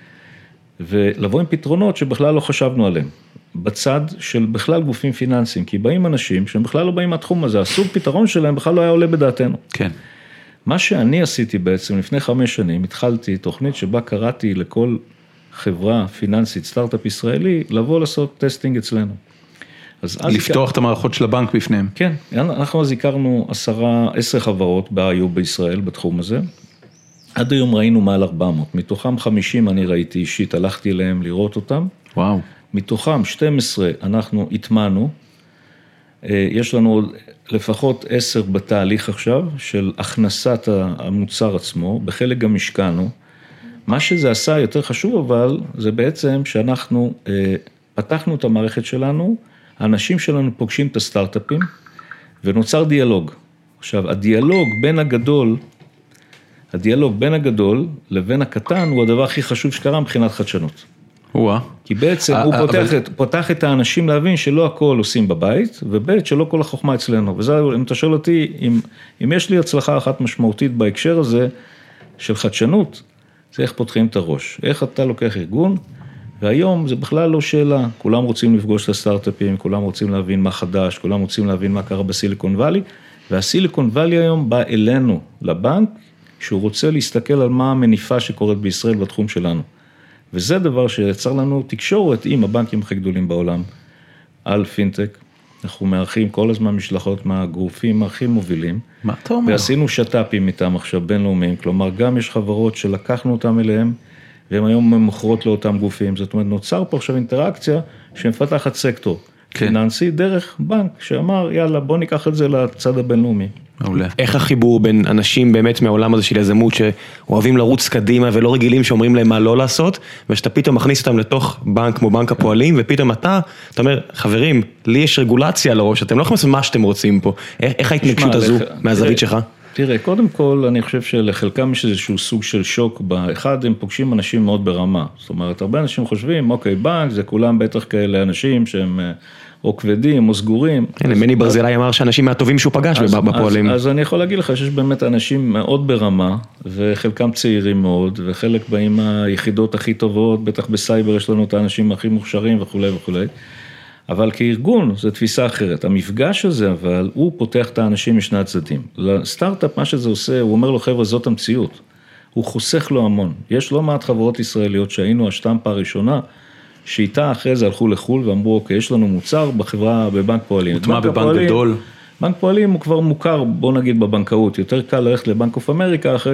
G: ולבוא עם פתרונות שבכלל לא חשבנו עליהם, בצד של בכלל גופים פיננסיים, כי באים אנשים שהם בכלל לא באים מהתחום הזה, הסוג פתרון שלהם בכלל לא היה עולה בדעתנו.
A: כן.
G: מה שאני עשיתי בעצם, לפני 5 שנים, התחלתי תוכנית שבה קראתי לכל חברה פיננסית, סטארט-אפ ישראלי, לבוא לעשות טסטינג אצלנו.
A: לפתוח את המערכות של הבנק בפניהם.
G: כן, אנחנו אז הכרנו 10 חברות ב-IU בישראל בתחום הזה, עד היום ראינו מעל 400, מתוכם 50 אני ראיתי אישית, הלכתי אליהם לראות אותם.
A: וואו.
G: מתוכם 12 אנחנו התמנו, יש לנו עוד לפחות 10 בתהליך עכשיו, של הכנסת המוצר עצמו, בחלק גם השקענו. מה שזה עשה יותר חשוב אבל, זה בעצם שאנחנו פתחנו את המערכת שלנו, האנשים שלנו פוגשים את הסטארט-אפים, ונוצר דיאלוג. עכשיו, הדיאלוג בין הגדול לבין הקטן, הוא הדבר הכי חשוב שקרה מבחינת חדשנות. כי בעצם הוא פותח את האנשים להבין שלא הכל עושים בבית, ובית שלא כל החוכמה אצלנו. וזה, אם אתה שואל אותי, אם יש לי הצלחה אחת משמעותית בהקשר הזה של חדשנות, זה איך פותחים את הראש. איך אתה לוקח ארגון, והיום זה בכלל לא שאלה. כולם רוצים לפגוש את הסטארט-אפים, כולם רוצים להבין מה חדש, כולם רוצים להבין מה קרה בסיליקון ואלי, והסיליקון ואלי היום בא אלינו, לבנק, שהוא רוצה להסתכל על מה המניפה שקורית בישראל בתחום שלנו. וזה דבר שיצר לנו תקשורת עם הבנקים הכי גדולים בעולם, על פינטק. אנחנו מארחים כל הזמן משלחות מהגופים הכי מובילים.
A: מה אתה אומר?
G: ועשינו שטאפים איתם עכשיו בינלאומיים, כלומר גם יש חברות שלקחנו אותם אליהם, והם היום מוכרות לאותם גופים. זאת אומרת, נוצר פה עכשיו אינטראקציה שמפתחת סקטור פיננסי דרך בנק שאמר, יאללה, בוא ניקח את זה לצד הבינלאומי.
A: מעולה.
B: איך החיבור בין אנשים באמת מהעולם הזה של יזמות שאוהבים לרוץ קדימה ולא רגילים שאומרים להם מה לא לעשות, ושאתה פתאום מכניס אותם לתוך בנק כמו בנק הפועלים, ופתאום אתה אומר, חברים, לי יש רגולציה על הראש, אתם לא יכולים לעשות מה שאתם רוצים פה. איך ההתנגשות הזו מהזווית שלך?
G: תראה, קודם כל, אני חושב שלחלקם יש איזשהו סוג של שוק, באחד הם פוגשים אנשים מאוד ברמה, זאת אומרת, הרבה אנשים חושבים, אוקיי, בנק, זה כולם בטח כאלה אנשים שהם או כבדים או סגורים.
B: הנה, מני ברזילי אמר שאנשים מהטובים שהוא פגש בפועלים.
G: אז אני יכול להגיד לך שיש באמת אנשים מאוד ברמה, וחלקם צעירים מאוד, וחלק באים היחידות הכי טובות, בטח בסייבר יש לנו את האנשים הכי מוכשרים וכו' וכו'. אבל כארגון, זו תפיסה אחרת. המפגש הזה, אבל, הוא פותח את האנשים משני הצדדים. לסטארט-אפ, מה שזה עושה, הוא אומר לו, חבר'ה, זאת המציאות. הוא חוסך לו המון. יש לא מעט חברות ישראליות שהיינו השטמפה הראשונה, שאיתה אחרי זה הלכו לחול ואמרו, אוקיי, יש לנו מוצר בחברה, בבנק פועלים.
A: מוטמע בבנק גדול.
G: בנק פועלים הוא כבר מוכר, בוא נגיד, בבנקאות. יותר קל ללכת לבנק אוף אמריקה, אחרי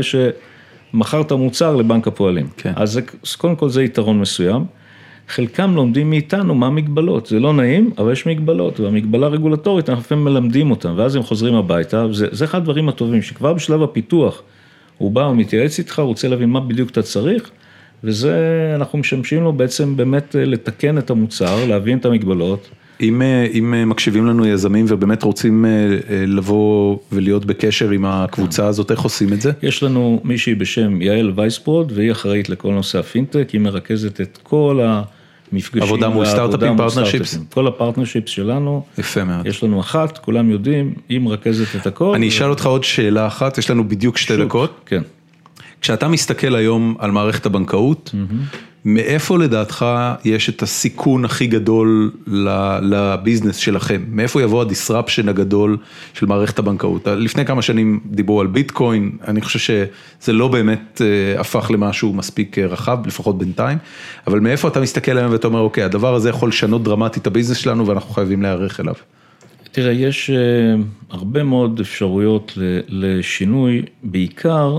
G: שמכרת מוצר לבנק הפועלים. כן. אז קודם כל זה יתרון מסוים. חלקם לומדים מאיתנו מה המגבלות, זה לא נעים, אבל יש מגבלות, והמגבלה רגולטורית, אנחנו לפעמים מלמדים אותם, ואז הם חוזרים הביתה, זה אחד הדברים הטובים, שכבר בשלב הפיתוח, הוא בא, הוא מתייעץ איתך, הוא רוצה להבין מה בדיוק אתה צריך, וזה, אנחנו משמשים לו בעצם באמת לתקן את המוצר, להבין את המגבלות,
A: אם מקשיבים לנו יזמים ובאמת רוצים לבוא ולהיות בקשר עם הקבוצה הזאת, איך עושים את זה?
G: יש לנו מישהי בשם יעל וייסברוד, והיא אחראית לכל נושא הפינטק, היא מרכזת את כל המפגשים.
A: עבודה מול סטארט-אפים, פרטנרשיפס.
G: כל הפרטנרשיפס שלנו.
A: יפה מאוד.
G: יש לנו אחת, כולם יודעים, היא מרכזת את הכל.
A: אני אשאל אותך עוד שאלה אחת, יש לנו בדיוק 2 דקות.
G: כן.
A: כשאתה מסתכל היום על מערכת הבנקאות, מאיפה לדעתך יש את הסיכון הכי גדול לביזנס שלכם? מאיפה יבוא הדיסרפשן הגדול של מערכת הבנקאות? לפני כמה שנים דיברו על ביטקוין, אני חושב שזה לא באמת הפך למשהו מספיק רחב, לפחות בינתיים, אבל מאיפה אתה מסתכל היום ואתה אומר, אוקיי, הדבר הזה יכול לשנות דרמטית את הביזנס שלנו ואנחנו חייבים להיערך אליו?
G: תראה, יש הרבה מאוד אפשרויות לשינוי, בעיקר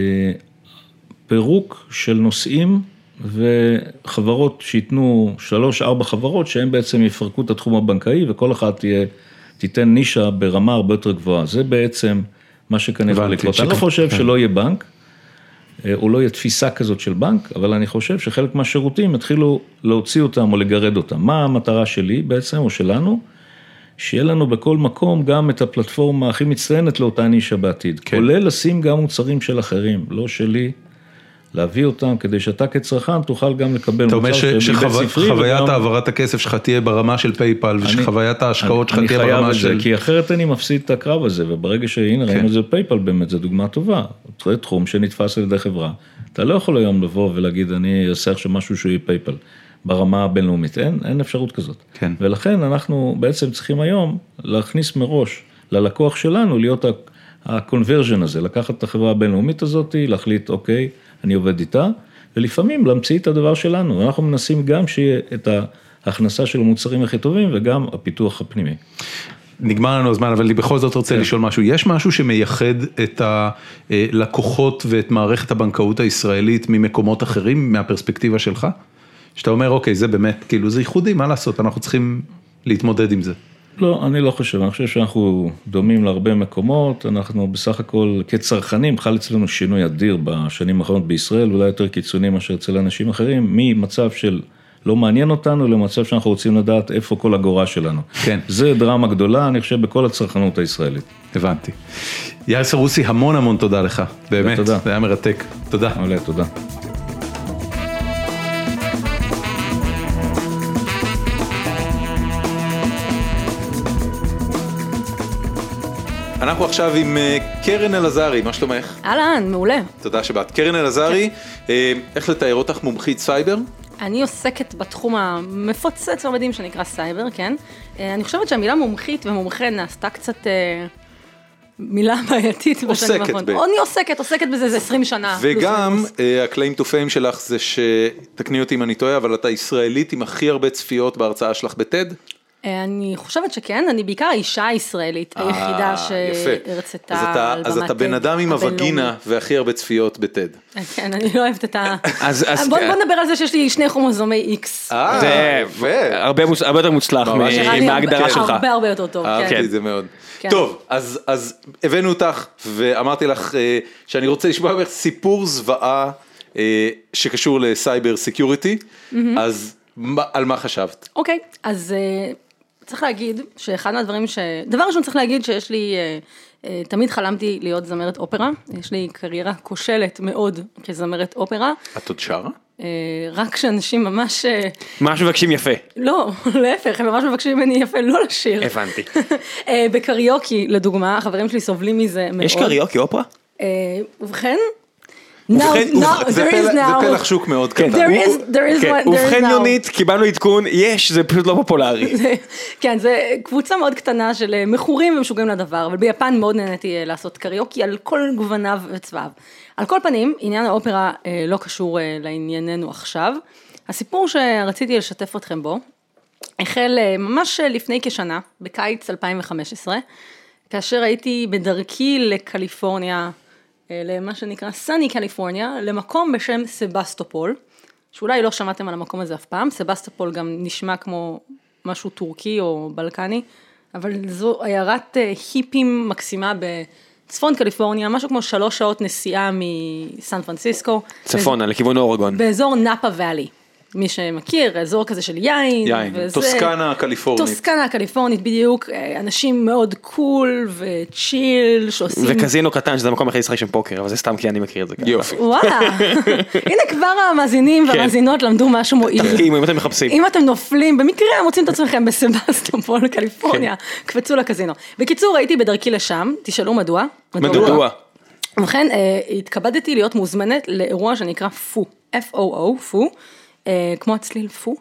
G: פירוק של נושאים, וחברות שיתנו 3-4 חברות שהן בעצם יפרקו את התחום הבנקאי וכל אחד תיתן נישה ברמה הרבה יותר גבוהה. זה בעצם מה שכנראה לקרות. אני לא חושב שלא יהיה בנק, או לא יהיה תפיסה כזאת של בנק, אבל אני חושב שחלק מהשירותים התחילו להוציא אותם או לגרד אותם. מה המטרה שלי בעצם או שלנו? שיהיה לנו בכל מקום גם את הפלטפורמה הכי מצטיינת לאותה נישה בעתיד. כולל לשים גם מוצרים של אחרים, לא שלי. להביא אותם, כדי שאתה כצרכן תוכל גם לקבל
A: מוצר מבית ספרי. שחוויית העברת הכסף שלך תהיה ברמה של פייפל, ושחוויית ההשקעות שלך תהיה ברמה של...
G: כי אחרת אני מפסיד את הקרב הזה, וברגע שהנה ראינו את זה פייפל באמת, זו דוגמה טובה. זה תחום שנתפס על ידי חברה. אתה לא יכול היום לבוא ולהגיד, אני אעשה עכשיו משהו שהוא יהיה פייפל. ברמה הבינלאומית, אין אפשרות כזאת. ולכן אנחנו בעצם צריכים היום להכניס מראש ללקוח שלנו, להיות ה-conversion הזה, לקחת את החברה הבינלאומית הזאת, להחליט, אוקיי, אני עובד איתה, ולפעמים להמציא את הדבר שלנו, אנחנו מנסים גם שיהיה את ההכנסה של המוצרים הכי טובים, וגם הפיתוח הפנימי.
A: נגמר לנו הזמן, אבל אני בכל זאת רוצה לשאול משהו, יש משהו שמייחד את הלקוחות ואת מערכת הבנקאות הישראלית ממקומות אחרים, מהפרספקטיבה שלך? שאתה אומר, אוקיי, זה באמת, כאילו, זה ייחודי, מה לעשות? אנחנו צריכים להתמודד עם זה.
G: לא, אני לא חושב, אני חושב שאנחנו דומים להרבה מקומות, אנחנו בסך הכל כצרכנים, חל אצלנו שינוי אדיר בשנים האחרונות בישראל, אולי יותר קיצוני מאשר אצל אנשים אחרים, ממצב של לא מעניין אותנו, למצב שאנחנו רוצים לדעת איפה כל הגורה שלנו.
A: כן.
G: זה דרמה גדולה, אני חושב, בכל הצרכנות הישראלית.
A: הבנתי. יאיר סרוסי, המון תודה לך, באמת,
G: תודה.
A: זה היה מרתק. תודה.
G: תודה.
A: אנחנו עכשיו עם קרן אלעזרי, מה שלומך?
H: אהלן, מעולה.
A: תודה שבאת. קרן אלעזרי, איך לתאר אותך מומחית סייבר?
H: אני עוסקת בתחום המפוצץ והמדהים שנקרא סייבר, כן? אני חושבת שהמילה מומחית ומומחה נעשתה קצת מילה בעייתית בשנים האחרונות. אני עוסקת בזה 20 שנה.
A: וגם הקלעים תופעים שלך זה שתקני אותי אם אני טועה, אבל אתה ישראלית עם הכי הרבה צפיות בהרצאה שלך בטד?
H: אני חושבת שכן, אני בעיקר האישה הישראלית היחידה שהרצתה על במת טד.
A: אז אתה בן אדם עם הווגינה והכי הרבה צפיות בטד.
H: כן, אני לא אוהבת את ה... בוא נדבר על זה שיש לי 2 כרומוזומי X.
B: זה הרבה יותר מוצלח מההגדרה שלך.
H: הרבה יותר טוב.
A: אהבתי את זה מאוד. טוב, אז הבאנו אותך ואמרתי לך שאני רוצה לשמוע ממך סיפור זוועה שקשור לסייבר סקיוריטי, אז על מה חשבת?
H: אוקיי, אז צריך להגיד שאחד מהדברים דבר ראשון צריך להגיד שיש לי, תמיד חלמתי להיות זמרת אופרה, יש לי קריירה כושלת מאוד כזמרת אופרה.
A: את עוד שרה?
H: רק שאנשים ממש...
B: ממש מבקשים יפה.
H: לא, להפך, הם ממש מבקשים ממני יפה לא לשיר.
B: הבנתי.
H: בקריוקי, לדוגמה, החברים שלי סובלים מזה מאוד.
B: יש קריוקי אופרה?
H: ובכן,
A: זה פלח שוק מאוד קטן.
B: ובכן יונית, קיבלנו עדכון, זה פשוט לא פופולרי.
H: כן, זה קבוצה מאוד קטנה של מכורים ומשוגעים לדבר, אבל ביפן מאוד נהניתי לעשות קריוקי על כל גווניו וצבעיו. על כל פנים, עניין האופרה לא קשור לענייננו עכשיו. הסיפור שרציתי לשתף אתכם בו, החל ממש לפני כשנה, בקיץ 2015, כאשר הייתי בדרכי לקליפורניה, למה שנקרא סני קליפורניה, למקום בשם סבסטופול, שאולי לא שמעתם על המקום הזה אף פעם, סבסטופול גם נשמע כמו משהו טורקי או בלקני, אבל זו עיירת היפים מקסימה בצפון קליפורניה, משהו כמו 3 שעות נסיעה מסן פרנסיסקו.
B: צפונה, לכיוון אורגון.
H: באזור נאפה ואלי. מי שמכיר, אזור כזה של יין.
A: יין, טוסקנה הקליפורנית.
H: טוסקנה הקליפורנית בדיוק, אנשים מאוד קול וצ'יל שעושים...
B: וקזינו קטן, שזה המקום הכי לשחק שם פוקר, אבל זה סתם כי אני מכיר את זה.
A: יופי.
H: וואלה, הנה כבר המאזינים והמאזינות למדו משהו מועיל.
B: תחכימו, אם אתם מחפשים.
H: אם אתם נופלים, במקרה מוצאים את עצמכם בסבסטופול, קליפורניה, קפצו לקזינו. בקיצור, הייתי בדרכי לשם, תשאלו מדוע.
B: מדוע?
H: ובכן, התכבדתי להיות מוזמנת לאירוע שנקרא פו, F-O-O, פו, כמו הצליל פו,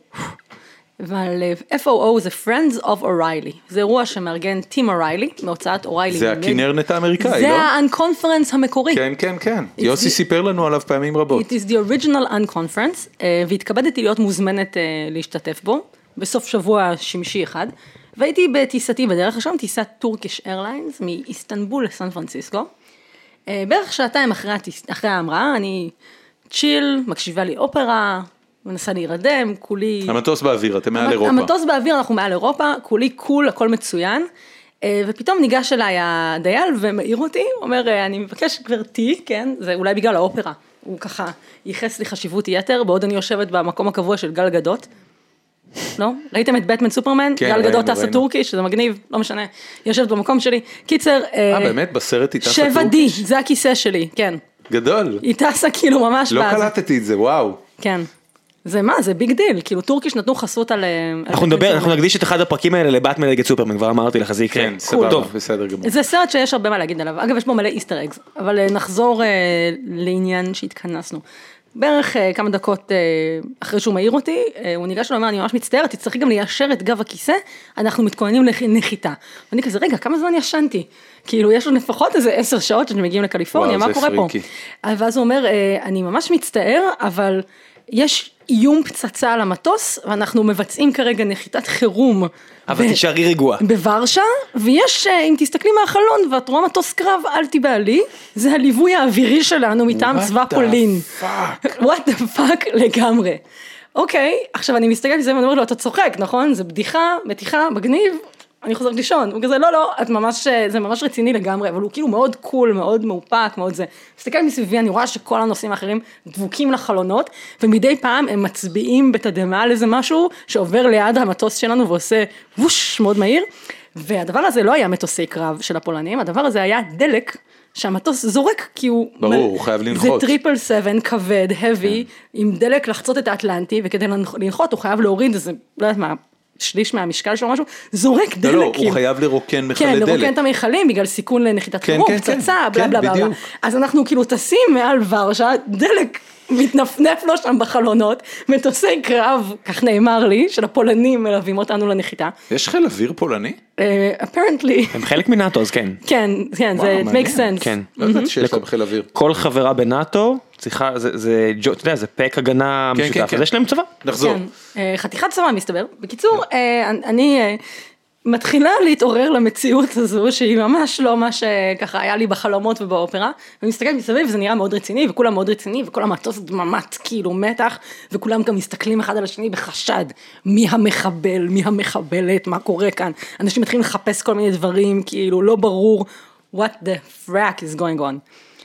H: אבל F-O-O זה Friends of O'Reilly, זה אירוע שמארגן טים אוריילי, מהוצאת אוריילי.
A: זה הכינרנט האמריקאי, לא?
H: זה ה-Unconference המקורי.
A: כן, כן, כן, יוסי סיפר לנו עליו פעמים רבות.
H: It is the original Unconference, והתכבדתי להיות מוזמנת להשתתף בו, בסוף שבוע שמשי אחד, והייתי בטיסתי בדרך לשם, טיסת טורקיש איירליינס, מאיסטנבול לסן פרנסיסקו, בערך שעתיים אחרי ההמראה, אני צ'יל, מקשיבה לי אופרה, מנסה להירדם, כולי...
A: המטוס באוויר, אתם מעל אירופה.
H: המטוס באוויר, אנחנו מעל אירופה, כולי קול, הכל מצוין, ופתאום ניגש אליי הדייל ומעיר אותי, אומר, אני מבקש גברתי, כן, זה אולי בגלל האופרה, הוא ככה ייחס לי חשיבות יתר, בעוד אני יושבת במקום הקבוע של גל גדות, לא? ראיתם את בטמן סופרמן? גל גדות טסה טורקי, שזה מגניב, לא משנה, יושבת במקום שלי, קיצר...
A: באמת? בסרט היא טסה טורקי?
H: 7D, זה הכיסא שלי, כן.
A: גדול.
H: היא טסה כאילו ממש...
A: לא קלטתי את זה, וואו.
H: כן. זה מה? זה ביג דיל, כאילו טורקיש נתנו חסות על...
B: אנחנו נקדיש את אחד הפרקים האלה לבטמן נגד סופרמן, כבר אמרתי לך, זה יקרה.
A: כן, סבבה, בסדר גמור.
H: זה סרט שיש הרבה מה להגיד עליו, אגב יש בו מלא איסטר אגס, אבל נחזור לעניין שהתכנסנו. בערך כמה דקות אחרי שהוא מעיר אותי, הוא ניגש ואומר, אני ממש מצטערת, תצטרכי גם ליישר את גב הכיסא, אנחנו מתכוננים לנחיתה. ואני כזה, רגע, כמה זמן ישנתי? כאילו, יש לו לפחות איזה 10 שעות שאתם מגיעים לקליפורניה, מה קורה פה? ואז הוא אומר, אני ממש מצטער, אבל יש איום פצצה על המטוס, ואנחנו מבצעים כרגע נחיתת חירום.
B: אבל תשארי רגוע.
H: בוורשה, ויש, אם תסתכלי מהחלון, ואת רואה מטוס קרב, אל תיבעלי, זה הליווי האווירי שלנו מטעם צבא פולין. What the fuck לגמרי. אוקיי, עכשיו אני מסתכלת על זה ואני אומרת לו, אתה צוחק, נכון? זה בדיחה, מתיחה, מגניב, אני חוזרת לישון. הוא כזה, לא, את ממש, זה ממש רציני לגמרי, אבל הוא כאילו מאוד קול, מאוד מאופק, מאוד זה. מסתכלת מסביבי, אני רואה שכל הנושאים האחרים דבוקים לחלונות, ומדי פעם הם מצביעים בתדהמה על איזה משהו, שעובר ליד המטוס שלנו ועושה ווש מאוד מהיר, והדבר הזה לא היה מטוסי קרב של הפולנים, הדבר הזה היה דלק, שהמטוס זורק, כי הוא...
A: ברור, הוא חייב לנחות.
H: זה 777 כבד, heavy, עם דלק לחצות את האטלנטי, וכדי לנחות הוא חייב להוריד איזה, לא יודעת מה, שליש מהמשקל שלו משהו, זורק דלק.
A: לא, הוא חייב לרוקן מכלי דלק.
H: כן, לרוקן את המכלים, בגלל סיכון לנחיתת חירום, פצצה, בלה בלה בלה. אז אנחנו כאילו טסים מעל ורשה, דלק מתנפנף לו שם בחלונות, מטוסי קרב, כך נאמר לי, של הפולנים מלווים אותנו לנחיתה.
A: יש חיל אוויר פולני?
H: apparently.
B: הם חלק מנאטו, אז כן.
H: כן, זה it makes sense.
B: כן.
A: לא יודעת שיש להם חיל אוויר.
B: כל חברה בנאטו צריכה, זה, אתה יודע, זה פק הגנה משותף, אז יש להם צבא.
A: נחזור.
H: חתיכת צבא מסתבר. בקיצור, אני מתחילה להתעורר למציאות הזו, שהיא ממש לא מה שככה היה לי בחלומות ובאופרה, ומסתכלת מסביב, וזה נראה מאוד רציני, וכולם מאוד רציני, וכל המטוס דממת, כאילו מתח, וכולם גם מסתכלים אחד על השני בחשד, מי המחבל, מי המחבלת, מה קורה כאן, אנשים מתחילים לחפש כל מיני דברים, כאילו לא ברור, what the frack is going on,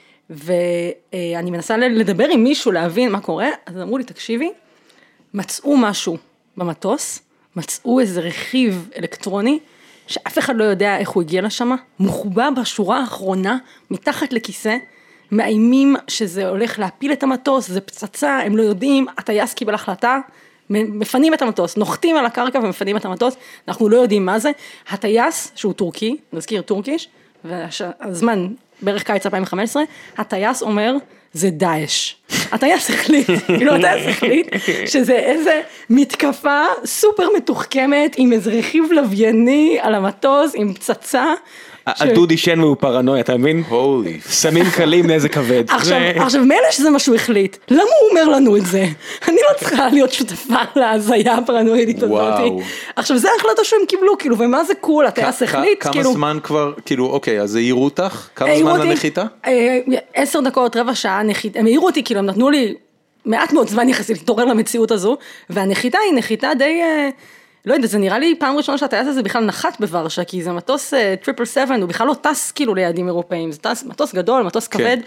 H: ואני מנסה לדבר עם מישהו, להבין מה קורה, אז אמרו לי, תקשיבי, מצאו משהו במטוס, מצאו איזה רכיב אלקטרוני, שאף אחד לא יודע איך הוא הגיע לשם, מוחבא בשורה האחרונה, מתחת לכיסא, מאיימים שזה הולך להפיל את המטוס, זה פצצה, הם לא יודעים, הטייס קיבל החלטה, מפנים את המטוס, נוחתים על הקרקע ומפנים את המטוס, אנחנו לא יודעים מה זה, הטייס, שהוא טורקי, נזכיר טורקיש, והזמן, בערך קיץ 2015, הטייס אומר, זה דאעש. הטייס החליט, כאילו הטייס החליט, שזה איזה מתקפה סופר מתוחכמת, עם איזה רכיב לווייני על המטוס, עם פצצה.
B: הדודי שן והוא פרנוי, אתה מבין? סמים קלים נזק כבד.
H: עכשיו, מילא שזה מה שהוא החליט, למה הוא אומר לנו את זה? אני לא צריכה להיות שותפה להזיה הפרנואידית הזאת. עכשיו, זה ההחלטה שהם קיבלו, כאילו, ומה זה קול, הטייס החליט,
A: כמה זמן כבר, כאילו, אוקיי, אז העירו אותך? כמה זמן לנחיתה?
H: 10 דקות, רבע שעה נחיתה, הם העירו אותי, כאילו, הם נתנו לי מעט מאוד זמן יחסית להתעורר למציאות הזו, והנחיתה היא נחיתה די... לא יודע, זה נראה לי פעם ראשונה שהטייס הזה בכלל נחת בוורשה, כי זה מטוס 777, הוא בכלל לא טס כאילו ליעדים אירופאים, זה מטוס גדול, מטוס כבד,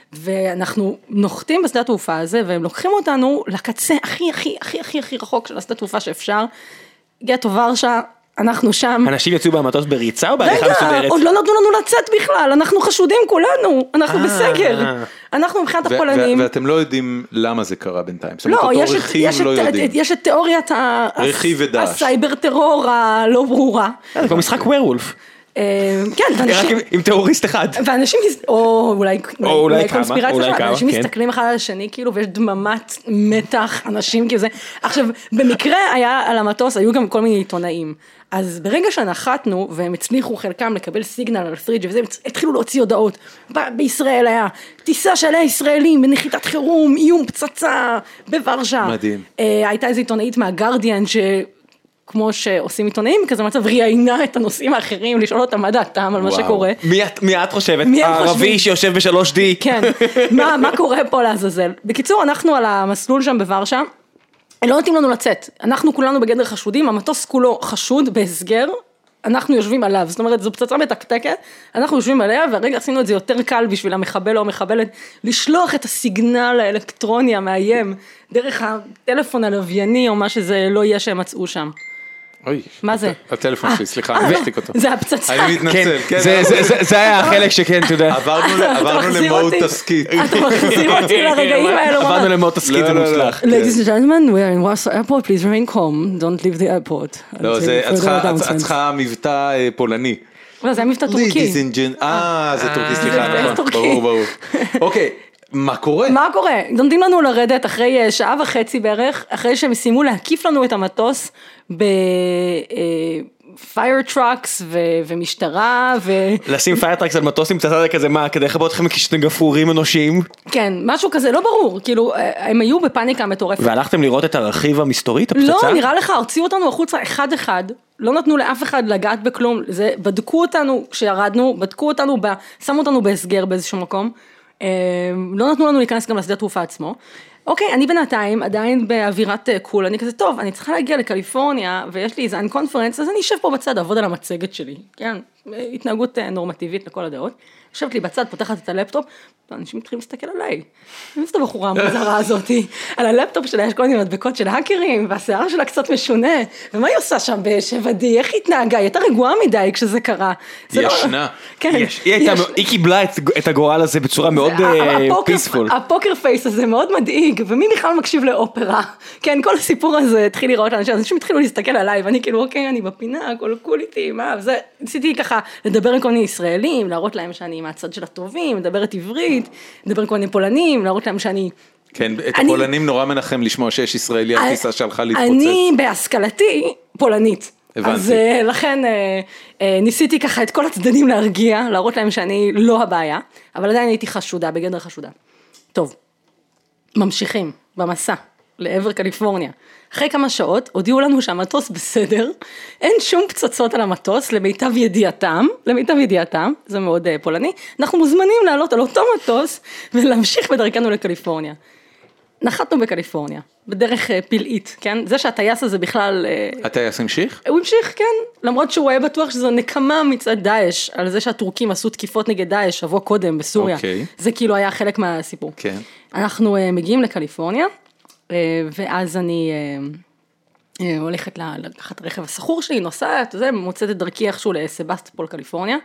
H: ואנחנו נוחתים בשדה התעופה הזה, והם לוקחים אותנו לקצה הכי רחוק של השדה התעופה שאפשר, גטו ורשה, אנחנו שם.
B: אנשים יצאו במטוס בריצה או בהליכה מסודרת?
H: רגע, עוד לא נתנו לנו לצאת בכלל, אנחנו חשודים כולנו, אנחנו בסגר. אנחנו מבחינת הפולנים.
A: ואתם לא יודעים למה זה קרה בינתיים.
H: לא, יש את תיאוריית הסייבר טרור הלא ברורה.
B: זה כבר משחק ווירולף.
H: כן,
B: רק עם טרוריסט אחד.
H: ואנשים, או אולי קונספירציה שלך, אנשים
B: כן.
H: מסתכלים אחד על השני, כאילו, ויש דממת מתח, אנשים כזה. עכשיו, במקרה היה על המטוס, היו גם כל מיני עיתונאים. אז ברגע שנחתנו, והם הצליחו חלקם לקבל סיגנל על 3G, וזה התחילו להוציא הודעות. בישראל היה טיסה של הישראלים, בנחיתת חירום, איום פצצה, בוורשה. מדהים. הייתה איזו עיתונאית מהגרדיאן, כמו שעושים עיתונאים, כזה מצב ראיינה את הנושאים האחרים, לשאול אותם מה דעתם על מה שקורה.
B: מי את חושבת? הערבי שיושב ב3D?
H: כן, מה קורה פה לעזאזל? בקיצור, אנחנו על המסלול שם בוורשה, לא נותנים לנו לצאת, אנחנו כולנו בגדר חשודים, המטוס כולו חשוד בהסגר, אנחנו יושבים עליו, זאת אומרת, זו פצצה מתקתקת, אנחנו יושבים עליה, והרגע עשינו את זה יותר קל בשביל המחבל או המחבלת, לשלוח את הסיגנל האלקטרוני המאיים, דרך הטלפון הלווייני, או מה שזה לא יהיה שהם מצאו שם.
A: אוי,
H: מה זה?
A: הטלפון שלי, סליחה, אני אשתיק אותו.
H: זה הפצצה.
A: אני מתנצל, כן.
B: זה היה החלק שכן, אתה יודע.
A: עברנו למוד תסקית.
H: אתה מחזיר אותי לרגעים האלו.
B: עברנו למוד תסקית, זה מוצלח.
E: Ladies and gentlemen, we are in Warsaw Airport, please remain calm, don't leave the airport.
A: לא, את צריכה מבטא פולני.
H: לא, זה היה מבטא טורקי.
A: זה טורקי, סליחה, נכון, ברור. אוקיי. מה קורה?
H: מה קורה? נותנים לנו לרדת אחרי שעה וחצי בערך, אחרי שהם סיימו להקיף לנו את המטוס פייר טראקס ומשטרה
B: לשים פייר טראקס על מטוסים קצת כזה מה, כדי לחבות אתכם כשאתם גפרורים אנושיים?
H: כן, משהו כזה לא ברור, כאילו הם היו בפאניקה מטורפת.
B: והלכתם לראות את הרכיב המסתורי, את הפצצה?
H: לא, נראה לך, הרציעו אותנו החוצה אחד, לא נתנו לאף אחד לגעת בכלום, בדקו אותנו כשירדנו, בדקו אותנו, שמו אותנו בהסגר באיזשהו מקום, לא נתנו לנו להיכנס גם לשדה תעופה עצמו. אוקיי, אני בינתיים עדיין באווירת קול, אני כזה טוב, אני צריכה להגיע לקליפורניה, ויש לי איזה קונפרנס, אז אני אשב פה בצד, אעבוד על המצגת שלי, כן, התנהגות נורמטיבית לכל הדעות, יושבת לי בצד, פותחת את הלפטופ, אנשים מתחילים להסתכל עליי, אני את הבחורה המוזרה הזאת, על הלפטופ שלה יש כל מיני מדבקות של האקרים, והשיער שלה קצת משונה, ומה היא עושה שם ב7D, איך היא התנהגה, היא הייתה רגועה מדי כשזה קרה.
A: ישנה.
B: היא קיבלה את הגורל הזה בצורה מאוד פיספול.
H: הפוקר פייס הזה מאוד מדאיג, ומי בכלל מקשיב לאופרה, כן, כל הסיפור הזה התחיל לראות לאנשים, אנשים התחילו להסתכל עליי, ואני כאילו, אוקיי, אני בפינה, קול איתי, מה, וזה, ניסיתי ככה לדבר עם כל מיני ישראלים, להראות להם שאני מהצד של הטובים, מדברת עברית, מדבר עם כל מיני פולנים, להראות להם שאני...
A: כן, את הפולנים נורא מנחם לשמוע שיש ישראלי על טיסה שהלכה להתפוצץ.
H: אני בהשכלתי פולנית.
A: הבנתי.
H: אז לכן ניסיתי ככה את כל הצדדים להרגיע, להראות להם שאני לא הבעיה, אבל עדיין הייתי חשודה, בגדר חשודה. טוב, ממשיכים במסע לעבר קליפורניה. אחרי כמה שעות הודיעו לנו שהמטוס בסדר, אין שום פצצות על המטוס, למיטב ידיעתם, זה מאוד פולני, אנחנו מוזמנים לעלות על אותו מטוס ולהמשיך בדרכנו לקליפורניה. נחתנו בקליפורניה, בדרך פלאית, כן? זה שהטייס הזה בכלל...
A: הטייס המשיך?
H: הוא המשיך, כן. למרות שהוא היה בטוח שזו נקמה מצד דאעש, על זה שהטורקים עשו תקיפות נגד דאעש שבוע קודם בסוריה. זה כאילו היה חלק מהסיפור.
A: כן. אנחנו
H: מגיעים לקליפורניה, ואז אני הולכת לקחת רכב הסחור שלי, נוסעת, מוצאת את דרכי איכשהו לסבסטופול, קליפורניה,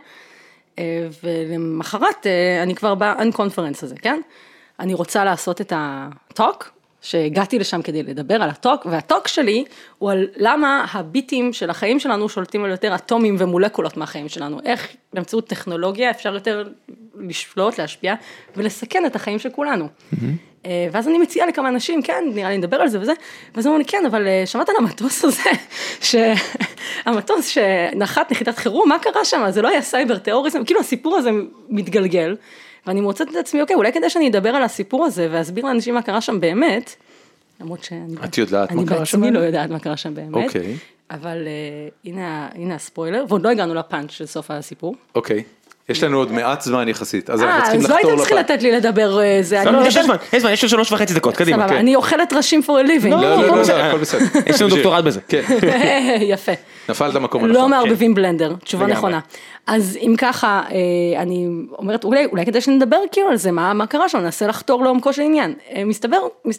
H: ולמחרת אני כבר באנקונפרנס הזה, כן? אני רוצה לעשות את הטוק, שהגעתי לשם כדי לדבר על הטוק, והטוק שלי הוא על למה הביטים של החיים שלנו שולטים על יותר אטומים ומולקולות מהחיים שלנו, איך באמצעות טכנולוגיה אפשר יותר לשלוט, להשפיע ולסכן את החיים של כולנו. ואז אני מציעה לכמה אנשים, כן, נראה לי נדבר על זה וזה, ואז אמרו לי, כן, אבל שמעת על המטוס הזה, שהמטוס שנחת נחיתת חירום, מה קרה שם? זה לא היה סייבר טרוריזם, כאילו הסיפור הזה מתגלגל, ואני מוצאת את עצמי, אוקיי, אולי כדי שאני אדבר על הסיפור הזה, ואסביר לאנשים מה קרה שם באמת, למרות שאני בעצמי לא יודעת מה קרה שם באמת,
A: אוקיי.
H: אבל הנה הספוילר, ועוד לא הגענו לפאנץ' של סוף הסיפור.
A: אוקיי. יש לנו עוד מעט זמן יחסית, אז אנחנו צריכים
H: אז
A: לחתור
H: לא הייתם
A: לפעם.
H: צריכים לתת לי לדבר, זה...
B: יש זמן, יש לנו 3.5 דקות, קדימה.
H: סבבה, אני אוכלת ראשים for a living.
A: לא, הכל בסדר.
B: יש לנו דוקטורט בזה.
A: כן,
H: יפה.
A: נפלת למקום הנכון.
H: לא מערבבים בלנדר, תשובה
A: לגמרי.
H: נכונה. אז אם ככה, אני אומרת, אולי כדי שנדבר כאילו על זה, מה קרה שם, ננסה לחתור לעומקו של עניין. מסתבר,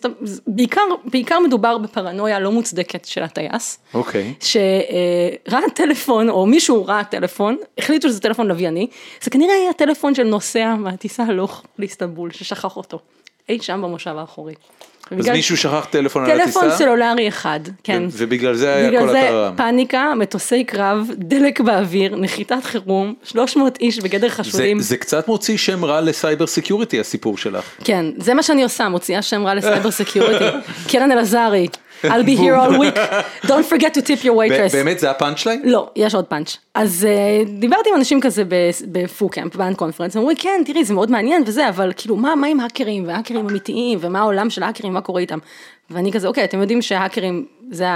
H: בעיקר מדובר בפרנויה לא מוצדקת של הטייס.
A: אוקיי.
H: שראה טלפון, או מישהו ראה טלפון, החליטו שזה טלפון לווייני, זה כנראה היה טלפון של נוסע מהטיסה הלוך לאיסטנבול, ששכח אותו. אי שם במושב האחורי.
A: אז מישהו שכח טלפון על הטיסה?
H: טלפון סלולרי אחד, כן.
A: ובגלל זה היה כל
H: בגלל זה
A: הטררם.
H: פאניקה, מטוסי קרב, דלק באוויר, נחיתת חירום, 300 איש בגדר חשודים.
A: זה קצת מוציא שם רע לסייבר סקיוריטי, הסיפור שלך.
H: כן, זה מה שאני עושה, מוציאה שם רע לסייבר סקיוריטי. קרן אלעזרי, I'll be here all week, don't forget to tip your waitress.
A: באמת זה הפאנצ'ליין?
H: לא, יש עוד פאנץ'. אז דיברתי עם אנשים כזה בפוקאמפ, באן קונפרנס, אמרו לי, כן, תראי, זה מאוד מעניין וזה, אבל כאילו, מה עם האקרים, והאקרים אמיתיים, ומה העולם של האקרים, מה קורה איתם? ואני כזה, אוקיי, אתם יודעים שהאקרים,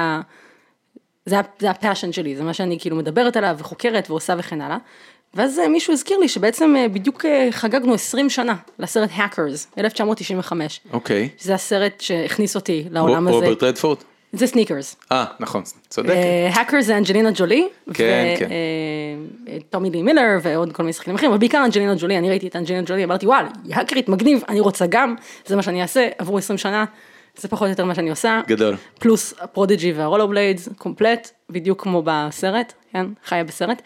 H: זה הפאשן שלי, זה מה שאני כאילו מדברת עליו, וחוקרת, ועושה וכן הלאה. ואז מישהו הזכיר לי שבעצם בדיוק חגגנו 20 שנה לסרט Hackers, 1995.
A: אוקיי.
H: זה הסרט שהכניס אותי לעולם הזה.
A: רוברט רדפורד?
H: זה סניקרס.
A: נכון, צודק.
H: Hackers זה אנג'לינה ג'ולי,
A: כן, כן.
H: וטומי לי מילר ועוד כל מיני שחקנים אחרים, אבל בעיקר אנג'לינה ג'ולי, אני ראיתי את אנג'לינה ג'ולי, אמרתי וואלה, היא האקרית מגניב, אני רוצה גם, זה מה שאני אעשה, עברו 20 שנה, זה פחות או יותר מה שאני עושה.
A: גדול.
H: פלוס הפרודיג'י והרולו בליידס, קומפלט, בדיוק כמו בסרט, כן, חיה בסרט.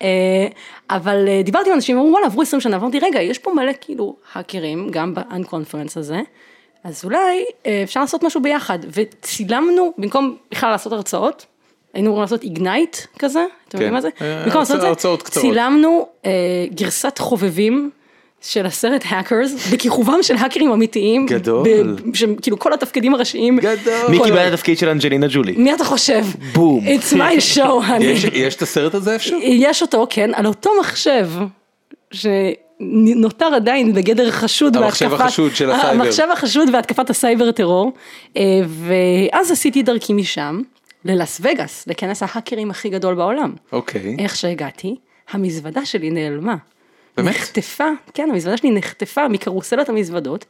H: אבל דיברתי עם אנשים, אמרו וואלה, עברו 20 שנה, ואמרתי רגע, יש פה מלא כאילו האקרים, גם באנקונפרנס הזה, אז אולי אפשר לעשות משהו ביחד, וצילמנו, במקום בכלל לעשות הרצאות, היינו אמורים לעשות איגנייט כזה, אתם יודעים מה זה? במקום לעשות את זה, צילמנו גרסת חובבים, של הסרט Hackers, בכיכובם של האקרים אמיתיים.
A: גדול.
H: כאילו כל התפקידים הראשיים.
A: גדול.
B: מי קיבל את התפקיד של אנג'לינה ג'ולי?
H: מי אתה חושב?
B: בום.
H: It's my show.
A: יש את הסרט הזה איפשהו?
H: יש אותו, כן, על אותו מחשב, שנותר עדיין בגדר חשוד.
A: המחשב החשוד של הסייבר.
H: המחשב החשוד והתקפת הסייבר טרור, ואז עשיתי דרכי משם, ללאס וגאס, לכנס ההאקרים הכי גדול בעולם.
A: אוקיי.
H: איך שהגעתי, המזוודה שלי נעלמה.
A: באמת?
H: נחטפה, כן, המזוודה שלי נחטפה מקרוסלת המזוודות,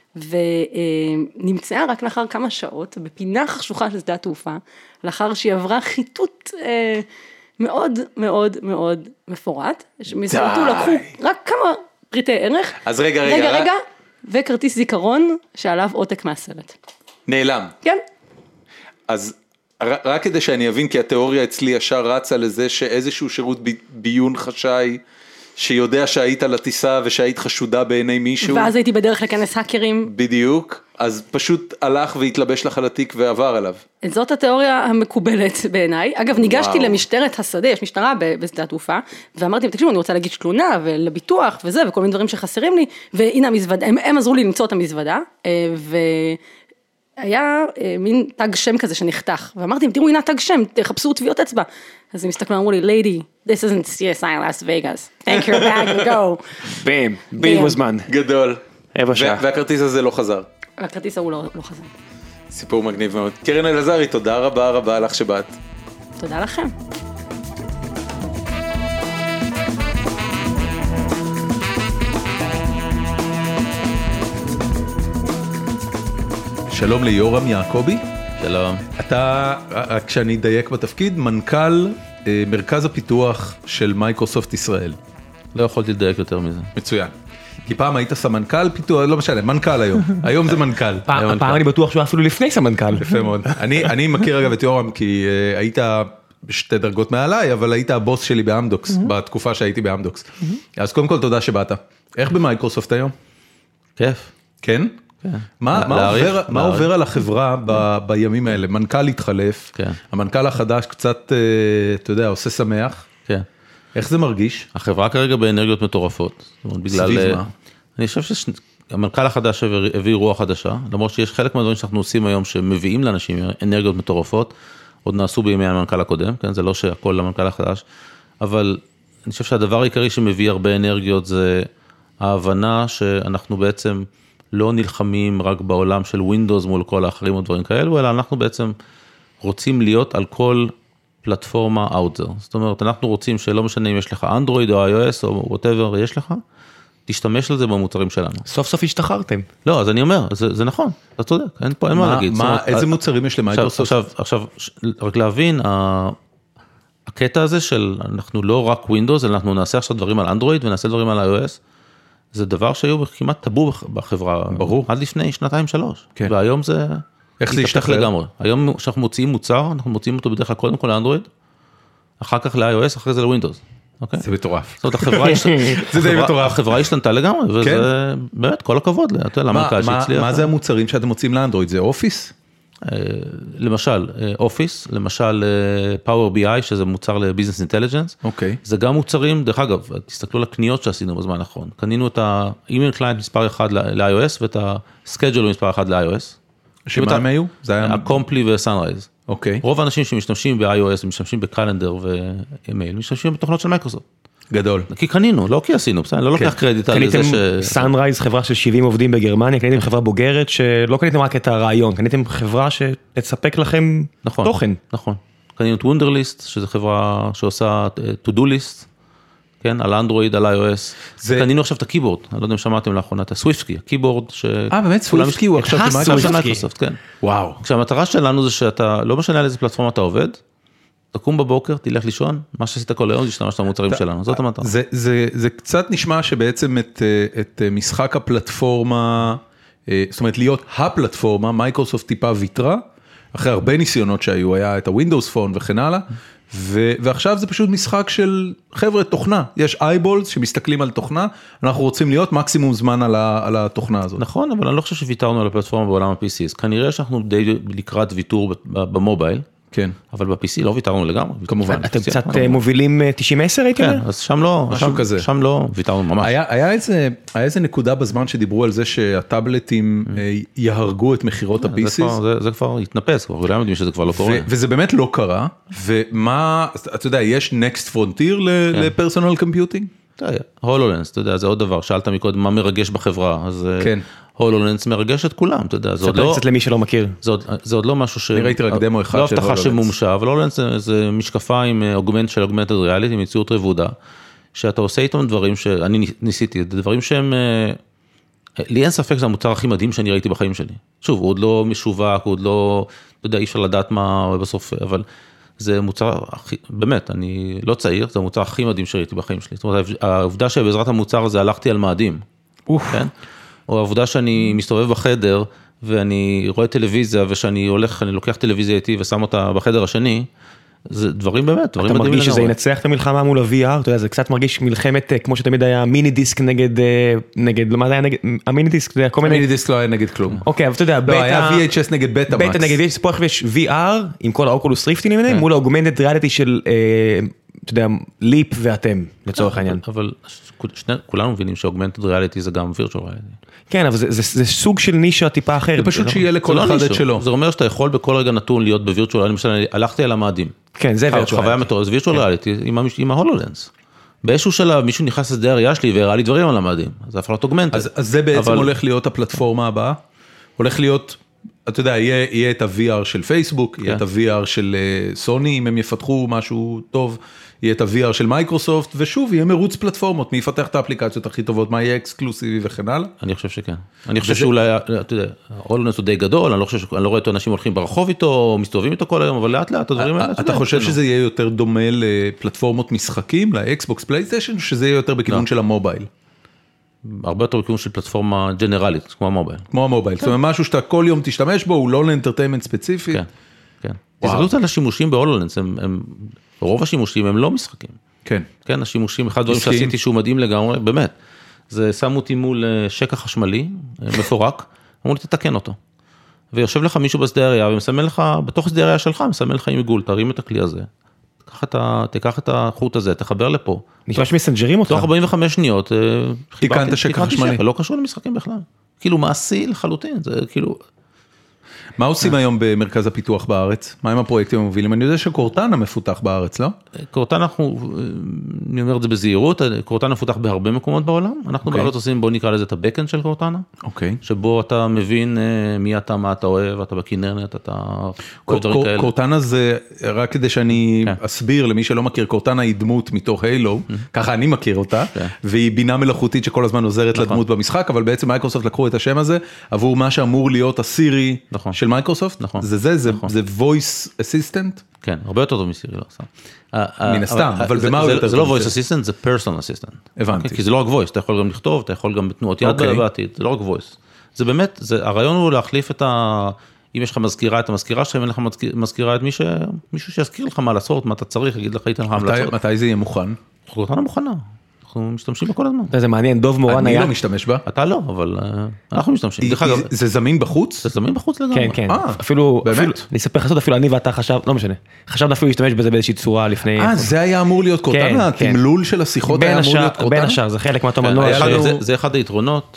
H: ונמצאה רק לאחר כמה שעות, בפינה חשוכה של שדה התעופה, לאחר שהיא עברה חיטוט מאוד מאוד מאוד מפורט, שמזוודתו לקחו רק כמה פריטי ערך.
A: אז רגע.
H: וכרטיס זיכרון שעליו עותק מהסרט.
A: נעלם.
H: כן.
A: אז רק כדי שאני אבין, כי התיאוריה אצלי ישר רצה לזה שאיזשהו שירות ביון חשאי, שיודע שהיית על הטיסה ושהיית חשודה בעיני מישהו.
H: ואז הייתי בדרך לכנס האקרים.
A: בדיוק, אז פשוט הלך והתלבש לך על התיק ועבר עליו.
H: זאת התיאוריה המקובלת בעיניי. אגב, ניגשתי למשטרת השדה, יש משטרה בשדה התעופה, ואמרתי, תקשיבו, אני רוצה להגיש תלונה ולביטוח וזה, וכל מיני דברים שחסרים לי, והנה המזוודה, הם עזרו לי למצוא את המזוודה, היה מין תג שם כזה שנחתך, ואמרתי, תראו, הנה תג שם, תחפשו טביעות אצבע. אז הם הסתכלו, אמרו לי, lady, this isn't CSI Las Vegas, take your bag and go.
B: בים בזמן.
A: גדול.
B: רבע שעה.
A: והכרטיס הזה לא חזר.
H: הכרטיס ההוא לא חזר.
A: סיפור מגניב מאוד. קרן אלעזרי, תודה רבה לך שבאת.
H: תודה לכם.
A: שלום ליורם יעקבי.
G: שלום.
A: אתה, כשאני אדייק בתפקיד, מנכ"ל מרכז הפיתוח של מייקרוסופט ישראל.
G: לא יכולתי לדייק יותר מזה.
A: מצוין. כי פעם היית סמנכ"ל פיתוח, לא משנה, מנכ"ל היום. היום זה מנכ"ל.
B: פעם אני בטוח שהוא אפילו לפני סמנכ"ל.
A: יפה מאוד. אני מכיר אגב את יורם, כי היית בשתי דרגות מעליי, אבל היית הבוס שלי באמדוקס, בתקופה שהייתי באמדוקס. אז קודם כל תודה שבאת. איך במייקרוסופט היום?
G: כיף.
A: כן? מה עובר על החברה בימים האלה? מנכ"ל התחלף, המנכ"ל החדש קצת, אתה יודע, עושה שמח.
G: כן.
A: איך זה מרגיש?
G: החברה כרגע באנרגיות מטורפות.
A: סביב מה?
G: אני חושב שהמנכ"ל החדש הביא רוח חדשה, למרות שיש חלק מהדברים שאנחנו עושים היום שמביאים לאנשים אנרגיות מטורפות, עוד נעשו בימי המנכ"ל הקודם, כן? זה לא שהכל למנכ"ל החדש, אבל אני חושב שהדבר העיקרי שמביא הרבה אנרגיות זה ההבנה שאנחנו בעצם לא נלחמים רק בעולם של Windows מול כל האחרים או דברים כאלו, אלא אנחנו בעצם רוצים להיות על כל
I: פלטפורמה out there. זאת אומרת, אנחנו רוצים שלא משנה אם יש לך אנדרואיד או iOS או whatever יש לך, תשתמש לזה במוצרים שלנו.
B: סוף סוף השתחררתם.
I: לא, אז אני אומר, זה נכון, אתה צודק, אין מה להגיד.
A: איזה מוצרים יש למייקרוסופט?
I: עכשיו, רק להבין, הקטע הזה של אנחנו לא רק Windows, אלא אנחנו נעשה עכשיו דברים על אנדרואיד ונעשה דברים על iOS, זה דבר שהיו כמעט טאבו בחברה.
A: ברור.
I: עד לפני 2-3.
A: כן.
I: והיום זה...
A: איך זה ישתחרר?
I: לגמרי. היום כשאנחנו מוציאים מוצר, אנחנו מוציאים אותו בדרך כלל קודם כל לאנדרואיד, אחר כך ל-iOS, אחרי זה לווינדוס. אוקיי?
A: זה מטורף.
I: זאת אומרת,
A: זה די מטורף.
I: החברה השתנתה לגמרי, וזה באמת כל הכבוד. אתה יודע, למה קל שהצליח.
A: מה זה המוצרים שאתם מוצאים לאנדרואיד? זה אופיס?
I: למשל, אופיס, למשל פאוור BI, שזה מוצר לביזנס אינטליג'נס.
A: אוקיי.
I: זה גם מוצרים, דרך אגב, תסתכלו על הקניות שעשינו בזמן האחרון. קנינו את האימייל קליינט מספר 1 ל-iOS, ואת הסקייג'ול מספר 1 ל-iOS.
A: שמה הם היו?
I: הקומפלי וסאנרייז.
A: אוקיי.
I: רוב האנשים שמשתמשים ב-iOS, משתמשים בקלנדר ואימייל, משתמשים בתוכנות של מייקרוסופט.
A: גדול.
I: כי קנינו, לא כי עשינו, בסדר, אני לא לוקח קרדיט על זה ש...
B: קניתם סאנרייז, חברה של 70 עובדים בגרמניה, קניתם חברה בוגרת שלא קניתם רק את הרעיון, קניתם חברה שתספק לכם תוכן.
I: נכון. קנינו את וונדרליסט, שזו חברה שעושה to-do list, כן, על אנדרואיד, על iOS. קנינו עכשיו את הקיבורד, אני לא יודע אם שמעתם לאחרונה, את הסוויפטקי, הקיבורד ש...
A: באמת סוויפטקי הוא עכשיו
I: של מייקרוסופט, כן.
A: וואו.
I: כשהמטרה שלנו זה שאתה, לא משנה על איזה פלטפורמה אתה עובד, תקום בבוקר, תלך לישון, מה שעשית כל היום, תשתמש למוצרים שלנו, זאת המטרה.
A: זה קצת נשמע שבעצם את משחק הפלטפורמה, זאת אומרת להיות הפלטפורמה, מייקרוסופט טיפה ויתרה, אחרי הרבה ניסיונות שהיו, היה את הווינדוס פון וכן הלאה, ועכשיו זה פשוט משחק של חבר'ה תוכנה, יש אייבולס שמסתכלים על תוכנה, אנחנו רוצים להיות מקסימום זמן על התוכנה הזאת.
I: נכון, אבל אני לא חושב שוויתרנו על הפלטפורמה בעולם ה-PC, אז כנראה שאנחנו די לקראת ויתור במובייל, כן. אבל ב-PC לא ויתרנו לגמרי.
A: כמובן.
B: אתם קצת מובילים 90-10 הייתי אומר?
I: כן, אז שם לא ויתרנו ממש.
A: היה איזה נקודה בזמן שדיברו על זה שהטאבלטים יהרגו את מחירות ה-PCs.
I: זה כבר התנפס, כבר כולם יודעים שזה כבר לא קורה.
A: וזה באמת לא קרה, ומה, אתה יודע, יש next frontier ל-personal computing?
I: הולולנס, אתה יודע, זה עוד דבר, שאלת מקודם מה מרגש בחברה, אז הולולנס מרגש את כולם, אתה יודע, זה עוד לא...
B: קצת למי שלא מכיר.
I: זה עוד לא משהו ש...
A: אני ראיתי רק דמו אחד
I: לא
A: של הולולנס.
I: הבטחה שמומשה, אבל הולולנס זה משקפיים אוגמנט של אוגמנטד ריאליטי, מציאות רבודה, שאתה עושה איתם דברים שאני ניסיתי, דברים שהם... לי אין ספק שזה המוצר הכי מדהים שאני ראיתי בחיים שלי. שוב, הוא עוד לא משווק, הוא עוד לא... אתה יודע, אי אפשר לדעת מה בסוף, אבל... זה מוצר, באמת, אני לא צעיר, זה המוצר הכי מדהים שראיתי בחיים שלי. זאת אומרת, העובדה שבעזרת המוצר הזה הלכתי על מאדים, כן? או העובדה שאני מסתובב בחדר, ואני רואה טלוויזיה, ושאני הולך, אני לוקח טלוויזיה איתי ושם אותה בחדר השני, זה דברים באמת, דברים מדהים.
B: אתה מרגיש שזה ינצח את המלחמה מול ה-VR? אתה יודע, זה קצת מרגיש מלחמת, כמו שתמיד היה מיני דיסק נגד, מה זה היה נגד, המיני דיסק, אתה יודע, כל מיני...
A: המיני דיסק לא היה נגד כלום.
B: אוקיי, אבל אתה יודע,
A: לא, היה VHS נגד בטה מקס.
B: בטה נגד VHS, פה יש VR, עם כל האוקולוס ריפטים למיניהם, מול האוגמנטד ריאליטי של, אתה יודע, ליפ ואתם, לצורך העניין.
I: אבל כולנו מבינים שאוגמנטד ריאליטי זה גם וירטואל ריאליטי.
B: כן, אבל זה סוג של נישה טיפה אחרת.
A: זה פשוט שיהיה לכל אחד את שלו.
I: זה אומר שאתה יכול בכל רגע נתון להיות בווירטואל, למשל, הלכתי על המאדים.
B: כן, זה וירטואל.
I: חוויה מטורפת, זה וירטואל ריאליטי עם ההולולנס. באיזשהו שלב מישהו נכנס לשדה הראייה שלי והראה לי דברים על המאדים. זה הפעלות אוגמנטד.
A: אז זה בעצם הולך להיות הפלטפורמה הבאה. הולך להיות, אתה יודע, יהיה את ה-VR של פייסבוק, יהיה את ה-VR של סוני, אם הם יפתחו משהו טוב, יהיה את ה-VR של מייקרוסופט, ושוב, יהיה מרוץ פלטפורמות, מי יפתח את האפליקציות הכי טובות, מה יהיה אקסקלוסיבי וכן הלאה.
I: אני חושב שכן. אני חושב שאולי, אתה יודע, ההולולנס הוא די גדול, אני לא רואה את האנשים הולכים ברחוב איתו, או מסתובבים איתו כל היום, אבל לאט לאט הדברים האלה.
A: אתה חושב שזה יהיה יותר דומה לפלטפורמות משחקים, לאקסבוקס פלייסטיישן, או שזה יהיה יותר בכיוון של המובייל?
I: הרבה יותר בכיוון של פלטפורמה ג'נרלית, כמו המובייל.
A: כמו המובייל, זאת אומרת, משהו שאתה כל יום תשתמש בו, הוא לא לאנטרטיימנט ספציפי.
I: כן, כן. תסתכלו על השימושים בהולולנס, רוב השימושים הם לא משחקים.
A: כן.
I: כן, השימושים, אחד הדברים שעשיתי שהוא מדהים לגמרי, באמת, זה שמו אותי מול שקע חשמלי, מפורק, אמרו לי תתקן אותו. ויושב לך מישהו בשדה הראייה, ומסמל לך, בתוך שדה הראייה שלך, מסמל לך עם עיגול, תרים את הכלי הזה. תיקח את החוט הזה, תחבר לפה.
B: נשמע שמסנג'רים אותך.
I: תוך 45 שניות,
A: תיקנת שקע חשמלי.
I: לא קשור למשחקים בכלל. כאילו מעשי לחלוטין, זה כאילו...
A: מה עושים היום במרכז הפיתוח בארץ? מה עם הפרויקטים המובילים? אני יודע שקורטנה מפותח בארץ, לא?
I: קורטנה, אני אומר את זה בזהירות, קורטנה מפותח בהרבה מקומות בעולם, אנחנו בארץ עושים, בוא נקרא לזה את הבקאנד של קורטנה, שבו אתה מבין מי אתה, מה אתה אוהב, אתה בכינרנט, אתה אוהב דברים כאלה.
A: קורטנה זה, רק כדי שאני אסביר למי שלא מכיר, קורטנה היא דמות מתוך הילו, ככה אני מכיר אותה, והיא בינה מלאכותית שכל הזמן עוזרת לדמות במשחק, אבל בעצם מייקרוסופט לקחו את השם הזה, עבור מה שאמור להיות הסירי של מייקרוסופט, זה voice assistant?
I: כן, הרבה יותר טוב מסירי, לא סתם.
A: מן הסתם, אבל במה הוא יותר טוב?
I: זה לא voice assistant, זה personal assistant.
A: הבנתי.
I: כי זה לא רק voice, אתה יכול גם לכתוב, אתה יכול גם בתנועות יד בעתיד, זה לא רק voice. זה באמת, הרעיון הוא להחליף את אם יש לך מזכירה את המזכירה שלהם, אין לך מזכירה את מישהו שיזכיר לך מה לעשות, מה אתה צריך, יגיד לך, ייתן לך המלצות.
A: מתי זה יהיה מוכן?
I: קורטנה מוכנה. אנחנו משתמשים בה כל הזמן.
B: זה מעניין, דוב מורן היה...
A: אני לא משתמש בה.
I: אתה לא, אבל אנחנו משתמשים.
A: זה זמין בחוץ?
I: זה זמין בחוץ לגמרי.
B: כן, כן. אפילו, אני אספר לך סוד, אפילו אני ואתה לא משנה. חשבנו אפילו להשתמש בזה באיזושהי צורה לפני...
A: זה היה אמור להיות קורטנה? התמלול של השיחות היה אמור להיות קורטנה?
B: בין השאר, זה חלק מהתום הנוע.
I: זה אחד היתרונות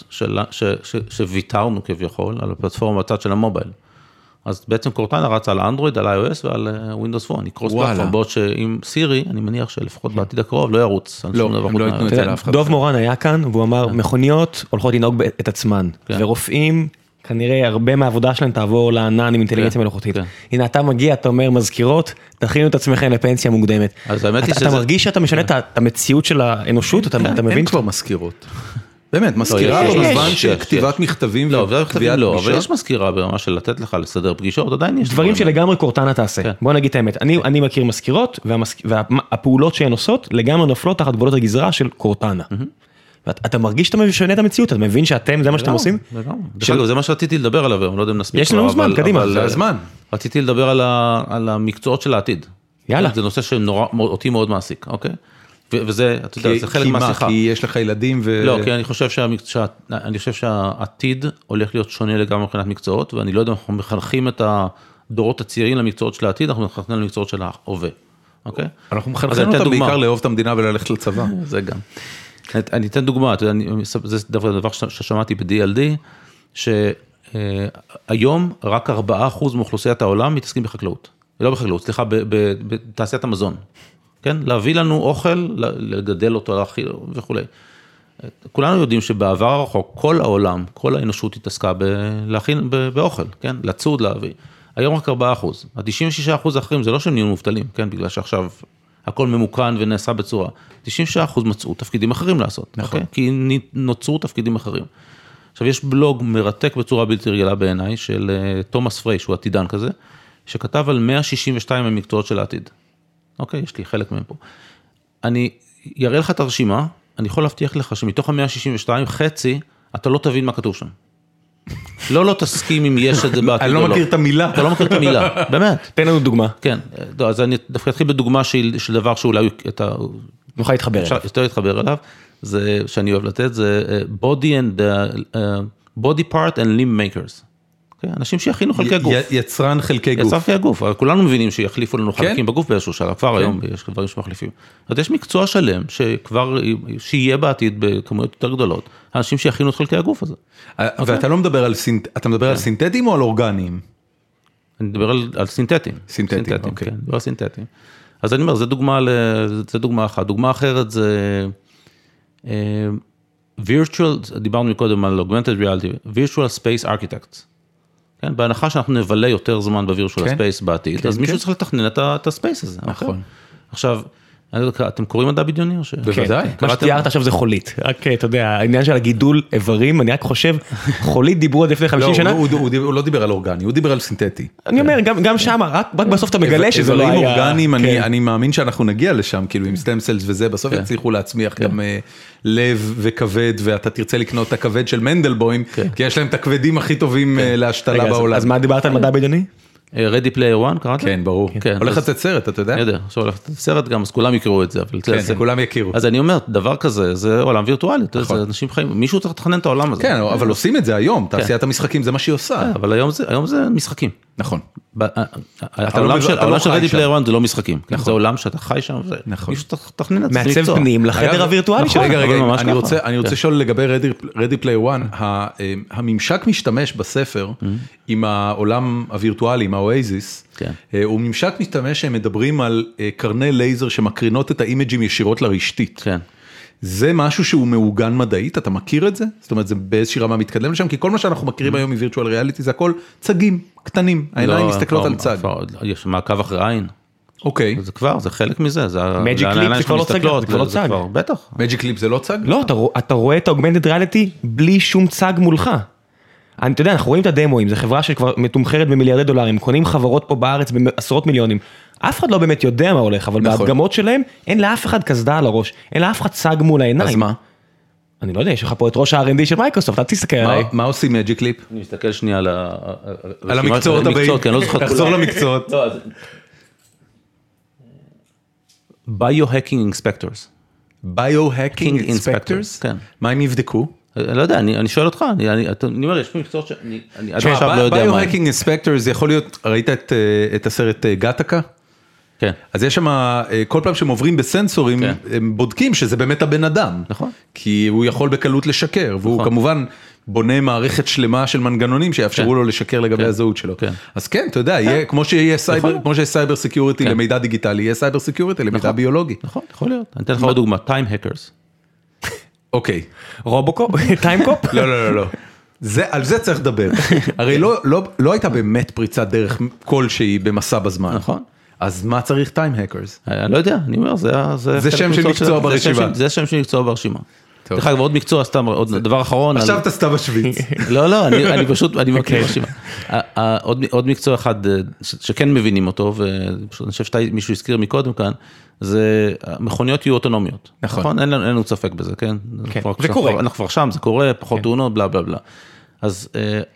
I: שוויתרנו כביכול על הפלטפורמה בצד של המובייל. אז בעצם קורטנה רץ על אנדרואיד, על iOS ועל ווינדוס פון, היא קרוס פלטפורם, בעוד שעם סירי, אני מניח שלפחות בעתיד הקרוב לא ירוץ.
A: לא, הם לא ייתנו את זה לאף אחד.
B: דוב מורן היה כאן, והוא אמר, מכוניות הולכות לנהוג את עצמן, ורופאים, כנראה הרבה מהעבודה שלהם תעבור לענן עם אינטליגנציה מלאכותית. הנה, אתה מגיע, אתה אומר, מזכירות, תכינו את עצמכם לפנסיה מוקדמת. אתה מרגיש שאתה משנה את המציאות של האנושות, אתה מבין?
A: אין כבר מזכירות. באמת, מזכירה במובן של כתיבת מכתבים וקביעת
I: לא, אבל יש מזכירה ברמה של לתת לך לסדר פגישות, עדיין יש
B: דברים שלגמרי קורטנה תעשה. בוא נגיד את האמת, אני מכיר מזכירות, והפעולות שהן עושות לגמרי נופלות תחת גבולות הגזרה של קורטנה. ואתה מרגיש שאתה משנה את המציאות, אתה מבין שאתם, זה מה שאתם עושים?
I: זה מה שרציתי לדבר עליו, אני לא יודע אם נספיק.
B: יש לנו זמן, קדימה.
A: זה הזמן.
I: רציתי לדבר על המקצועות של העתיד.
B: יאללה.
I: זה נושא שאותי מאוד מעסיק, אוקיי? וזה, אתה יודע, זה חלק מהשיחה.
A: כי יש לך ילדים ו...
I: לא, כי אני חושב שהעתיד הולך להיות שונה לגמרי מבחינת מקצועות, ואני לא יודע אם אנחנו מחנכים את הדורות הצעירים למקצועות של העתיד, אנחנו מחנכים למקצועות של ההווה, אוקיי?
A: אנחנו מחנכים אותם בעיקר לאהוב את המדינה וללכת לצבא.
I: זה גם. אני אתן דוגמה, זה דבר ששמעתי ב-DLD, שהיום רק 4% מאוכלוסיית העולם מתעסקים בחקלאות. לא בחקלאות, סליחה, בתעשיית המזון. כן? להביא לנו אוכל, לגדל אותו, להאכיל וכו'. כולנו יודעים שבעבר הרחוק, כל העולם, כל האנושות התעסקה להכין באוכל, כן? לצוד, להביא. היום רק 4%. ה-96% האחרים זה לא שהם נהיו מובטלים, כן? בגלל שעכשיו הכל ממוכן ונעשה בצורה. 96% מצאו תפקידים אחרים לעשות, נכון? כי נוצרו תפקידים אחרים. עכשיו יש בלוג מרתק בצורה בלתי רגילה בעיניי, של תומאס פריי, שהוא עתידן כזה, שכתב על 162 המקצועות של העתיד. אוקיי, יש לי חלק מהם פה. אני יראה לך את הרשימה, אני יכול להבטיח לך שמתוך ה-162, חצי, אתה לא תבין מה כתוב שם. לא תסכים אם יש את זה בעתיד או לא.
A: אני לא מכיר את המילה.
I: אתה לא מכיר את המילה, באמת.
B: תן לנו דוגמה.
I: כן, אז אני דווקא אתחיל בדוגמה של דבר שאולי אתה...
B: נוכל להתחבר אליו.
I: יותר להתחבר אליו, זה שאני אוהב לתת, זה body part and limb makers. אנשים שיכינו חלקי גוף.
A: יצרן חלקי גוף.
I: יצרן חלקי גוף, כולנו מבינים שיחליפו לנו חלקים בגוף באיזשהו שלב, כבר היום יש דברים שמחליפים. אז יש מקצוע שלם שכבר, שיהיה בעתיד בכמויות יותר גדולות, אנשים שיכינו את חלקי הגוף הזה.
A: ואתה לא מדבר על, אתה מדבר על סינתטיים או על אורגניים?
I: אני מדבר על סינתטיים.
A: סינתטיים, אוקיי.
I: כן, מדבר על סינתטיים. אז אני אומר, זה דוגמה אחת. דוגמה אחרת זה virtual, דיברנו מקודם על augmented reality, virtual space architects. כן, בהנחה שאנחנו נבלה יותר זמן בווירטואל ספייס בעתיד, אז מישהו צריך לתכנן את הספייס הזה.
A: נכון.
I: עכשיו, אתם קוראים מדע בדיוני או ש...
A: בוודאי.
B: מה שתיארת עכשיו זה חולית. רק, אתה יודע, העניין של הגידול איברים, אני רק חושב, חולית דיברו עד לפני 50 שנה.
A: הוא לא דיבר על אורגני, הוא דיבר על סינתטי.
B: אני אומר, גם שם, רק בסוף אתה מגלה שזה לא היה...
A: איברים אורגניים, אני מאמין שאנחנו נגיע לשם, כאילו עם סטם סלס וזה, בסוף יצליחו להצמיח גם לב וכבד, ואתה תרצה לקנות את הכבד של מנדלבוים, כי יש להם את הכבדים הכי טובים להשתלה בעולם.
B: אז מה דיברת על מדע בדיוני?
I: Ready Player One, קראת?
A: כן, ברור. הולך לצאת סרט, אתה יודע?
I: אני יודע, עכשיו הולך לצאת סרט גם, אז כולם יקראו את זה.
A: כן, כולם יכירו.
I: אז אני אומר, דבר כזה, זה עולם וירטואלי, זה אנשים חיים, מישהו צריך לתכנן את העולם הזה.
A: כן, אבל עושים את זה היום, תעשיית המשחקים, זה מה שהיא עושה.
I: אבל היום זה משחקים.
A: נכון.
I: העולם של Ready Player One זה לא משחקים, זה עולם שאתה חי שם, מישהו תכנן את זה
B: מעצב
I: מקצוע.
B: פנים לחדר הווירטואלי שלך.
A: רגע, אני רוצה לשאול לגבי Ready Player One, הממשק משתמש בספר עם העולם הווירטואלי, עם האואזיס, הוא ממשק משתמש שהם מדברים על קרני לייזר שמקרינות את האימג'ים ישירות לרשתית.
I: כן.
A: זה משהו שהוא מעוגן מדעית, אתה מכיר את זה? זאת אומרת, זה באיזושהי רמה מתקדם לשם, כי כל מה שאנחנו מכירים היום מווירטואל ריאליטי זה הכל צגים, קטנים, העיניים מסתכלות על צג.
I: יש מעקב אחרי עין.
A: אוקיי.
I: זה כבר, זה חלק מזה.
B: Magic Leap זה כבר לא צג, זה כבר לא צג.
I: בטח.
A: Magic Leap זה לא צג?
B: לא, אתה רואה את ה-Augmented Reality בלי שום צג מולך. אתה יודע, אנחנו רואים את הדמוים, זו חברה שכבר מתומחרת במיליארדי דולרים, קונים חברות פה בארץ בעשרות מיליונים. אף אחד לא באמת יודע מה הולך, אבל בהדגמות שלהם אין לאף אחד כסדה על הראש, אין לאף אחד צג מול העיניים.
A: אז מה?
B: אני לא יודע, יש לך פה את ראש ה-R&D של מייקרוסופט, אתה תסתכל עליי.
A: מה עושים Magic Leap?
I: אני מסתכל שנייה
A: על המקצועות הבאים. תחזור למקצועות.
I: Biohacking Inspectors.
A: Biohacking Inspectors?
I: כן.
A: מה הם יבדקו?
I: לא יודע, אני שואל אותך, אני אומר, יש פה מקצועות שאני עד עכשיו לא יודע מה.
A: Biohacking Inspectors זה יכול להיות, ראית את הסרט גטקה?
I: כן.
A: אז יש שם, כל פעם שהם עוברים בסנסורים, הם בודקים שזה באמת הבן אדם.
I: נכון.
A: כי הוא יכול בקלות לשקר, והוא כמובן בונה מערכת שלמה של מנגנונים שיאפשרו לו לשקר לגבי הזהות שלו. אז כן, אתה יודע, כמו שיש סייבר סקיוריטי למידע דיגיטלי, יהיה סייבר סקיוריטי למידע ביולוגי.
I: נכון, יכול להיות. אני אתן לך עוד דוגמה, Time Hackers.
A: אוקיי.
B: רובוקופ? טיימקופ?
A: לא. על זה צריך לדבר. הרי לא הייתה באמת פריצת דרך כלשהי במסע בזמן.
I: נכון.
A: אז מה צריך טיים האקרס?
I: אני לא יודע, אני אומר,
A: זה שם של מקצוע ברשימה.
I: זה שם של מקצוע ברשימה. דרך אגב, עוד מקצוע, סתם, עוד דבר אחרון.
A: עכשיו אתה סתם משוויץ.
I: לא, אני פשוט, אני מכיר ברשימה. עוד מקצוע אחד שכן מבינים אותו, ואני חושב שמישהו הזכיר מקודם כאן, זה מכוניות יהיו אוטונומיות. נכון? אין לנו ספק בזה, כן?
B: זה קורה.
I: אנחנו כבר שם, זה קורה, פחות תאונות, בלה בלה בלה. אז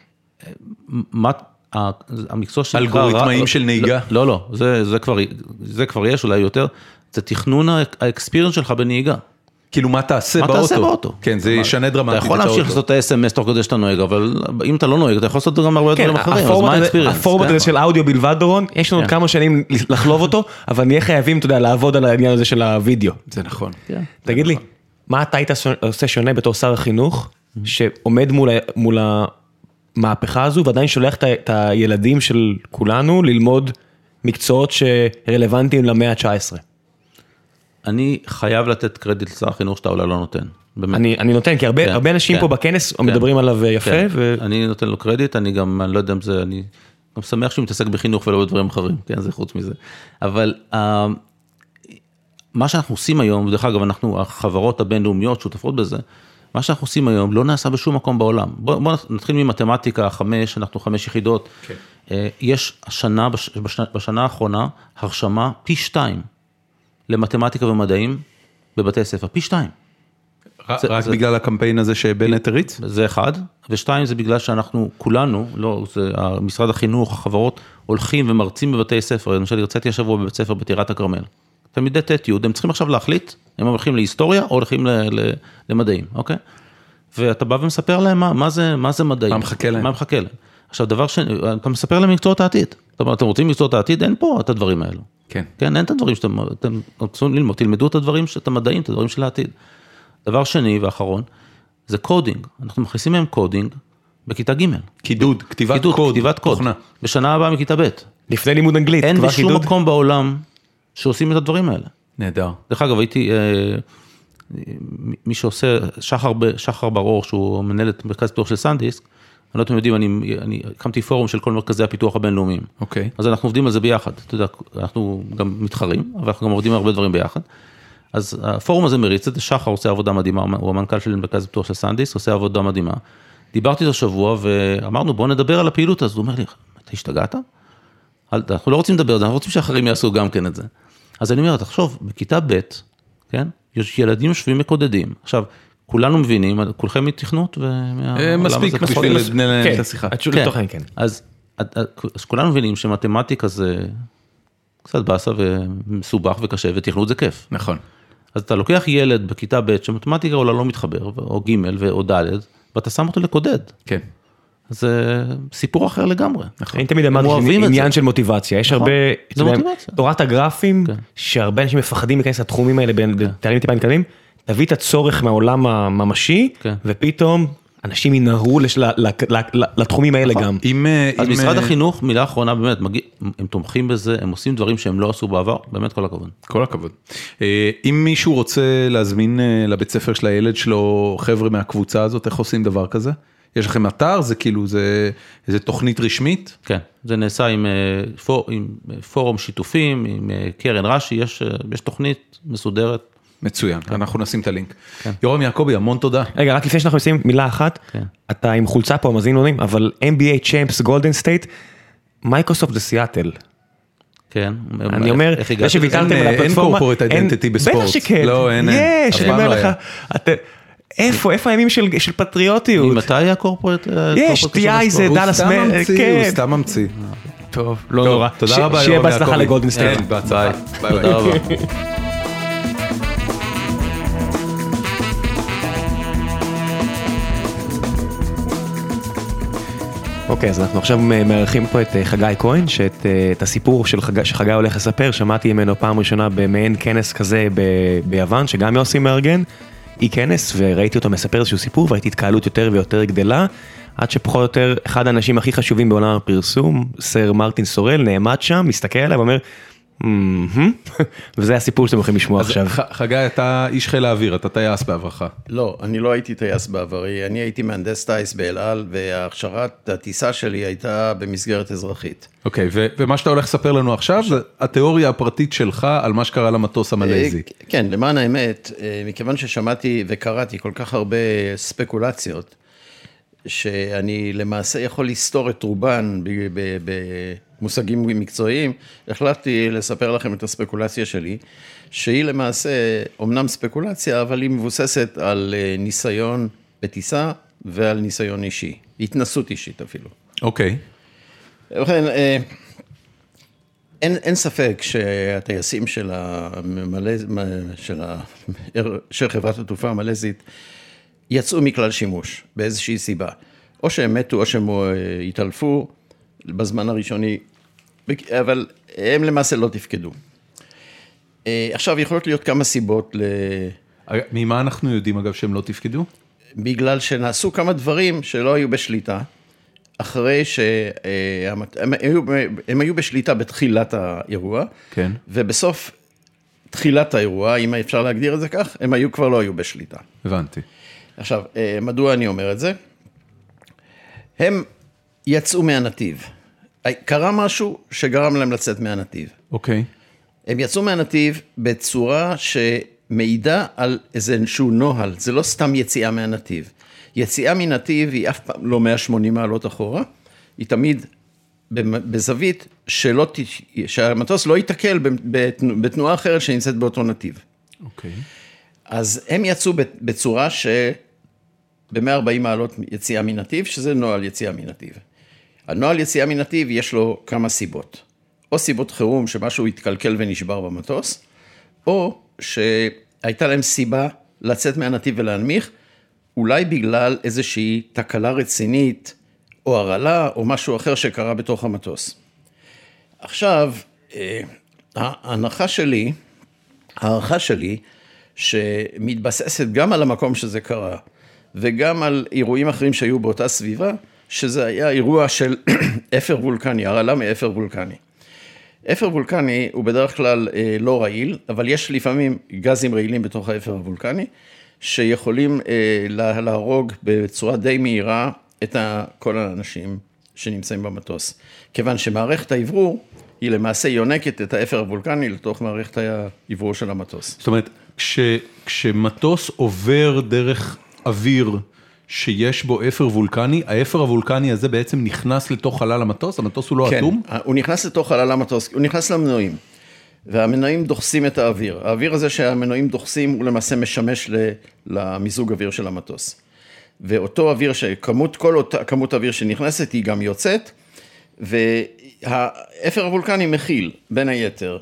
I: מה... המקצוע של...
A: אלגוריתמאים של נהיגה?
I: לא, זה כבר יש, אולי יותר, זה תכנון האקספיריינס שלך בנהיגה.
A: כאילו מה תעשה באוטו? כן, זה ישנה דרמטית את האוטו.
I: אתה יכול להמשיך לעשות את ה-SMS תוך כדי שאתה נוהג, אבל אם אתה לא נוהג, אתה יכול לעשות גם הרבה דברים אחרים, אז מה האקספיריינס?
B: הפורמט הזה של אודיו בלבד, דורון, יש לנו עוד כמה שנים לחלוב אותו, אבל נהיה חייבים, אתה יודע, לעבוד על העניין הזה של הוידאו.
A: זה נכון.
B: תגיד לי, מה אתה היית עושה שונה בתור שר החינוך, שעומד מול המהפכה הזו, ועדיין שולח את הילדים של כולנו ללמוד מקצועות שרלוונטיים למאה ה-19?
I: אני חייב לתת קרדיט לשר החינוך שאתה אולי לא נותן.
B: אני נותן, כי הרבה אנשים פה בכנס מדברים עליו יפה.
I: אני נותן לו קרדיט, אני גם לא יודע אם זה, אני גם שמח שהוא מתעסק בחינוך ולא בדברים אחרים, כן, זה חוץ מזה. אבל מה שאנחנו עושים היום, דרך אגב, החברות הבינלאומיות שותפות בזה, מה שאנחנו עושים היום לא נעשה בשום מקום בעולם. בואו נתחיל ממתמטיקה, 5, אנחנו 5 יחידות. יש בשנה האחרונה הרשמה פי 2 למתמטיקה ומדעים בבתי ספר, פי 2.
A: רק בגלל הקמפיין הזה שבנט הריץ?
I: זה אחד, ושתיים זה בגלל שאנחנו כולנו, לא, זה משרד החינוך, החברות, הולכים ומרצים בבתי ספר. למשל, הרציתי השבוע בבית ספר בטירת הכרמל. תלמידי ט'-י', הם צריכים עכשיו להחליט, הם הולכים להיסטוריה או הולכים למדעים, אוקיי? ואתה בא ומספר להם מה זה מדעים.
A: מה מחכה להם?
I: מה מחכה להם. עכשיו, דבר שני, אתה מספר להם מקצועות העתיד. זאת אומרת, אתם רוצים מקצועות העתיד, אין פה את הדברים האלו.
A: כן.
I: כן, אין את הדברים שאתם רוצים ללמוד, תלמדו את הדברים שאתם מדעים, את הדברים של העתיד. דבר שני ואחרון, זה קודינג. אנחנו מכניסים מהם קודינג בכיתה ג'.
A: קידוד, כתיבת קוד, תוכנה.
I: בשנה הבאה מכיתה ב'.
B: לפני לימוד אנגלית.
I: אין בשום מקום בעולם שעושים את הדברים האלה.
A: נהדר.
I: דרך אגב, הייתי, מי שעושה, שחר ברור, שהוא מנהל את מרכז פיתוח של סנדיסק, אני לא אתם יודעים, אני הקמתי פורום של כל מרכזי הפיתוח הבינלאומיים.
A: אוקיי.
I: אז אנחנו עובדים על זה ביחד. אתה יודע, אנחנו גם מתחרים, אבל אנחנו גם עובדים על הרבה דברים ביחד. אז הפורום הזה מריץ את זה, שחר עושה עבודה מדהימה, הוא המנכ"ל של מרכז הפיתוח של סנדיסק, עושה עבודה מדהימה. דיברתי איתו שבוע ואמרנו, בוא נדבר על הפעילות הזאת. הוא אומר לי, אתה השתגעת? אנחנו לא רוצים לדבר, אנחנו רוצים שאחרים יעשו גם כן את זה. אז אני אומר, תחשוב, בכיתה ב', כן? יש ילדים יושבים מקודדים. עכשיו, כולנו מבינים, כולכם מתכנות
A: מספיק בשביל לנהל את השיחה.
B: כן.
I: אז כולנו מבינים שמתמטיקה זה קצת באסה ומסובך וקשה, ותכנות זה כיף.
A: נכון.
I: אז אתה לוקח ילד בכיתה ב' שמתמטיקה אולי לא מתחבר, או ג' או ד', ואתה שם אותו לקודד.
A: כן.
I: זה סיפור אחר לגמרי.
B: אני תמיד אמרתי עניין של מוטיבציה, יש הרבה, תורת הגרפים, שהרבה אנשים מפחדים להיכנס לתחומים האלה, בתארים טיפה מתקדמים, תביא את הצורך מהעולם הממשי, ופתאום אנשים ינהרו לתחומים האלה גם.
I: אז משרד החינוך, מילה אחרונה, באמת, הם תומכים בזה, הם עושים דברים שהם לא עשו בעבר, באמת כל הכבוד.
A: כל הכבוד. אם מישהו רוצה להזמין לבית ספר של הילד שלו חבר'ה מהקבוצה הזאת, איך עושים דבר כזה? יש לכם אתר? זה כאילו, זה תוכנית רשמית?
I: כן, זה נעשה עם פורום שיתופים, עם קרן רש"י, יש תוכנית מסודרת.
A: מצוין, אנחנו נשים את הלינק. יורם יעקבי, המון תודה.
B: רגע, רק לפני שאנחנו עושים מילה אחת, אתה עם חולצה פה, מזין עונים, אבל NBA Champs Golden State, מייקרוסופט זה סיאטל.
I: כן.
B: אני אומר, זה שוויתרתם על הפלטפורמה,
A: אין corporate identity בספורט.
B: בטח שכן.
A: לא, אין.
B: יש, אני אומר לך, איפה הימים של פטריוטיות?
I: ממתי היה קורפורט?
B: יש, TI זה דאלאס
A: הוא סתם ממציא.
B: טוב, לא נורא.
A: תודה רבה,
B: שיהיה
A: יורם
B: בהצלחה
A: יעקבי.
B: לגולדן סטייט.
A: ביי.
I: תודה רבה.
B: אוקיי, אז אנחנו עכשיו מארחים פה את חגי כהן, שאת הסיפור שחגי הולך לספר, שמעתי ממנו פעם ראשונה במעין כנס כזה ביוון, שגם יוסי מארגן, אי כנס, וראיתי אותו מספר איזשהו סיפור, וראיתי התקהלות יותר ויותר גדלה, עד שפחות או יותר אחד האנשים הכי חשובים בעולם הפרסום, סר מרטין סורל, נעמד שם, מסתכל עליו ואומר, וזה הסיפור שאתם הולכים לשמוע עכשיו.
A: חגי, אתה איש חיל האוויר, אתה טייס בעברך.
J: לא, אני לא הייתי טייס בעברי, אני הייתי מהנדס טייס באל על, וההכשרת הטיסה שלי הייתה במסגרת אזרחית.
A: אוקיי, ומה שאתה הולך לספר לנו עכשיו, זה התיאוריה הפרטית שלך על מה שקרה למטוס המלזי.
J: כן, למען האמת, מכיוון ששמעתי וקראתי כל כך הרבה ספקולציות, שאני למעשה יכול לסתור את רובן במושגים מקצועיים, החלטתי לספר לכם את הספקולציה שלי, שהיא למעשה אומנם ספקולציה, אבל היא מבוססת על ניסיון בטיסה ועל ניסיון אישי, התנסות אישית אפילו.
A: אוקיי.
J: ובכן, אין ספק שהטייסים של חברת התעופה המלזית, יצאו מכלל שימוש, באיזושהי סיבה. או שהם מתו, או שהם התעלפו בזמן הראשוני, אבל הם למעשה לא תפקדו. עכשיו, יכולות להיות כמה סיבות
A: ממה אנחנו יודעים, אגב, שהם לא תפקדו?
J: בגלל שנעשו כמה דברים שלא היו בשליטה, אחרי שהם היו בשליטה בתחילת האירוע,
A: כן.
J: ובסוף תחילת האירוע, אם אפשר להגדיר את זה כך, הם כבר לא היו בשליטה.
A: הבנתי.
J: עכשיו, מדוע אני אומר את זה? הם יצאו מהנתיב. קרה משהו שגרם להם לצאת מהנתיב.
A: אוקיי. הם
J: יצאו מהנתיב בצורה שמעידה על איזשהו נוהל. זה לא סתם יציאה מהנתיב. יציאה מנתיב היא אף פעם לא 180 מעלות אחורה. היא תמיד בזווית שהמטוס לא יתקל בתנועה אחרת שנמצאת באותו נתיב.
A: אוקיי.
J: אז הם יצאו בצורה ב-140 מעלות יציאה מנתיב, שזה נוהל יציאה מנתיב. הנוהל יציאה מנתיב יש לו כמה סיבות. או סיבות חירום שמשהו יתקלקל ונשבר במטוס, או שהייתה להם סיבה לצאת מהנתיב ולהנמיך, אולי בגלל איזושהי תקלה רצינית, או הרעלה, או משהו אחר שקרה בתוך המטוס. עכשיו, ההערכה שלי, שמתבססת גם על המקום שזה קרה, וגם על אירועים אחרים שהיו באותה סביבה, שזה היה אירוע של אפר וולקני, הרעלה מאפר וולקני. אפר וולקני הוא בדרך כלל לא רעיל, אבל יש לפעמים גזים רעילים בתוך האפר הוולקני, שיכולים להרוג בצורה די מהירה את כל האנשים שנמצאים במטוס. כיוון שמערכת האוורור היא למעשה יונקת את האפר הוולקני לתוך מערכת האוורור של המטוס.
A: זאת אומרת, כשמטוס עובר דרך אוויר שיש בו אפר וולקני, האפר הוולקני הזה בעצם נכנס לתוך חלל המטוס? המטוס הוא לא אטום?
J: כן, הוא נכנס לתוך חלל המטוס, הוא נכנס למנועים, והמנועים דוחסים את האוויר. האוויר הזה שהמנועים דוחסים הוא למעשה משמש למיזוג אוויר של המטוס. ואותו אוויר, כל אותה כמות אוויר שנכנסת היא גם יוצאת, והאפר הוולקני מכיל בין היתר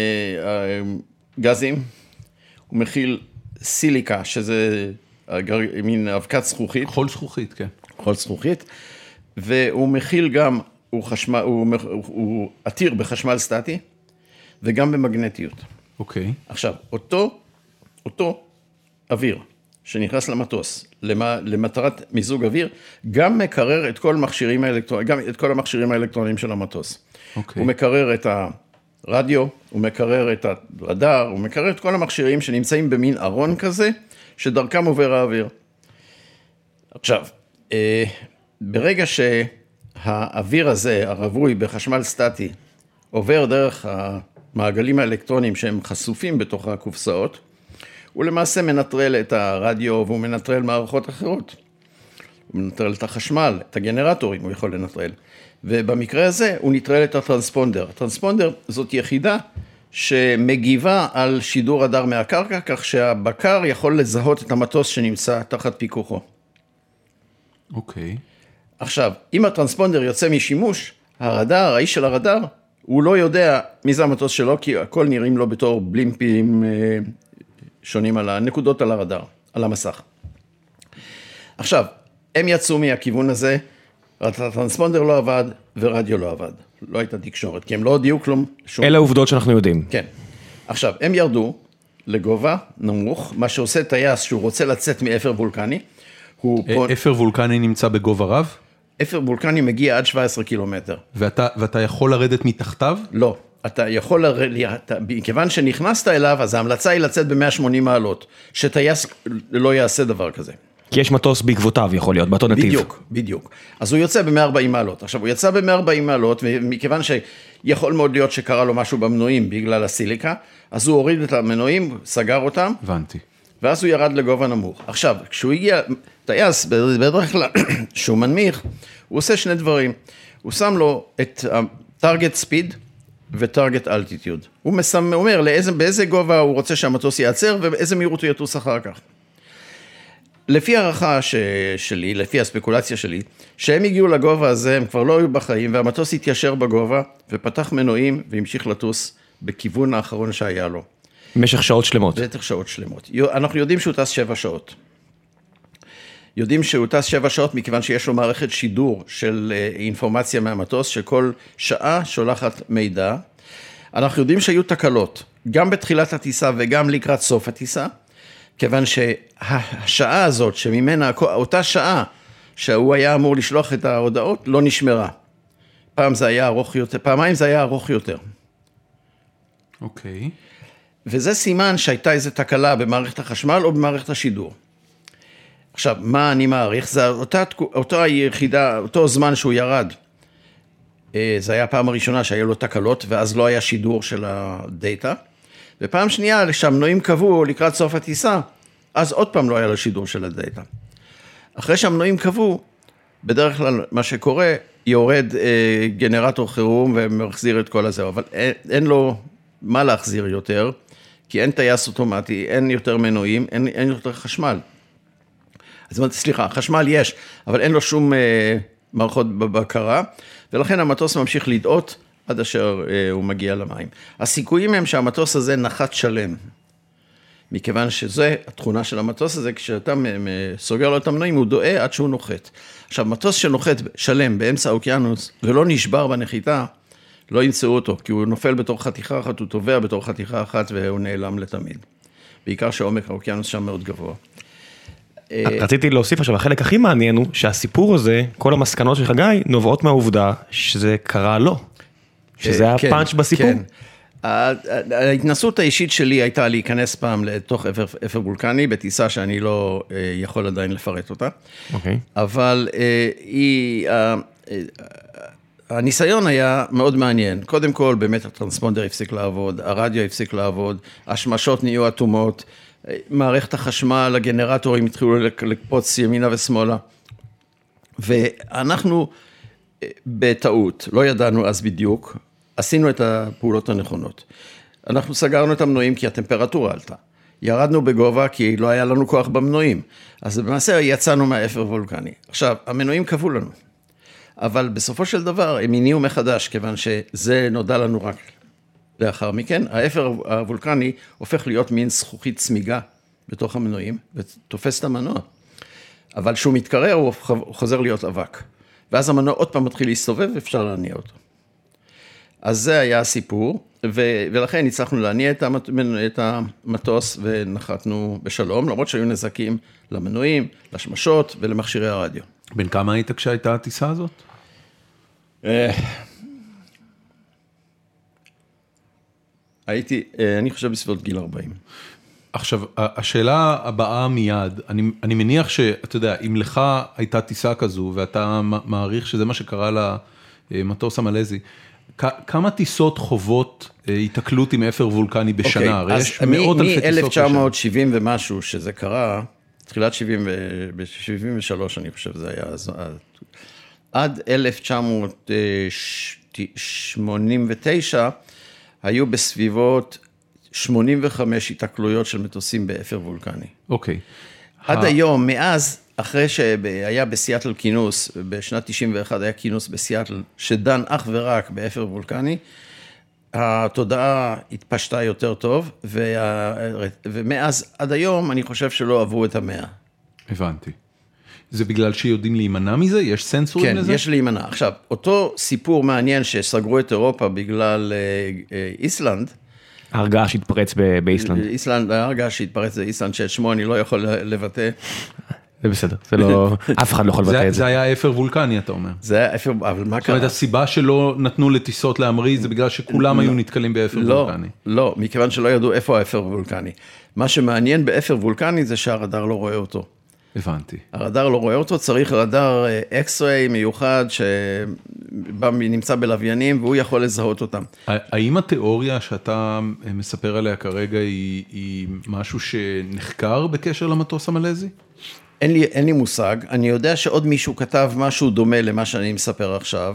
J: גזים, הוא מכיל סיליקה, שזה מין אבקת זכוכית.
A: חול זכוכית, כן.
J: חול זכוכית, והוא מכיל גם, הוא עתיר בחשמל סטטי, וגם במגנטיות.
A: אוקיי.
J: עכשיו, אותו אוויר שנכנס למטוס, למטרת מיזוג אוויר, גם מקרר את כל המכשירים האלקטרוניים, גם את כל המכשירים האלקטרוניים של המטוס.
A: אוקיי.
J: הוא מקרר את הרדיו, הוא מקרר את הרדאר, הוא מקרר את כל המכשירים שנמצאים במין ארון כזה, שדרכם עובר האוויר. עכשיו, ברגע שהאוויר הזה, הרווי בחשמל סטטי, עובר דרך המעגלים האלקטרונים שהם חשופים בתוך הקופסאות, הוא למעשה מנטרל את הרדיו והוא מנטרל מערכות אחרות. הוא מנטרל את החשמל, את הגנרטורים הוא יכול לנטרל. ובמקרה הזה הוא נטרל את הטרנספונדר. הטרנספונדר זאת יחידה שמגיבה על שידור רדאר מהקרקע, כך שהבקר יכול לזהות את המטוס שנמצא תחת פיקוחו.
A: אוקיי.
J: עכשיו, אם הטרנספונדר יוצא משימוש, הרדאר, האיש של הרדאר, הוא לא יודע מי זה המטוס שלו, כי הכל נראים לו בתור בלימפים שונים על הנקודות על הרדאר, על המסך. עכשיו, הם יצאו מהכיוון הזה, הטרנספונדר לא עבד ורדיו לא עבד. לא הייתה תקשורת, כי הם לא הודיעו כלום.
B: אלה העובדות שאנחנו יודעים.
J: כן. עכשיו, הם ירדו לגובה נמוך, מה שעושה טייס שהוא רוצה לצאת מאפר וולקני,
A: אפר וולקני נמצא בגובה רב?
J: אפר וולקני מגיע עד 17 קילומטר.
A: ואתה יכול לרדת מתחתיו?
J: לא. אתה יכול כיוון שנכנסת אליו, אז ההמלצה היא לצאת ב-180 מעלות, שטייס לא יעשה דבר כזה.
B: כי יש מטוס בעקבותיו, יכול להיות, באותו נתיב.
J: בדיוק. אז הוא יוצא ב-140 מעלות. עכשיו, הוא יצא ב-140 מעלות, ומכיוון שיכול מאוד להיות שקרה לו משהו במנועים בגלל הסיליקה, אז הוא הוריד את המנועים, סגר אותם.
A: הבנתי.
J: ואז הוא ירד לגובה נמוך. עכשיו, כשהוא הגיע, טייס, בדרך כלל, שהוא מנמיך, הוא עושה שני דברים. הוא שם לו את target speed ו-target altitude. הוא אומר באיזה גובה הוא רוצה שהמטוס ייעצר, ובאיזה מהירות הוא יטוס אחר כך. לפי הערכה שלי, לפי הספקולציה שלי, שהם הגיעו לגובה הזה, הם כבר לא היו בחיים, והמטוס התיישר בגובה, ופתח מנועים, והמשיך לטוס בכיוון האחרון שהיה לו.
B: במשך שעות שלמות.
J: במשך שעות שלמות. אנחנו יודעים שהוא טס 7 שעות. יודעים שהוא טס 7 שעות, מכיוון שיש לו מערכת שידור של אינפורמציה מהמטוס, שכל שעה שולחת מידע. אנחנו יודעים שהיו תקלות, גם בתחילת הטיסה וגם לקראת סוף הטיסה, כיוון שהשעה הזאת, שממנה, אותה שעה שהוא היה אמור לשלוח את ההודעות, לא נשמרה. פעמיים זה היה ארוך יותר.
A: אוקיי.
J: וזה סימן שהייתה איזו תקלה במערכת החשמל או במערכת השידור. עכשיו, מה אני מעריך? זה אותה יחידה, אותו זמן שהוא ירד. זה היה הפעם הראשונה שהיה לו תקלות, ואז לא היה שידור של הדאטה. ופעם שנייה, שהמנועים קבעו לקראת סוף הטיסה, אז עוד פעם לא היה לו שידור של הדאטה. אחרי שהמנועים קבעו, בדרך כלל מה שקורה, יורד גנרטור חירום ומחזיר את כל הזה, אבל אין לו מה להחזיר יותר, כי אין טייס אוטומטי, אין יותר מנועים, אין יותר חשמל. אז סליחה, חשמל יש, אבל אין לו שום מערכות בבקרה, ולכן המטוס ממשיך לדאות עד אשר הוא מגיע למים. הסיכויים הם שהמטוס הזה נחת שלם, מכיוון שזה התכונה של המטוס הזה, כשאתה סוגר לו את המנועים, הוא דואה עד שהוא נוחת. עכשיו, מטוס שנוחת שלם באמצע האוקיינוס, ולא נשבר בנחיתה, לא ימצאו אותו, כי הוא נופל בתור חתיכה אחת, הוא טובע בתור חתיכה אחת, והוא נעלם לתמיד. בעיקר שעומק האוקיינוס שם מאוד גבוה.
B: רציתי להוסיף עכשיו, החלק הכי מעניין הוא שהסיפור הזה, כל המסקנות של חגי, נובעות מהעובדה שזה קרה לו. שזה היה פאנץ' בסיפור. כן.
J: ההתנסות האישית שלי הייתה להיכנס פעם לתוך אפר וולקני, בטיסה שאני לא יכול עדיין לפרט אותה. אבל הניסיון היה מאוד מעניין. קודם כל, באמת הטרנספונדר הפסיק לעבוד, הרדיו הפסיק לעבוד, השמשות נהיו אטומות, מערכת החשמל, הגנרטורים התחילו לקפוץ ימינה ושמאלה. ואנחנו בטעות, לא ידענו אז בדיוק, עשינו את הפעולות הנכונות. אנחנו סגרנו את המנועים כי הטמפרטורה עלתה. ירדנו בגובה כי לא היה לנו כוח במנועים. אז במעשה יצאנו מהאפר וולקני. עכשיו, המנועים קבעו לנו. אבל בסופו של דבר הם הניעו מחדש, כיוון שזה נודע לנו רק לאחר מכן. האפר הוולקני הופך להיות מין זכוכית צמיגה בתוך המנועים, ותופס את המנוע. אבל כשהוא מתקרר הוא חוזר להיות אבק. ואז המנוע עוד פעם מתחיל להסתובב, ואפשר להניע אותו. אז זה היה הסיפור, ולכן הצלחנו להניע את המטוס, ונחתנו בשלום, למרות שהיו נזקים למנועים, לשמשות ולמכשירי הרדיו.
A: בין כמה היית כשהייתה הטיסה הזאת?
J: אני חושב בסביבות גיל 40.
A: עכשיו, השאלה הבאה מיד, אני מניח שאתה יודע, אם לך הייתה טיסה כזו, ואתה מעריך שזה מה שקרה למטוס המלזי, כמה טיסות חוות התקלות עם אפר וולקני בשנה? הרי יש מאות אלפי טיסות בשנה.
J: מ-1970 ומשהו שזה קרה, תחילת 73 אני חושב זה היה, עד 1989 היו בסביבות 85 התקלויות של מטוסים באפר וולקני.
A: אוקיי.
J: עד היום, מאז, אחרי שהיה בסיאטל כינוס, בשנת 91 היה כינוס בסיאטל, שדן אך ורק באפר וולקני, התודעה התפשטה יותר טוב, ומאז עד היום אני חושב שלא עברו את 100.
A: הבנתי. זה בגלל שיודעים להימנע מזה? יש סנסורים לזה?
J: כן, יש להימנע. עכשיו, אותו סיפור מעניין שסגרו את אירופה בגלל איסלנד,
B: ההרגעה שהתפרץ באיסלנד.
J: ההרגעה שהתפרץ באיסלנד, שאת שמו אני לא יכול לבטא.
B: זה בסדר, זה לא, אף אחד לא יכול לבטא את זה.
A: זה היה אפר וולקני, אתה אומר.
J: זה היה אפר, אבל מה קרה?
A: זאת אומרת, הסיבה שלא נתנו לטיסות להמריא, זה בגלל שכולם היו נתקלים באפר וולקני.
J: לא, מכיוון שלא ידעו איפה האפר וולקני. מה שמעניין באפר וולקני זה שהרדאר לא רואה אותו.
A: הבנתי.
J: הרדאר לא רואה אותו, צריך רדאר אקס-ריי מיוחד שנמצא בלוויינים והוא יכול לזהות אותם.
A: האם התיאוריה שאתה מספר עליה כרגע היא משהו שנחקר בקשר למטוס המלזי?
J: אין לי מושג. אני יודע שעוד מישהו כתב משהו דומה למה שאני מספר עכשיו,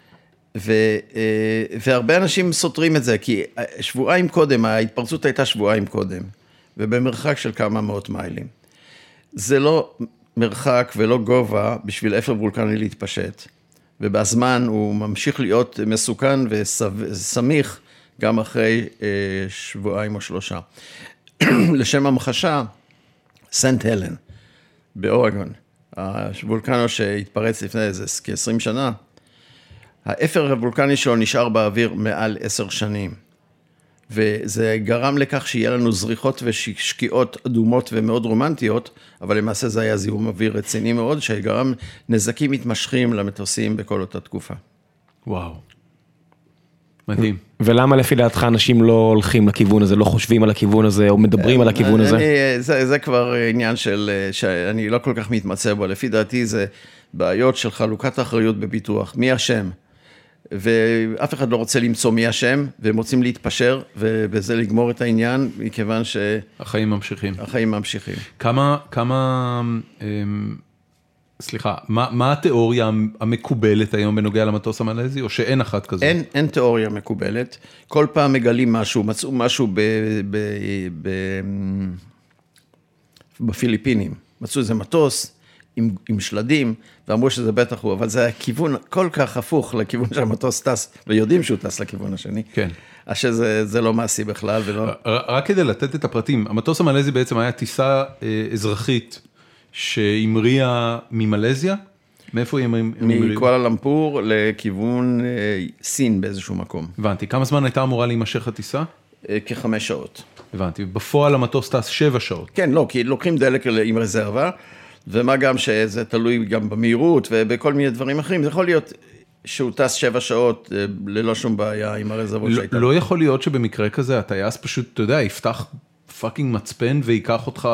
J: והרבה אנשים סותרים את זה, כי שבועיים קודם, ההתפרצות הייתה שבועיים קודם, ובמרחק של כמה מאות מיילים. זה לא מרחק ולא גובה בשביל אפר וולקני להתפשט, ובזמן הוא ממשיך להיות מסוכן וסמיך גם אחרי שבועיים או שלושה. לשם המחשה, סנט הלן באורגון, הוולקנו שהתפרץ לפני איזה כ-20 שנה, האפר הוולקני שלו נשאר באוויר מעל 10 שנים. וזה גרם לכך שיהיה לנו זריחות ושקיעות אדומות ומאוד רומנטיות, אבל למעשה זה היה זיהום אוויר רציני מאוד, שגרם נזקים מתמשכים למטוסים בכל אותה תקופה.
A: וואו. מדהים.
B: ולמה לפי דעתך אנשים לא הולכים לכיוון הזה, לא חושבים על הכיוון הזה, או מדברים על הכיוון הזה?
J: זה כבר עניין שאני לא כל כך מתמצא בו. לפי דעתי זה בעיות של חלוקת האחריות בביטוח. מי השם? ואף אחד לא רוצה למצוא מי השם, והם רוצים להתפשר, ובזה לגמור את העניין, מכיוון
A: החיים ממשיכים.
J: החיים ממשיכים.
A: סליחה, מה התיאוריה המקובלת היום בנוגע למטוס המלזי, או שאין אחת כזאת?
J: אין תיאוריה מקובלת. כל פעם מגלים משהו, מצאו משהו בפיליפינים. מצאו איזה מטוס עם שלדים, ואמרו שזה בטח הוא, אבל זה הכיוון כל כך הפוך לכיוון שהמטוס טס, ויודעים שהוא טס לכיוון השני.
A: כן.
J: שזה לא מעשי בכלל ולא...
A: רק כדי לתת את הפרטים, המטוס המלזי בעצם היה טיסה אזרחית, שהמריאה ממלזיה? מאיפה היא המריאה?
J: מקואלה למפור לכיוון סין באיזשהו מקום.
A: הבנתי. כמה זמן הייתה אמורה להימשך הטיסה?
J: כ5 שעות.
A: הבנתי. בפועל המטוס טס 7 שעות.
J: כן, לא, כי לוקחים דלק עם רזרבה, ומה גם שזה תלוי גם במהירות ובכל מיני דברים אחרים. זה יכול להיות שהוא טס 7 שעות ללא שום בעיה עם הרזרבות שהייתה.
A: לא יכול להיות שבמקרה כזה הטייס פשוט, אתה יודע, יפתח פאקינג מצפן ויקח אותך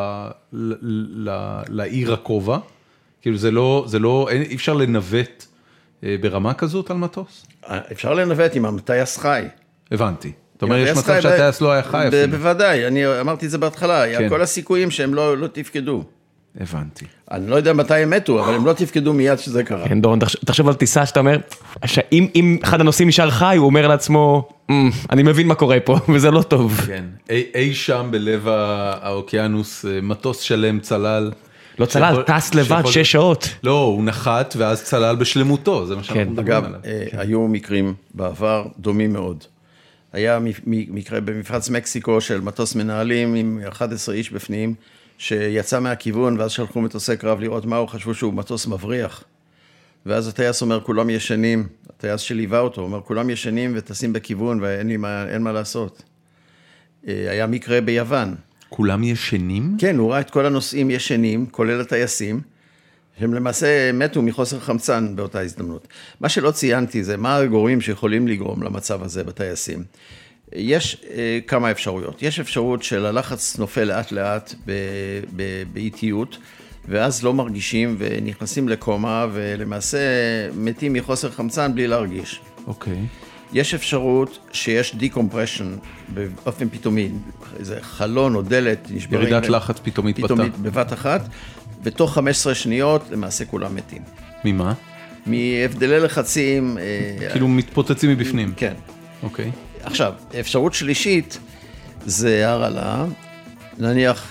A: לעיר הקרובה? כאילו זה לא, אי אפשר לנווט ברמה כזאת על מטוס?
J: אפשר לנווט עם הטייס חי.
A: הבנתי. זאת אומרת, יש מצב שהטייס לא היה חי אפילו.
J: בוודאי, אני אמרתי את זה בהתחלה, היה כל הסיכויים שהם לא תפקדו.
A: הבנתי.
J: אני לא יודע מתי הם מתו, אבל הם לא תפקדו מיד שזה קרה.
B: כן, דורון, תחשוב על טיסה שאתה אומר, שאם אחד הנוסעים נשאר חי, הוא אומר לעצמו, אני מבין מה קורה פה, וזה לא טוב.
A: כן, אי שם בלב האוקיינוס, מטוס שלם צלל.
B: לא צלל, טס לבד 6 שעות.
A: לא, הוא נחת ואז צלל בשלמותו, זה מה שאנחנו מדברים עליו.
J: אגב, היו מקרים בעבר דומים מאוד. היה מקרה במפרץ מקסיקו של מטוס מנהלים עם 11 איש בפנים, שיצא מהכיוון, ואז שלחו מטוסי קרב לראות מהו, חשבו שהוא מטוס מבריח. ואז הטייס אומר, כולם ישנים, הטייס שליווה אותו, אומר, כולם ישנים וטסים בכיוון ואין מה לעשות. היה מקרה ביוון.
A: כולם ישנים?
J: כן, הוא ראה את כל הנוסעים ישנים, כולל הטייסים, שהם למעשה מתו מחוסר חמצן באותה הזדמנות. מה שלא ציינתי זה מה הגורמים שיכולים לגרום למצב הזה בטייסים. יש כמה אפשרויות. יש אפשרות של הלחץ נופל לאט לאט באיטיות, ואז לא מרגישים ונכנסים לקומה, ולמעשה מתים מחוסר חמצן בלי להרגיש.
A: אוקיי.
J: יש אפשרות שיש דיקומפרשן באופן פתאומי, איזה חלון או דלת נשברים.
A: ירידת לחץ פתאומית
J: בבת אחת, ותוך 15 שניות למעשה כולם מתים.
A: ממה?
J: מהבדלי לחצים.
A: כאילו מתפוצצים מבפנים.
J: כן.
A: אוקיי.
J: עכשיו, אפשרות שלישית זה הרעלה, נניח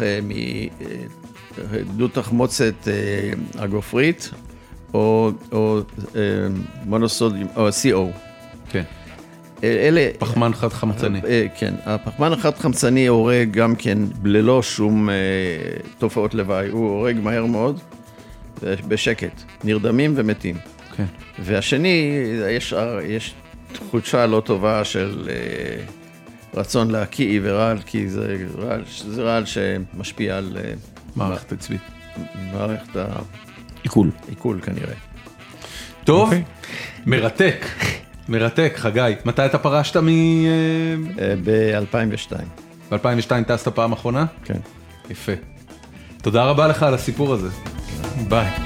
J: מדוד תחמוצת הגופרית, או מונוסודיום, או CO.
A: כן.
J: אלה...
A: פחמן חד חמצני.
J: כן, הפחמן החד חמצני הורג גם כן ללא שום תופעות לוואי, הוא הורג מהר מאוד, בשקט, נרדמים ומתים.
A: כן.
J: והשני, יש תחושה לא טובה של רצון להקיא ורעל, כי זה רעל שמשפיע על
A: מערכת עצבית.
J: מערכת העיכול כנראה.
A: טוב, מרתק. מרתק, חגי. מתי אתה פרשת
J: ב-2002.
A: ב-2002 טסת פעם אחרונה?
J: כן.
A: יפה. תודה רבה לך על הסיפור הזה. ביי.